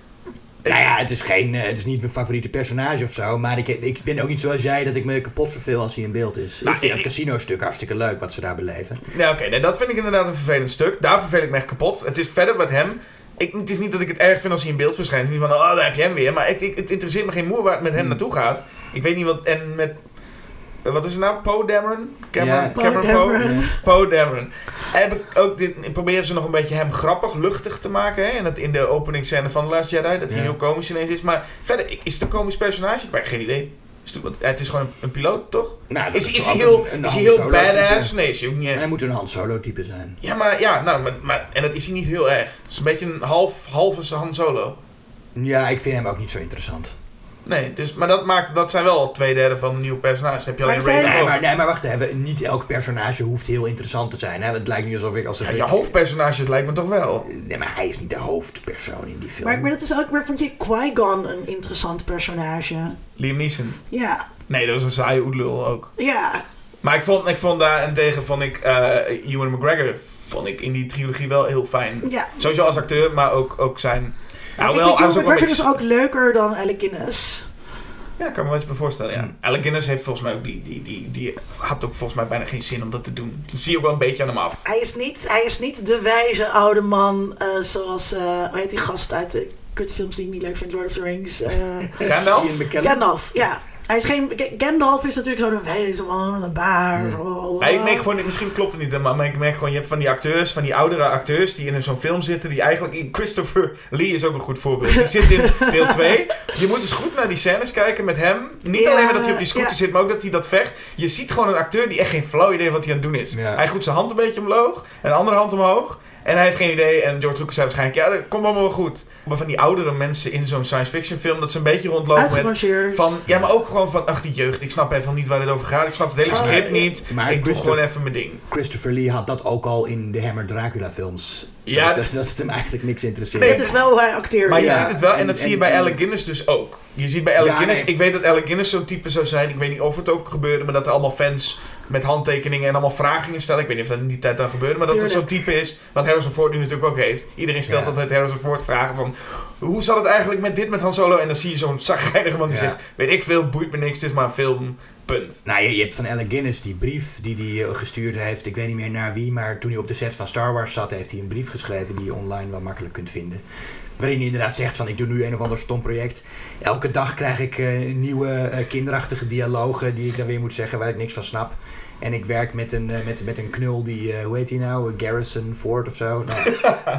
Nou ja, het is, geen, uh, het is niet mijn favoriete personage of zo. Maar ik, ik ben ook niet zoals jij dat ik me kapot verveel als hij in beeld is. Nou, ik vind ik, het casino-stuk hartstikke leuk wat ze daar beleven. Ja, oké. Okay, nee, dat vind ik inderdaad een vervelend stuk. Daar vervel ik me echt kapot. Het is verder met hem. Ik, het is niet dat ik het erg vind als hij in beeld verschijnt. Niet van, oh, daar heb je hem weer. Maar ik, ik, het interesseert me geen moer waar het met hem naartoe gaat. Ik weet niet wat... En met... Wat is het nou? Poe Dameron? Cameron, ja. Cameron Poe? Poe ja. Poe Dameron. Heb ik ook dit, proberen ze nog een beetje hem grappig, luchtig te maken. Hè? En dat in de openingsscène van The Last Jedi. Dat hij ja. heel komisch ineens is. Maar verder, is het een komisch personage? Ik heb geen idee. Is het, het is gewoon een, een piloot, toch? Nou, is, is, is hij heel, een, een is hij heel badass? Type. Nee, is hij ook niet echt. Hij moet een Han Solo type zijn. Ja, maar ja, nou, maar, maar, en dat is hij niet heel erg. Het is een beetje een half, halve Han Solo. Ja, ik vind hem ook niet zo interessant. Nee, dus, maar dat maakt, dat zijn wel twee derde van een nieuw personage. Heb je alleen maar nee, maar, nee, maar wacht even. Niet elk personage hoeft heel interessant te zijn. Hè? Het lijkt nu alsof ik als... Ja, je hoofdpersonages lijkt me toch wel? Nee, maar hij is niet de hoofdpersoon in die film. Maar, maar dat is ook... Maar vond je Qui-Gon een interessant personage? Liam Neeson? Ja. Nee, dat was een saaie oedlul ook. Ja. Maar ik vond, ik vond daar en tegen vond ik uh, Ewan McGregor vond ik in die trilogie wel heel fijn. Ja. Sowieso als acteur, maar ook, ook zijn... Nou, ik wel, vind Ewan McGregor beetje... dus ook leuker dan Alec Guinness. Ja, ik kan me wel iets bij voorstellen, ja. Mm. Alec Guinness heeft volgens mij ook die, die, die, die had ook volgens mij bijna geen zin om dat te doen. Dat zie je ook wel een beetje aan hem af. Hij is niet, hij is niet de wijze oude man uh, zoals, uh, hoe heet die gast uit de kutfilms die ik niet leuk vind, Lord of the Rings. Uh, Gandalf? Gandalf, ja. Hij is geen... Gandalf is natuurlijk zo'n wijze man met een baard. Ja. Oh, ja, ik merk gewoon, misschien klopt het niet, maar ik merk gewoon, je hebt van die acteurs, van die oudere acteurs die in zo'n film zitten, die eigenlijk... Christopher Lee is ook een goed voorbeeld. Die zit in deel twee. Je moet dus goed naar die scènes kijken met hem. Niet ja, alleen maar dat hij op die scooter ja. zit, maar ook dat hij dat vecht. Je ziet gewoon een acteur die echt geen flauw idee wat hij aan het doen is. Ja. Hij goed zijn hand een beetje omhoog en de andere hand omhoog. En hij heeft geen idee. En George Lucas zei waarschijnlijk, ja, dat komt allemaal wel goed. Maar van die oudere mensen in zo'n science fiction film, dat ze een beetje rondlopen met van, ja, maar ook gewoon van, ach, die jeugd, ik snap even niet waar dit over gaat. Ik snap het hele script niet. Maar ik doe gewoon even mijn ding. Christopher Lee had dat ook al in de Hammer Dracula films. Ja, dat, dat het hem eigenlijk niks interesseert. Nee, het is wel hoe hij acteert. Maar je ja. ziet het wel, en, en dat en, zie je bij en, Alec Guinness dus ook. Je ziet bij Alec ja, Guinness, nee. ik weet dat Alec Guinness zo'n type zou zijn, ik weet niet of het ook gebeurde, maar dat er allemaal fans met handtekeningen en allemaal vragen gingen stellen. Ik weet niet of dat in die tijd dan gebeurde, maar dat Tuurlijk. het zo'n type is, wat Harrison Ford nu natuurlijk ook heeft. Iedereen stelt ja. altijd Harrison Ford vragen van, hoe zat het eigenlijk met dit met Han Solo? En dan zie je zo'n zagrijnige man die ja. zegt, weet ik veel, boeit me niks, het is maar een film. Punt. Nou, je, je hebt van Alec Guinness die brief die hij uh, gestuurd heeft. Ik weet niet meer naar wie, maar toen hij op de set van Star Wars zat, heeft hij een brief geschreven die je online wel makkelijk kunt vinden. Waarin hij inderdaad zegt van, ik doe nu een of ander stom project. Elke dag krijg ik uh, nieuwe uh, kinderachtige dialogen die ik dan weer moet zeggen waar ik niks van snap. En ik werk met een, uh, met, met een knul die, uh, hoe heet hij nou? Garrison Ford of zo. Nou,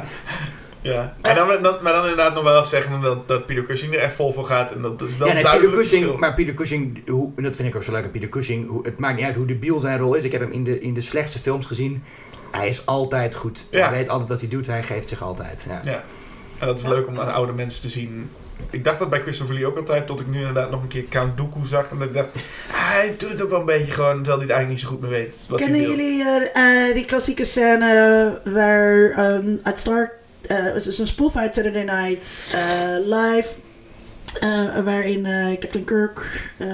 ja, en dan, dan, maar dan inderdaad nog wel zeggen dat, dat Peter Cushing er echt vol voor gaat. En dat, dat is wel ja, nee, duidelijk Peter Cushing, verschil. maar Peter Cushing, hoe, en dat vind ik ook zo leuk aan Peter Cushing, hoe, het maakt niet uit hoe debiel zijn rol is. Ik heb hem in de, in de slechtste films gezien. Hij is altijd goed. Ja. Hij weet altijd wat hij doet, hij geeft zich altijd. Ja, ja. En dat is ja. leuk om aan oude mensen te zien. Ik dacht dat bij Christopher Lee ook altijd, tot ik nu inderdaad nog een keer Count Dooku zag. En dat ik dacht, ah, hij doet het ook wel een beetje gewoon, terwijl hij het eigenlijk niet zo goed meer weet. Wat Kennen jullie uh, uh, die klassieke scène waar um, uit Star uh, het is een spoof uit Saturday Night uh, Live. Uh, waarin uh, Captain Kirk, uh,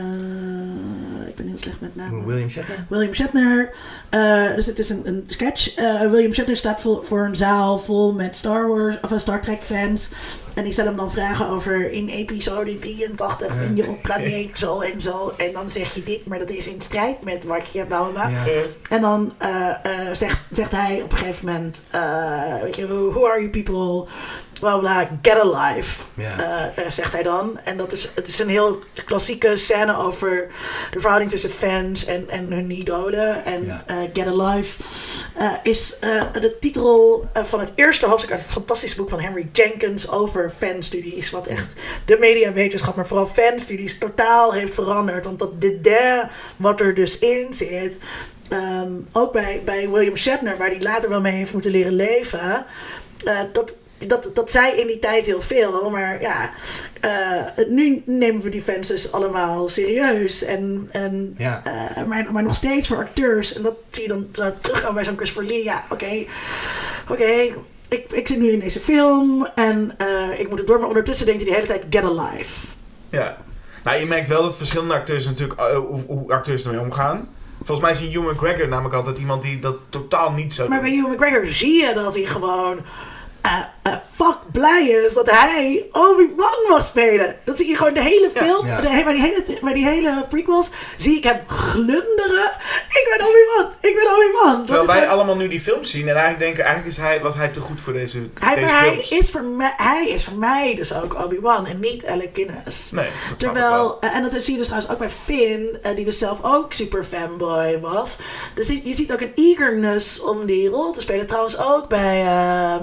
ik ben heel slecht met namen. William Shatner. William Shatner. Uh, dus het is een, een sketch. Uh, William Shatner staat voor, voor een zaal vol met Star Wars of Star Trek fans. En die stellen hem dan vragen over in episode drieëntachtig uh, ben je op planeet zo en zo. En dan zeg je dit, maar dat is in strijd met wat je bla bla bla. Ja. En dan uh, uh, zegt, zegt hij op een gegeven moment, uh, weet je, who are you people? Bla bla, get alive, yeah. uh, uh, zegt hij dan. En dat is, het is een heel klassieke scène over de verhouding tussen fans en, en hun idolen. En yeah. uh, Get Alive uh, is uh, de titel uh, van het eerste hoofdstuk uit het fantastische boek van Henry Jenkins over fanstudies. Wat echt de mediawetenschap, maar vooral fanstudies totaal heeft veranderd. Want dat de wat er dus in zit, um, ook bij, bij William Shatner, waar hij later wel mee heeft moeten leren leven, uh, dat... Dat, dat zei in die tijd heel veel, maar ja, uh, nu nemen we die fans dus allemaal serieus. En, en, ja. uh, maar, maar nog steeds voor acteurs, en dat zie je dan zo teruggaan bij zo'n Christopher Lee. Ja, oké, okay, oké, okay, ik, ik zit nu in deze film en uh, ik moet het door, maar ondertussen denkt hij de hele tijd get alive. Ja, nou je merkt wel dat verschillende acteurs natuurlijk, uh, hoe, hoe acteurs ermee omgaan. Volgens mij is Ewan McGregor namelijk altijd iemand die dat totaal niet zo Maar bij Ewan McGregor zie je dat hij gewoon Uh, uh, fuck blij is dat hij Obi-Wan mag spelen. Dat zie je gewoon de hele film, ja, ja. De, bij, die hele, bij die hele prequels, zie ik hem glunderen. Ik ben Obi-Wan, ik ben Obi-Wan. Terwijl wij hij... allemaal nu die films zien en eigenlijk denken, eigenlijk is hij, was hij te goed voor deze, hij, deze hij films. Is voor mij, hij is voor mij dus ook Obi-Wan en niet Alec Guinness. Nee, dat Terwijl, uh, en dat zie je dus trouwens ook bij Finn, uh, die dus zelf ook super fanboy was. Dus je, je ziet ook een eagerness om die rol te spelen. Trouwens ook bij... Uh,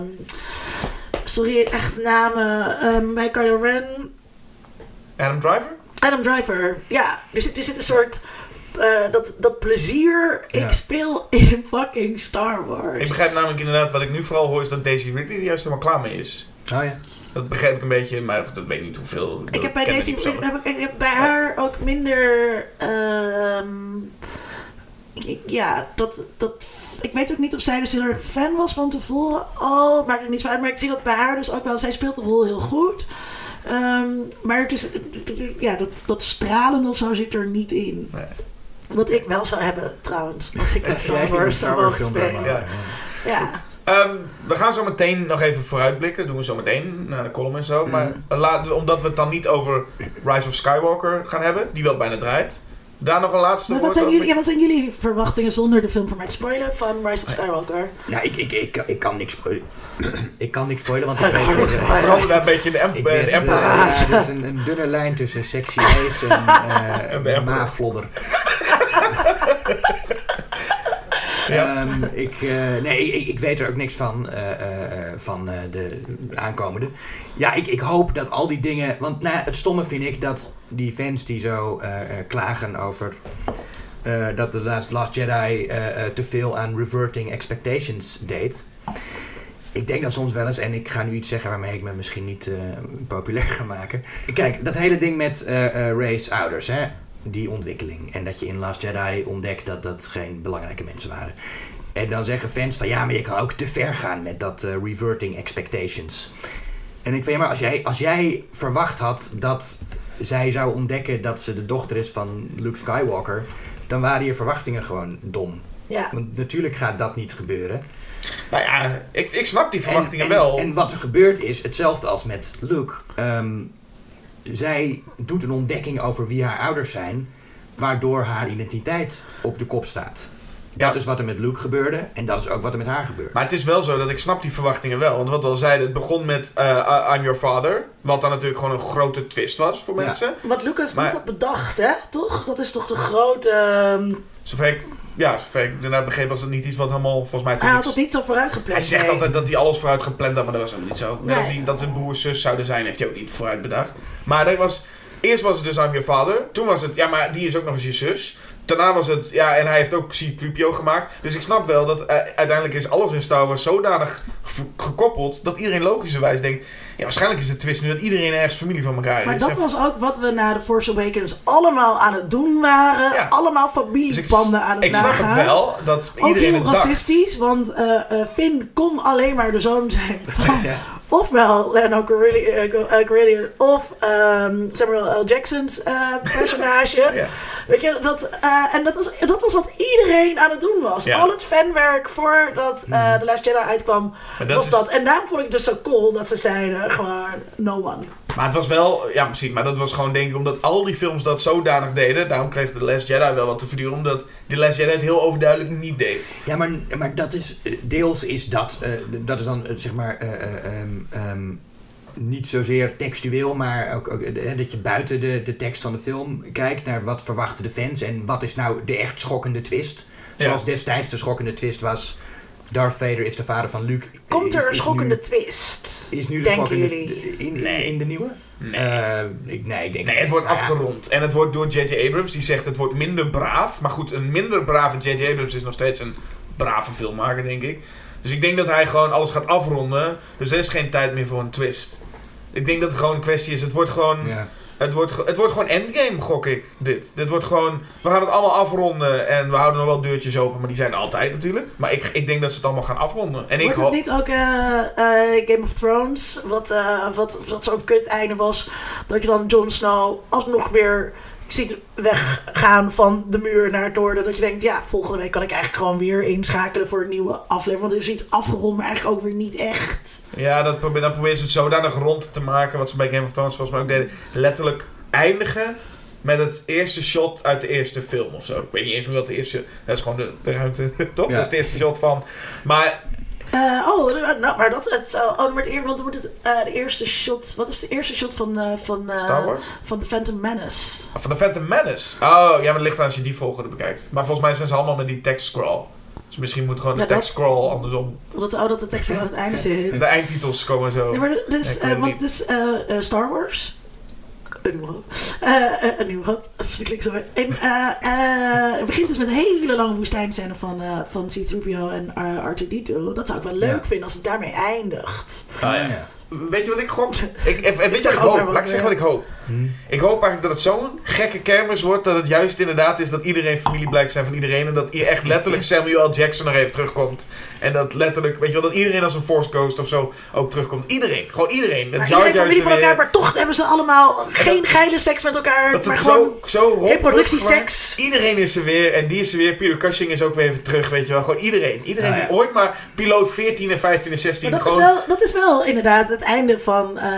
Sorry, echt namen. Um, bij Kylo Ren. Adam Driver? Adam Driver, ja. Er zit, er zit een soort... Uh, dat, dat plezier. Ja. Ik speel in fucking Star Wars. Ik begrijp namelijk inderdaad, wat ik nu vooral hoor, is dat Daisy Ridley er juist helemaal klaar mee is. Oh ja. Dat begrijp ik een beetje, maar dat weet ik niet hoeveel. Ik heb bij Daisy heb ik, ik heb bij haar ook minder... Um, ja, dat... dat ik weet ook niet of zij dus heel erg fan was van tevoren. Oh, maakt het niet zo uit. Maar ik zie dat bij haar dus ook wel. Zij speelt de rol heel goed. Um, maar het is, ja, dat, dat stralen of zo zit er niet in. Nee. Wat ik wel zou hebben trouwens. Als ik het Star Wars zou mogen spelen. Ja. Ja. Um, we gaan zo meteen nog even vooruitblikken. Doen we zo meteen naar de column en zo. Mm. Maar laat, omdat we het dan niet over Rise of Skywalker gaan hebben. Die wel bijna draait. Daar nog een laatste maar wat zijn, jullie, ja, wat zijn jullie verwachtingen zonder de film voor mij te spoilen van Rise of Skywalker? Ja, ik, ik, ik, ik kan niks spoilen. ik kan niks spoilen, want ik weet... We veranderen daar een beetje in de Emperor. Uh, ja, er is een, een dunne lijn tussen sexy ace en uh, maaflodder. Ja. Um, ik, uh, nee, ik, ik weet er ook niks van, uh, uh, van uh, de aankomende. Ja, ik, ik hoop dat al die dingen... Want nou, het stomme vind ik dat die fans die zo uh, uh, klagen over... Uh, dat The Last, Last Jedi uh, uh, te veel aan reverting expectations deed. Ik denk dan soms wel eens, en ik ga nu iets zeggen waarmee ik me misschien niet uh, populair ga maken. Kijk, dat hele ding met uh, uh, Rey's ouders, hè. Die ontwikkeling. En dat je in Last Jedi ontdekt dat dat geen belangrijke mensen waren. En dan zeggen fans van ja, maar je kan ook te ver gaan met dat uh, reverting expectations. En ik weet maar, als jij, als jij verwacht had dat zij zou ontdekken dat ze de dochter is van Luke Skywalker, dan waren je verwachtingen gewoon dom. Ja. Want natuurlijk gaat dat niet gebeuren. Nou ja, ik, ik snap die verwachtingen en, en, wel. En wat er gebeurt is hetzelfde als met Luke. Um, Zij doet een ontdekking over wie haar ouders zijn, waardoor haar identiteit op de kop staat. Ja. Dat is wat er met Luke gebeurde en dat is ook wat er met haar gebeurt. Maar het is wel zo dat ik snap die verwachtingen wel. Want wat we al zeiden, het begon met uh, I'm Your Father. Wat dan natuurlijk gewoon een grote twist was voor ja. mensen. Wat Lucas maar, niet had bedacht, hè? Toch? Dat is toch de grote... Um... Zover ik, ja, zover ik daarna begreep was het niet iets wat helemaal volgens mij... Hij had het niet zo vooruit gepland. Hij zegt nee. altijd dat hij alles vooruit gepland had, maar dat was helemaal niet zo. Net nee. als hij, dat de broer zus zouden zijn, heeft hij ook niet vooruit bedacht. Maar dat was... Eerst was het dus I'm Your Father. Toen was het, ja, maar die is ook nog eens je zus. Daarna was het, ja, en hij heeft ook C drie P O gemaakt. Dus ik snap wel dat uh, uiteindelijk is alles in Star Wars zodanig ge- gekoppeld dat iedereen logischerwijs denkt... Ja, waarschijnlijk is de twist nu dat iedereen ergens familie van elkaar is. Maar dat was ook wat we na The Force Awakens allemaal aan het doen waren. Ja. Allemaal familiebanden dus aan het ik nagaan. Ik snap het wel, dat iedereen het dacht. Ook heel racistisch, want uh, uh, Finn kon alleen maar de zoon zijn van... ja. Ofwel Lando Calrissian of um, Samuel L. Jackson's uh, personage. ja. Weet je, dat, uh, en dat was, dat was wat iedereen aan het doen was. Ja. Al het fanwerk voordat uh, The Last Jedi uitkwam, dat was is... dat. En daarom vond ik het dus zo cool dat ze zeiden gewoon no one. Maar het was wel, ja precies, maar dat was gewoon denk ik omdat al die films dat zodanig deden. Daarom kreeg The Last Jedi wel wat te verduren, omdat The Last Jedi het heel overduidelijk niet deed. Ja, maar, maar dat is, deels is dat, uh, dat is dan uh, zeg maar... Uh, um, um, niet zozeer textueel, maar ook, ook uh, dat je buiten de, de tekst van de film kijkt naar wat verwachten de fans en wat is nou de echt schokkende twist. Zoals ja. destijds de schokkende twist was, Darth Vader is de vader van Luke. Komt er een schokkende nu, twist? Is nu de denken schokkende jullie? In, in, nee. in de nieuwe? Nee. Uh, ik, nee, ik denk nee, het wordt nou, afgerond. En het wordt door J J Abrams, die zegt het wordt minder braaf. Maar goed, een minder brave J J Abrams is nog steeds een brave filmmaker, denk ik. Dus ik denk dat hij gewoon alles gaat afronden. Dus er is geen tijd meer voor een twist. Ik denk dat het gewoon een kwestie is. Het wordt gewoon... Ja. Het wordt, het wordt gewoon endgame, gok ik, dit. Dit wordt gewoon... We gaan het allemaal afronden. En we houden nog wel deurtjes open. Maar die zijn er altijd natuurlijk. Maar ik, ik denk dat ze het allemaal gaan afronden. En wordt ik het niet ook uh, uh, Game of Thrones? Wat, uh, wat, wat zo'n kut einde was. Dat je dan Jon Snow alsnog weer... ziet weggaan van de muur naar het noorden. Dat je denkt, ja, volgende week kan ik eigenlijk gewoon weer inschakelen voor een nieuwe aflevering. Want er is iets afgerond, maar eigenlijk ook weer niet echt. Ja, dat probeer, dan proberen ze het zodanig rond te maken. Wat ze bij Game of Thrones volgens mij ook deden. Letterlijk eindigen met het eerste shot uit de eerste film of zo. Ik weet niet eens meer wat de eerste... Dat is gewoon de, de ruimte, toch? Ja. Dat is het eerste shot van... Maar... Uh, oh, nou, maar dat het, uh, oh, maar het, want dan moet het uh, de eerste shot. Wat is de eerste shot van uh, van uh, Star Wars? Van The Phantom Menace? Ah, van The Phantom Menace. Oh, ja, maar het ligt aan als je die volgorde bekijkt. Maar volgens mij zijn ze allemaal met die text scroll. Dus misschien moet gewoon de ja, text scroll andersom. Dat, oh, dat de tekst aan het einde zit. De eindtitels komen zo. Nee, maar dus, uh, want dus uh, uh, Star Wars. Een nieuwe hoop. Uh, een nieuwe hoop. En uh, uh, het begint dus met een hele lange woestijnscène van, uh, van C drie P O en uh, R twee D twee. Dat zou ik wel leuk ja. vinden als het daarmee eindigt. Ah, ja. Ja. Weet je wat ik gok? Ik, weet je wat ik hoop? Laat ik zeggen wat ik hoop. Hmm. Ik hoop eigenlijk dat het zo'n gekke kermis wordt dat het juist inderdaad is dat iedereen familie blijkt zijn van iedereen en dat echt letterlijk Samuel L. Jackson nog even terugkomt. En dat letterlijk, weet je wel, dat iedereen als een Force Ghost of zo ook terugkomt. Iedereen, gewoon iedereen. Maar iedereen familie van elkaar, maar toch hebben ze allemaal geen dat, geile seks met elkaar. Dat maar gewoon zo, zo reproductieseks. Iedereen is er weer en die is er weer. Peter Cushing is ook weer even terug, weet je wel. Gewoon iedereen. Iedereen nou ja. die ooit maar piloot veertien en vijftien en zestien. Maar dat, gewoon... is wel, dat is wel inderdaad het einde van uh,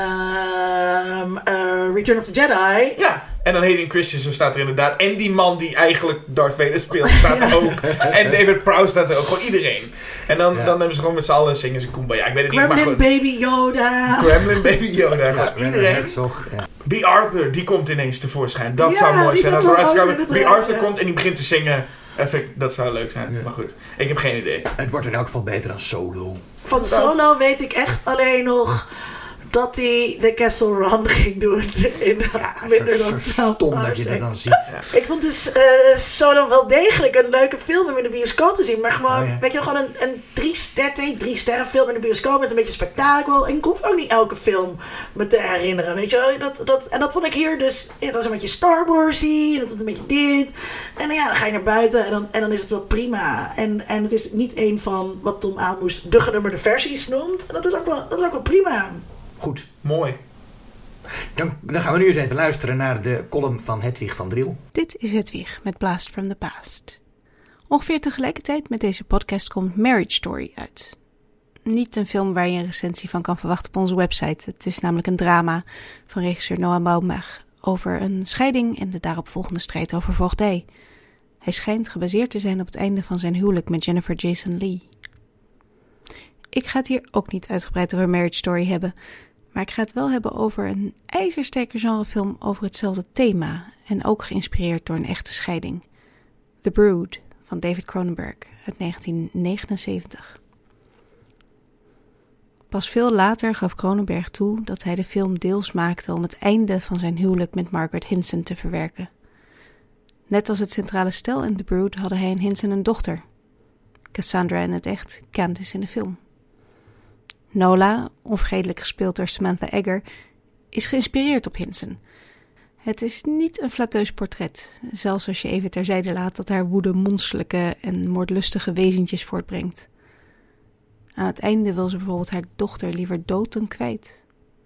uh, Return of the Jedi. Ja. En dan Hayden Christensen staat er inderdaad. En die man die eigenlijk Darth Vader speelt staat er ook. En David Prowse staat er ook. Gewoon iedereen. En dan, ja. dan hebben ze gewoon met z'n allen zingen ze Kumbaya. Ik weet het Gremlin niet, maar gewoon... Baby Yoda. Gremlin Baby Yoda. Ja, iedereen. Ja. B. Arthur, die komt ineens tevoorschijn. Dat ja, zou mooi zijn. Als B. Arthur ja. komt en die begint te zingen. Effect, dat zou leuk zijn. Ja. Maar goed, ik heb geen idee. Het wordt in elk geval beter dan Solo. Van Solo weet ik echt alleen nog... dat hij de Castle Run ging doen in ja, minder zo, dan zo stom dat je dat dan ziet. Ja. Ik vond dus uh, Solo wel degelijk een leuke film om in de bioscoop te zien. Maar gewoon, oh, ja. weet je, gewoon een, een drie, ster, twee, drie sterren film in de bioscoop met een beetje spektakel. En ik hoef ook niet elke film me te herinneren, weet je. Dat, dat, en dat vond ik hier dus, ja, dat was een beetje Star Wars-y en dat was een beetje dit. En ja, dan ga je naar buiten en dan, en dan is het wel prima. En, en het is niet een van wat Tom Aalmoes de genummerde versies noemt. En dat is ook wel, dat is ook wel prima. Goed. Mooi. Dan, dan gaan we nu eens even luisteren naar de column van Hedwig van Driel. Dit is Hedwig met Blast from the Past. Ongeveer tegelijkertijd met deze podcast komt Marriage Story uit. Niet een film waar je een recensie van kan verwachten op onze website. Het is namelijk een drama van regisseur Noah Baumbach over een scheiding en de daaropvolgende strijd over voogdij. Hij schijnt gebaseerd te zijn op het einde van zijn huwelijk met Jennifer Jason Leigh. Ik ga het hier ook niet uitgebreid over Marriage Story hebben, maar ik ga het wel hebben over een ijzersterke genrefilm over hetzelfde thema en ook geïnspireerd door een echte scheiding. The Brood van David Cronenberg uit negentien negenenzeventig. Pas veel later gaf Cronenberg toe dat hij de film deels maakte om het einde van zijn huwelijk met Margaret Hinson te verwerken. Net als het centrale stel in The Brood hadden hij en Hinson een dochter. Cassandra in het echt, Candice in de film. Nola, onvergetelijk gespeeld door Samantha Eggar, is geïnspireerd op Hinson. Het is niet een flatteus portret, zelfs als je even terzijde laat dat haar woede monsterlijke en moordlustige wezentjes voortbrengt. Aan het einde wil ze bijvoorbeeld haar dochter liever dood dan kwijt.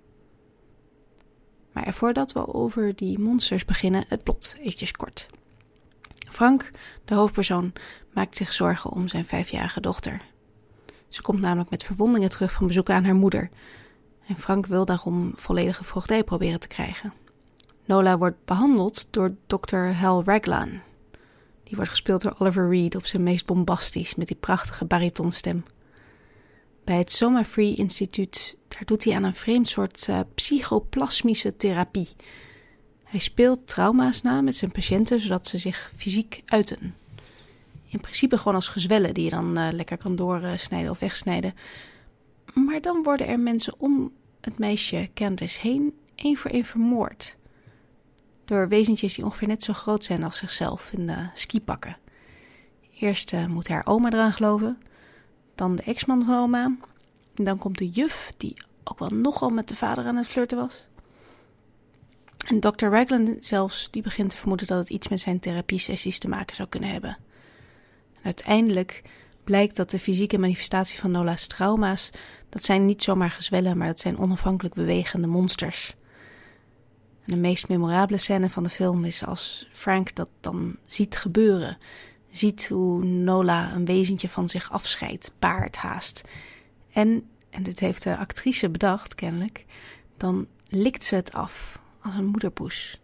Maar voordat we over die monsters beginnen, het plot eventjes kort. Frank, de hoofdpersoon, maakt zich zorgen om zijn vijfjarige dochter. Ze komt namelijk met verwondingen terug van bezoek aan haar moeder. En Frank wil daarom volledige voogdij proberen te krijgen. Nola wordt behandeld door dokter Hal Raglan. Die wordt gespeeld door Oliver Reed op zijn meest bombastisch met die prachtige baritonstem. Bij het Soma Free Instituut, daar doet hij aan een vreemd soort uh, psychoplasmische therapie. Hij speelt trauma's na met zijn patiënten zodat ze zich fysiek uiten. In principe gewoon als gezwellen die je dan uh, lekker kan doorsnijden of wegsnijden. Maar dan worden er mensen om het meisje Candice heen één voor één vermoord. Door wezentjes die ongeveer net zo groot zijn als zichzelf in uh, skipakken. Eerst uh, moet haar oma eraan geloven. Dan de ex-man van oma. En dan komt de juf, die ook wel nogal met de vader aan het flirten was. En dokter Raglan zelfs, die begint te vermoeden dat het iets met zijn therapiesessies te maken zou kunnen hebben. En uiteindelijk blijkt dat de fysieke manifestatie van Nola's trauma's, dat zijn niet zomaar gezwellen, maar dat zijn onafhankelijk bewegende monsters. En de meest memorabele scène van de film is als Frank dat dan ziet gebeuren. Ziet hoe Nola een wezentje van zich afscheidt, baart haast. En, en dit heeft de actrice bedacht kennelijk, dan likt ze het af als een moederpoes.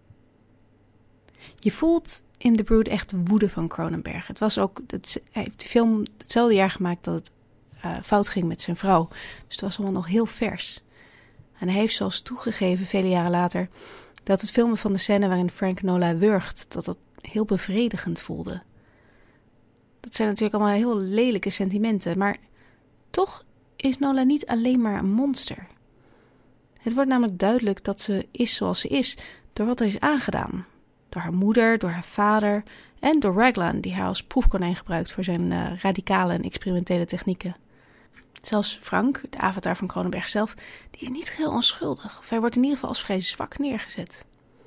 Je voelt in The Brood echt de woede van Cronenberg. Het was ook, het, hij heeft de film hetzelfde jaar gemaakt dat het uh, fout ging met zijn vrouw. Dus het was allemaal nog heel vers. En hij heeft zelfs toegegeven, vele jaren later, dat het filmen van de scène waarin Frank Nola wurgt, dat dat heel bevredigend voelde. Dat zijn natuurlijk allemaal heel lelijke sentimenten, maar toch is Nola niet alleen maar een monster. Het wordt namelijk duidelijk dat ze is zoals ze is door wat er is aangedaan. Door haar moeder, door haar vader en door Raglan, die haar als proefkonijn gebruikt voor zijn uh, radicale en experimentele technieken. Zelfs Frank, de avatar van Cronenberg zelf, die is niet geheel onschuldig. Of hij wordt in ieder geval als vrij zwak neergezet.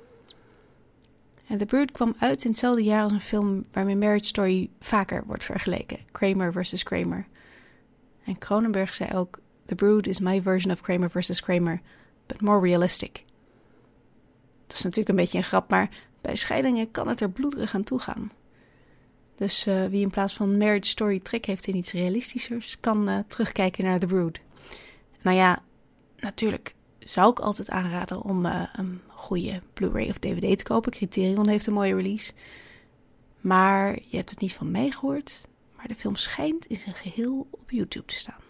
En The Brood kwam uit in hetzelfde jaar als een film waarmee Marriage Story vaker wordt vergeleken. Kramer versus Kramer. En Cronenberg zei ook, The Brood is my version of Kramer versus Kramer, but more realistic. Dat is natuurlijk een beetje een grap, maar bij scheidingen kan het er bloederig aan toegaan. Dus uh, wie in plaats van Marriage Story trek heeft in iets realistischers, kan uh, terugkijken naar The Brood. Nou ja, natuurlijk zou ik altijd aanraden om uh, een goede Blu-ray of D V D te kopen. Criterion heeft een mooie release. Maar je hebt het niet van mij gehoord, maar de film schijnt in zijn geheel op YouTube te staan.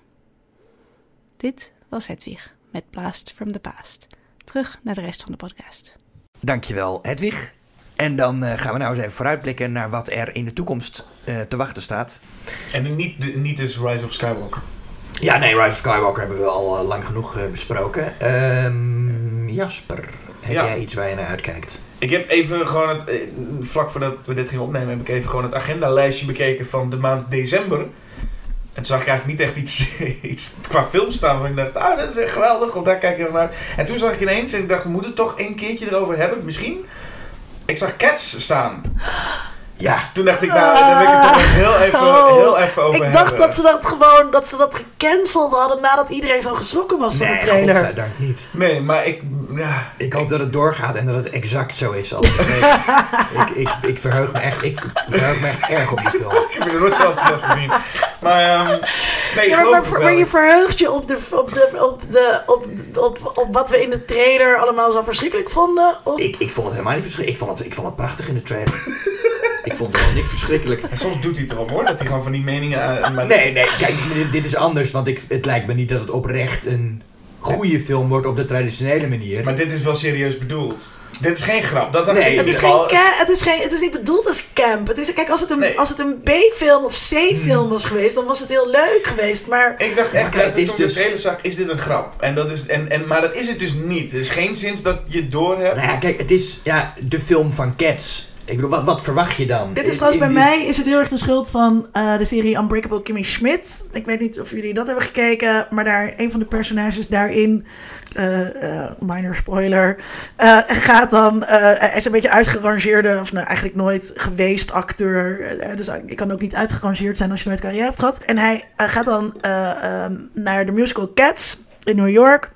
Dit was Hedwig met Blast from the Past. Terug naar de rest van de podcast. Dankjewel, Hedwig. En dan uh, gaan we nou eens even vooruitblikken naar wat er in de toekomst uh, te wachten staat. En niet, niet dus Rise of Skywalker. Ja, nee, Rise of Skywalker hebben we al uh, lang genoeg uh, besproken. Um, Jasper, heb ja. jij iets waar je naar uitkijkt? Ik heb even gewoon het, eh, vlak voordat we dit gingen opnemen, heb ik even gewoon het agendalijstje bekeken van de maand december. En toen zag ik eigenlijk niet echt iets, iets qua film staan waarvan ik dacht, ah, dat is echt geweldig, of daar kijk ik naar. En toen zag ik ineens en ik dacht, we moeten het toch één keertje erover hebben, misschien. Ik zag Cats staan. Ja. Toen dacht ik, nou, daar wil ik het toch heel even, oh, heel even over ik hebben. Ik dacht dat ze dat gewoon, dat ze dat gecanceld hadden nadat iedereen zo geschrokken was van nee, de trailer. Nee, godzijdank niet. Nee, maar ik... Ja, ik hoop ik, dat het doorgaat en dat het exact zo is. ik, ik, ik verheug me echt, ik verheug me echt erg op die film. Ik heb er nooit zo enthousiast gezien. Maar, um, nee, ja, maar, maar, maar je verheugt je op, de, op, de, op, de, op, op, op wat we in de trailer allemaal zo verschrikkelijk vonden? Of? Ik, ik vond het helemaal niet verschrikkelijk. Ik vond het, ik vond het prachtig in de trailer. Ik vond het wel niks verschrikkelijk. En soms doet hij het erom hoor, dat hij gewoon van die meningen... Aan, maar... Nee, nee, kijk, dit, dit is anders, want ik, het lijkt me niet dat het oprecht een goede film wordt op de traditionele manier. Maar dit is wel serieus bedoeld. Dit is geen grap. Dat nee, het, is geen ca- het, is geen, het is niet bedoeld als camp. Het is, kijk, als het een, nee. als het een B-film of C-film was geweest, dan was het heel leuk geweest. Maar ik dacht echt, ja, het is toen dus... de trailer zag, is dit een grap? En dat is, en, en, maar dat is het dus niet. Er is geen zin dat je het door hebt. Nou ja, kijk, het is ja, de film van Cats. Ik bedoel, wat, wat verwacht je dan? Dit is trouwens bij mij is het heel erg de schuld van uh, de serie Unbreakable Kimmy Schmidt. Ik weet niet of jullie dat hebben gekeken, maar daar een van de personages daarin, uh, uh, minor spoiler, uh, gaat dan, uh, hij is een beetje uitgerangeerde, of nou eigenlijk nooit geweest acteur. Uh, dus ik kan ook niet uitgerangeerd zijn als je nooit carrière hebt gehad. En hij uh, gaat dan uh, um, naar de musical Cats in New York.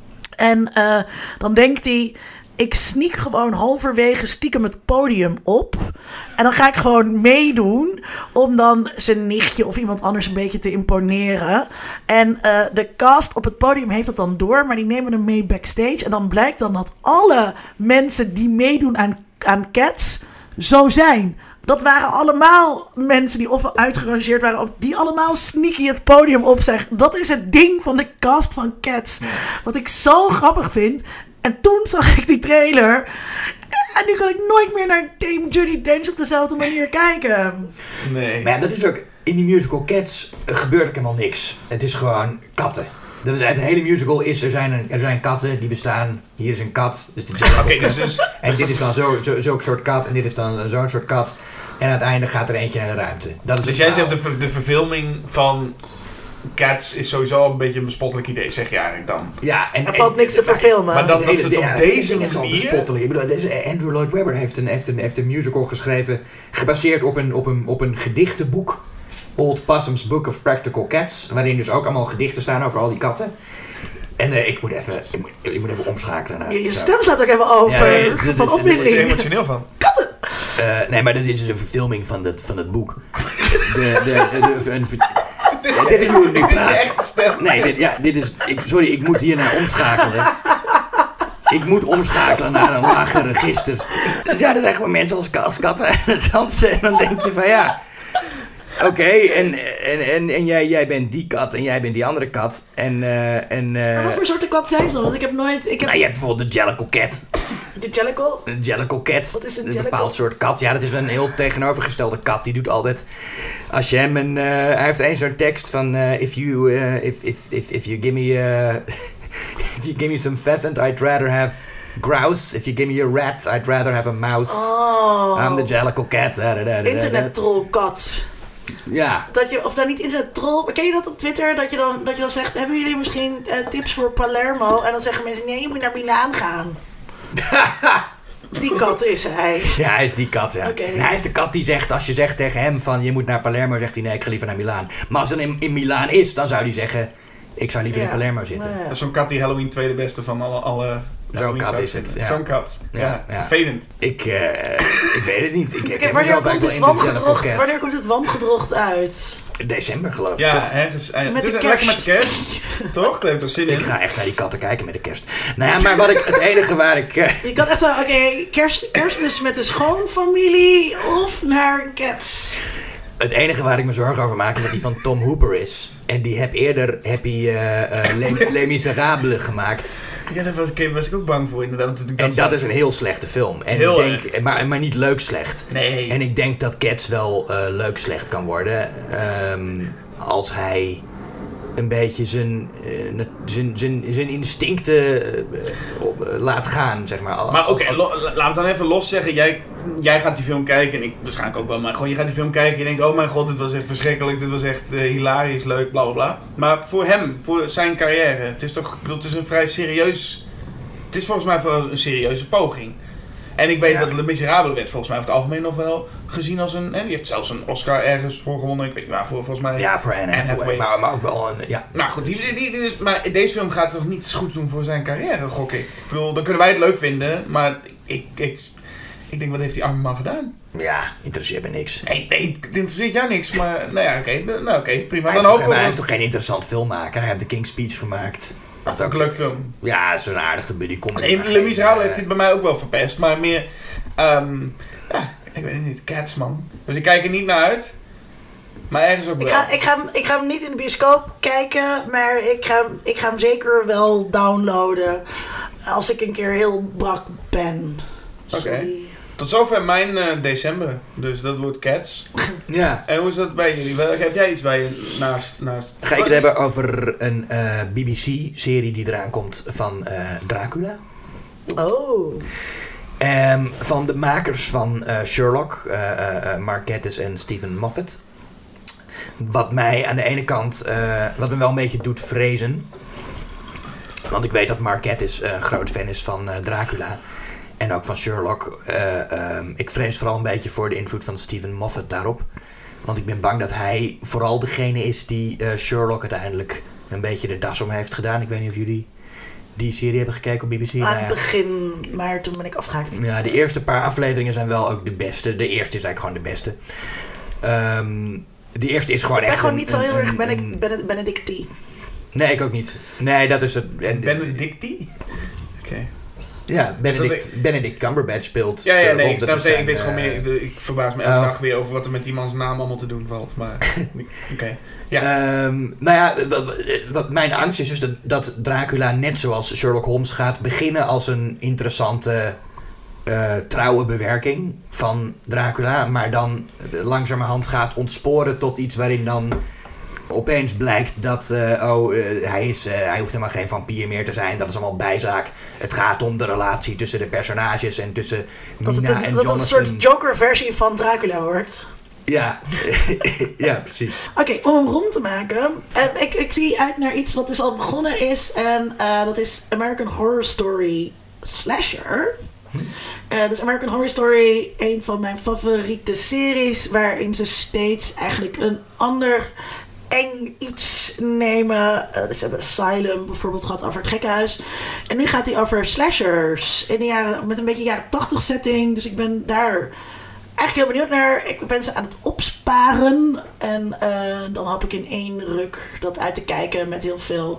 En uh, dan denkt hij, ik sneak gewoon halverwege stiekem het podium op. En dan ga ik gewoon meedoen om dan zijn nichtje of iemand anders een beetje te imponeren. En uh, de cast op het podium heeft dat dan door, maar die nemen hem mee backstage. En dan blijkt dan dat alle mensen die meedoen aan, aan Cats zo zijn. Dat waren allemaal mensen die of uitgerangeerd waren, of die allemaal sneaky het podium op zijn. Dat is het ding van de cast van Cats. Wat ik zo grappig vind. En toen zag ik die trailer. En nu kan ik nooit meer naar Dame Judi Dench op dezelfde manier kijken. Nee. Maar ja, dat is ook... In die musical Cats gebeurt er helemaal niks. Het is gewoon katten. Dat is, het hele musical is... Er zijn, een, er zijn katten die bestaan. Hier is een kat. Dus de Oké, okay, dus, dus... En dit is dan zo'n zo, zo soort kat. En dit is dan zo'n soort kat. En uiteindelijk gaat er eentje naar de ruimte. Dat is dus jij zegt de, ver, de verfilming van... Cats is sowieso een beetje een bespottelijk idee, zeg je eigenlijk dan. Ja, en er valt niks te verfilmen. Maar dat, dat ze het op ja, deze manier... bespottelijk. Ik bedoel, deze Andrew Lloyd Webber heeft een, heeft, een, heeft een musical geschreven, gebaseerd op een, op een, op een gedichtenboek. Old Possum's Book of Practical Cats. Waarin dus ook allemaal gedichten staan over al die katten. En uh, ik, moet even, ik, moet, ik moet even omschakelen. Naar, je je stem staat ook even over. Ja, ja, van opwinding. Ik word er emotioneel van. Katten! Uh, nee, maar dit is dus een verfilming van het, van het boek. De, de, de, de, een, Ja, dit is hoe ik nu praat. Nee, dit, ja, dit is... Ik, sorry, ik moet hier naar omschakelen. Ik moet omschakelen naar een lager register. Dus ja, er zijn gewoon mensen als, als katten aan het dansen. En dan denk je van ja... Oké, okay, en, en, en, en jij, jij bent die kat en jij bent die andere kat. En, uh, en, uh, maar wat voor soorten kat zijn ze dan? Want ik heb nooit... Ik heb... Nou, je hebt bijvoorbeeld de Jellicle Cat. De Jellicle? De Jellicle Cat. Wat is een Jellicle? Een bepaald soort kat. Ja, dat is een heel tegenovergestelde kat. Die doet altijd... Als je hem een... Uh, hij heeft één zo'n tekst van... Uh, if, you, uh, if, if, if, if you give me... Uh, if you give me some pheasant, I'd rather have... grouse. If you give me a rat, I'd rather have a mouse. Oh. I'm the Jellicle Cat. Internet troll kat. Ja. Dat je, of nou niet internet troll, maar ken je dat op Twitter? Dat je dan, dat je dan zegt, hebben jullie misschien uh, tips voor Palermo? En dan zeggen mensen, nee, je moet naar Milaan gaan. Die kat is hij. Ja, hij is die kat, ja. Okay. Hij is de kat die zegt, als je zegt tegen hem van, je moet naar Palermo, zegt hij, nee, ik ga liever naar Milaan. Maar als hij in, in Milaan is, dan zou hij zeggen, ik zou liever ja. in Palermo zitten. Nou ja. Dat is zo'n kat die Halloween twee de beste van alle... alle Zo'n kat is het. Ja. Zo'n kat. Ja, ja. ja. Vervelend. Ik, uh, ik weet het niet. Ik, ik okay, wanneer, komt het wamgedrocht, wanneer komt het wamgedrocht uit? December geloof ik. Ja, ergens. Uh, het is lekker met de kerst. Toch? Dat heeft er zin in. Ik ga echt naar die katten kijken met de kerst. Nou ja, maar wat ik, het enige waar ik... Uh, je kan echt zo, oké, okay, kerst, kerstmis met de schoonfamilie of naar Cats. Het enige waar ik me zorgen over maak is dat die van Tom Hooper is. En die heb eerder heb hij, uh, uh, Les, Les Miserables gemaakt. Ja, daar was ik, was ik ook bang voor inderdaad. Dat en dat is een heel slechte film. En heel ik denk, maar, maar niet leuk slecht. Nee. En ik denk dat Cats wel uh, leuk slecht kan worden. Um, als hij een beetje zijn, uh, zijn, zijn, zijn instincten uh, op, uh, laat gaan, zeg maar. Maar oké, okay, lo- laten we dan even los zeggen. Jij, jij gaat die film kijken en ik waarschijnlijk ook wel. Maar gewoon, je gaat die film kijken en je denkt, oh mijn god, dit was echt verschrikkelijk. Dit was echt uh, hilarisch, leuk, bla bla bla. Maar voor hem, voor zijn carrière, het is toch, het is een vrij serieus... Het is volgens mij wel een serieuze poging. En ik weet ja. dat Les Miserables werd volgens mij over het algemeen nog wel gezien als een... En die heeft zelfs een Oscar ergens voor gewonnen. Ik weet niet waarvoor, volgens mij... Ja, voor Anne Hathaway. Maar, maar ook wel een... Ja. Nou goed, die, die, die, die is, maar deze film gaat toch niet goed doen voor zijn carrière, gok ik. Ik bedoel, dan kunnen wij het leuk vinden, maar ik, ik, ik denk, wat heeft die arme man gedaan? Ja, interesseert me niks. Nee, nee, het interesseert jou niks, maar nou ja, oké, okay, nou, okay, prima. Hij, dan heeft hopen toch, hij heeft toch geen interessant filmmaker? Hij heeft de King's Speech gemaakt. Dat is ook een leuk film. Ja, zo'n aardige buddy comedy. Nee, Les Miserables uh, heeft dit bij mij ook wel verpest, maar meer... Um, ja, ik weet het niet, Cats man. Dus ik kijk er niet naar uit. Maar ergens ook wel. Ik ga, ik ga, ik ga hem niet in de bioscoop kijken, maar ik ga, ik ga hem zeker wel downloaden als ik een keer heel brak ben. Oké. Okay. Tot zover mijn uh, december. Dus dat wordt Cats. Ja. En hoe is dat bij jullie? Heb jij iets waar je naast... naast... Ga ik het hebben over een uh, B B C-serie die eraan komt van uh, Dracula. Oh. Um, van de makers van uh, Sherlock, uh, uh, Mark Gatiss en Stephen Moffat. Wat mij aan de ene kant, uh, wat me wel een beetje doet vrezen. Want ik weet dat Mark Gatiss uh, een groot fan is van uh, Dracula. En ook van Sherlock. Uh, um, ik vrees vooral een beetje voor de invloed van Stephen Moffat daarop. Want ik ben bang dat hij vooral degene is die uh, Sherlock uiteindelijk een beetje de das om heeft gedaan. Ik weet niet of jullie die serie hebben gekeken op B B C. Aan nou het ja. begin, maar toen ben ik afgehaakt. Ja, de eerste paar afleveringen zijn wel ook de beste. De eerste is eigenlijk gewoon de beste. Um, de eerste is gewoon ik ben echt gewoon een, niet zo heel een, erg ben een, ik ben, Benedicti. Nee, ik ook niet. Nee, dat is het. En, Benedicti? Oké. Okay. Ja, is, Benedict, is Benedict Cumberbatch speelt. Ja, ja, nee, ik, snap zijn, ik weet gewoon meer. De, ik verbaas me elke oh. dag weer over wat er met iemands naam allemaal te doen valt. Maar oké. Okay. Ja. Um, nou ja, wat, wat mijn angst is dus dat, dat Dracula net zoals Sherlock Holmes gaat beginnen als een interessante, uh, trouwe bewerking van Dracula. Maar dan langzamerhand gaat ontsporen tot iets waarin dan opeens blijkt dat uh, oh, uh, hij, is, uh, hij hoeft helemaal geen vampier meer te zijn. Dat is allemaal bijzaak. Het gaat om de relatie tussen de personages en tussen dat Mina het een, en dat Jonathan. het een soort Joker-versie van Dracula wordt. Ja, ja, precies. Oké, okay, om hem rond te maken. Uh, ik, ik zie uit naar iets wat dus al begonnen is. En uh, dat is American Horror Story Slasher. Uh, dus American Horror Story, een van mijn favoriete series. Waarin ze steeds eigenlijk een ander eng iets nemen. Uh, dus ze hebben Asylum bijvoorbeeld gehad over het gekkenhuis. En nu gaat hij over slashers. In de jaren, met een beetje jaren tachtig setting. Dus ik ben daar eigenlijk heel benieuwd naar. Ik ben ze aan het opsparen. En uh, dan hoop ik in één ruk dat uit te kijken met heel veel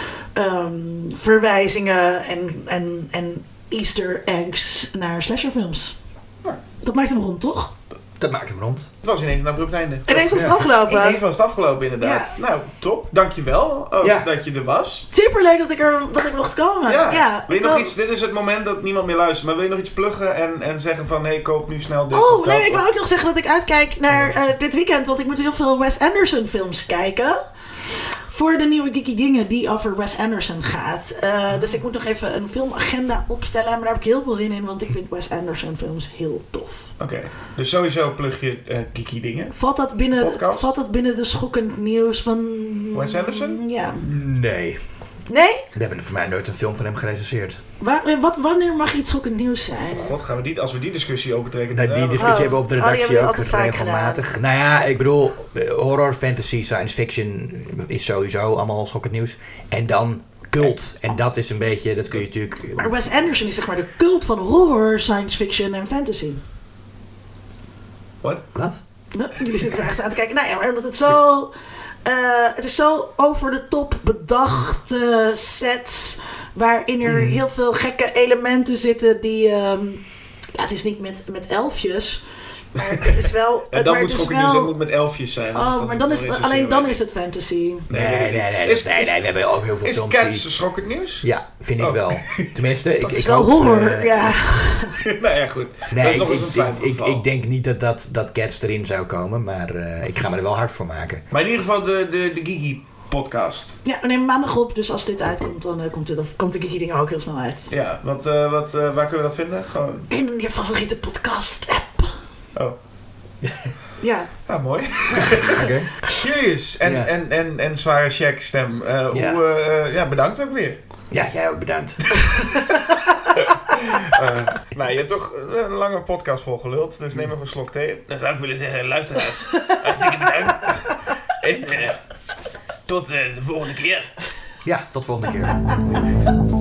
um, verwijzingen en, en, en Easter eggs naar slasherfilms. Ja. Dat maakt hem rond, toch? Dat maakt hem rond. Het was ineens een abrupt einde. Ineens was het ja. afgelopen. Ineens was het afgelopen, inderdaad. Ja. Nou, top. Dankjewel ook ja. dat je er was. Superleuk dat ik er dat ik mocht komen. Ja. Ja, wil je nog wil... iets, dit is het moment dat niemand meer luistert, maar wil je nog iets pluggen en, en zeggen van hé, hey, koop nu snel dit? Oh, nee, ik wil ook nog zeggen dat ik uitkijk naar uh, dit weekend, want ik moet heel veel Wes Anderson films kijken. Voor de nieuwe Geeky Dingen die over Wes Anderson gaat. Uh, dus ik moet nog even een filmagenda opstellen. Maar daar heb ik heel veel zin in. Want ik vind Wes Anderson films heel tof. Oké. Okay. Dus sowieso plug je uh, Geeky Dingen. Valt dat, binnen, valt dat binnen de schokkend nieuws van Wes Anderson? Ja. Nee. Nee? We hebben voor mij nooit een film van hem gerecenseerd. Waar, wat, wanneer mag iets schokkend nieuws zijn? Oh God, gaan we die, als we die discussie opentrekken... Nee, die discussie oh. hebben we op de redactie oh, ook regelmatig. Gedaan. Nou ja, ik bedoel, horror, fantasy, science fiction is sowieso allemaal schokkend nieuws. En dan cult. En dat is een beetje, dat kun je natuurlijk... Maar Wes Anderson is zeg maar de cult van horror, science fiction en fantasy. Wat? Wat? Nou, jullie zitten er echt aan te kijken. Nou ja, maar omdat het zo... Uh, het is zo over de top bedachte sets waarin er mm. heel veel gekke elementen zitten die... Um, ja, het is niet met, met elfjes, maar het is wel... Ja, dat maar moet schokkend nieuws, dat moet met elfjes zijn. Oh, dus dan, maar dan is, dan is alleen dan weg. is het fantasy. Nee, nee, nee. nee, is, nee, nee we hebben ook heel veel is films Cats die... schokkend nieuws? Ja, vind ik oh. wel. Tenminste, ik, dat ik is wel hoop, horror, uh, ja. nou ja, goed. Nee, dat is nog ik, eens een ik, ik, ik denk niet dat, dat, dat Cats erin zou komen, maar uh, ik ga me er wel hard voor maken. Maar in ieder geval de, de, de Geeky podcast. Ja, we nemen maandag op, dus als dit uitkomt, dan uh, komt, dit, of, komt de Geeky Dingen ook heel snel uit. Ja, wat, uh, wat, uh, waar kunnen we dat vinden? Gewoon... In je favoriete podcast-app. Oh. Ja. Ah, mooi. Okay. Serieus. En, ja. en, en, en zware check stem. Uh, ja. Hoe, uh, ja, bedankt ook weer. Ja, jij ook bedankt. uh, nou, je hebt toch een lange podcast volgeluld, dus neem nog een slok thee. Dan zou ik willen zeggen, luisteraars, hartstikke bedankt. En uh, tot uh, de volgende keer. Ja, tot de volgende keer.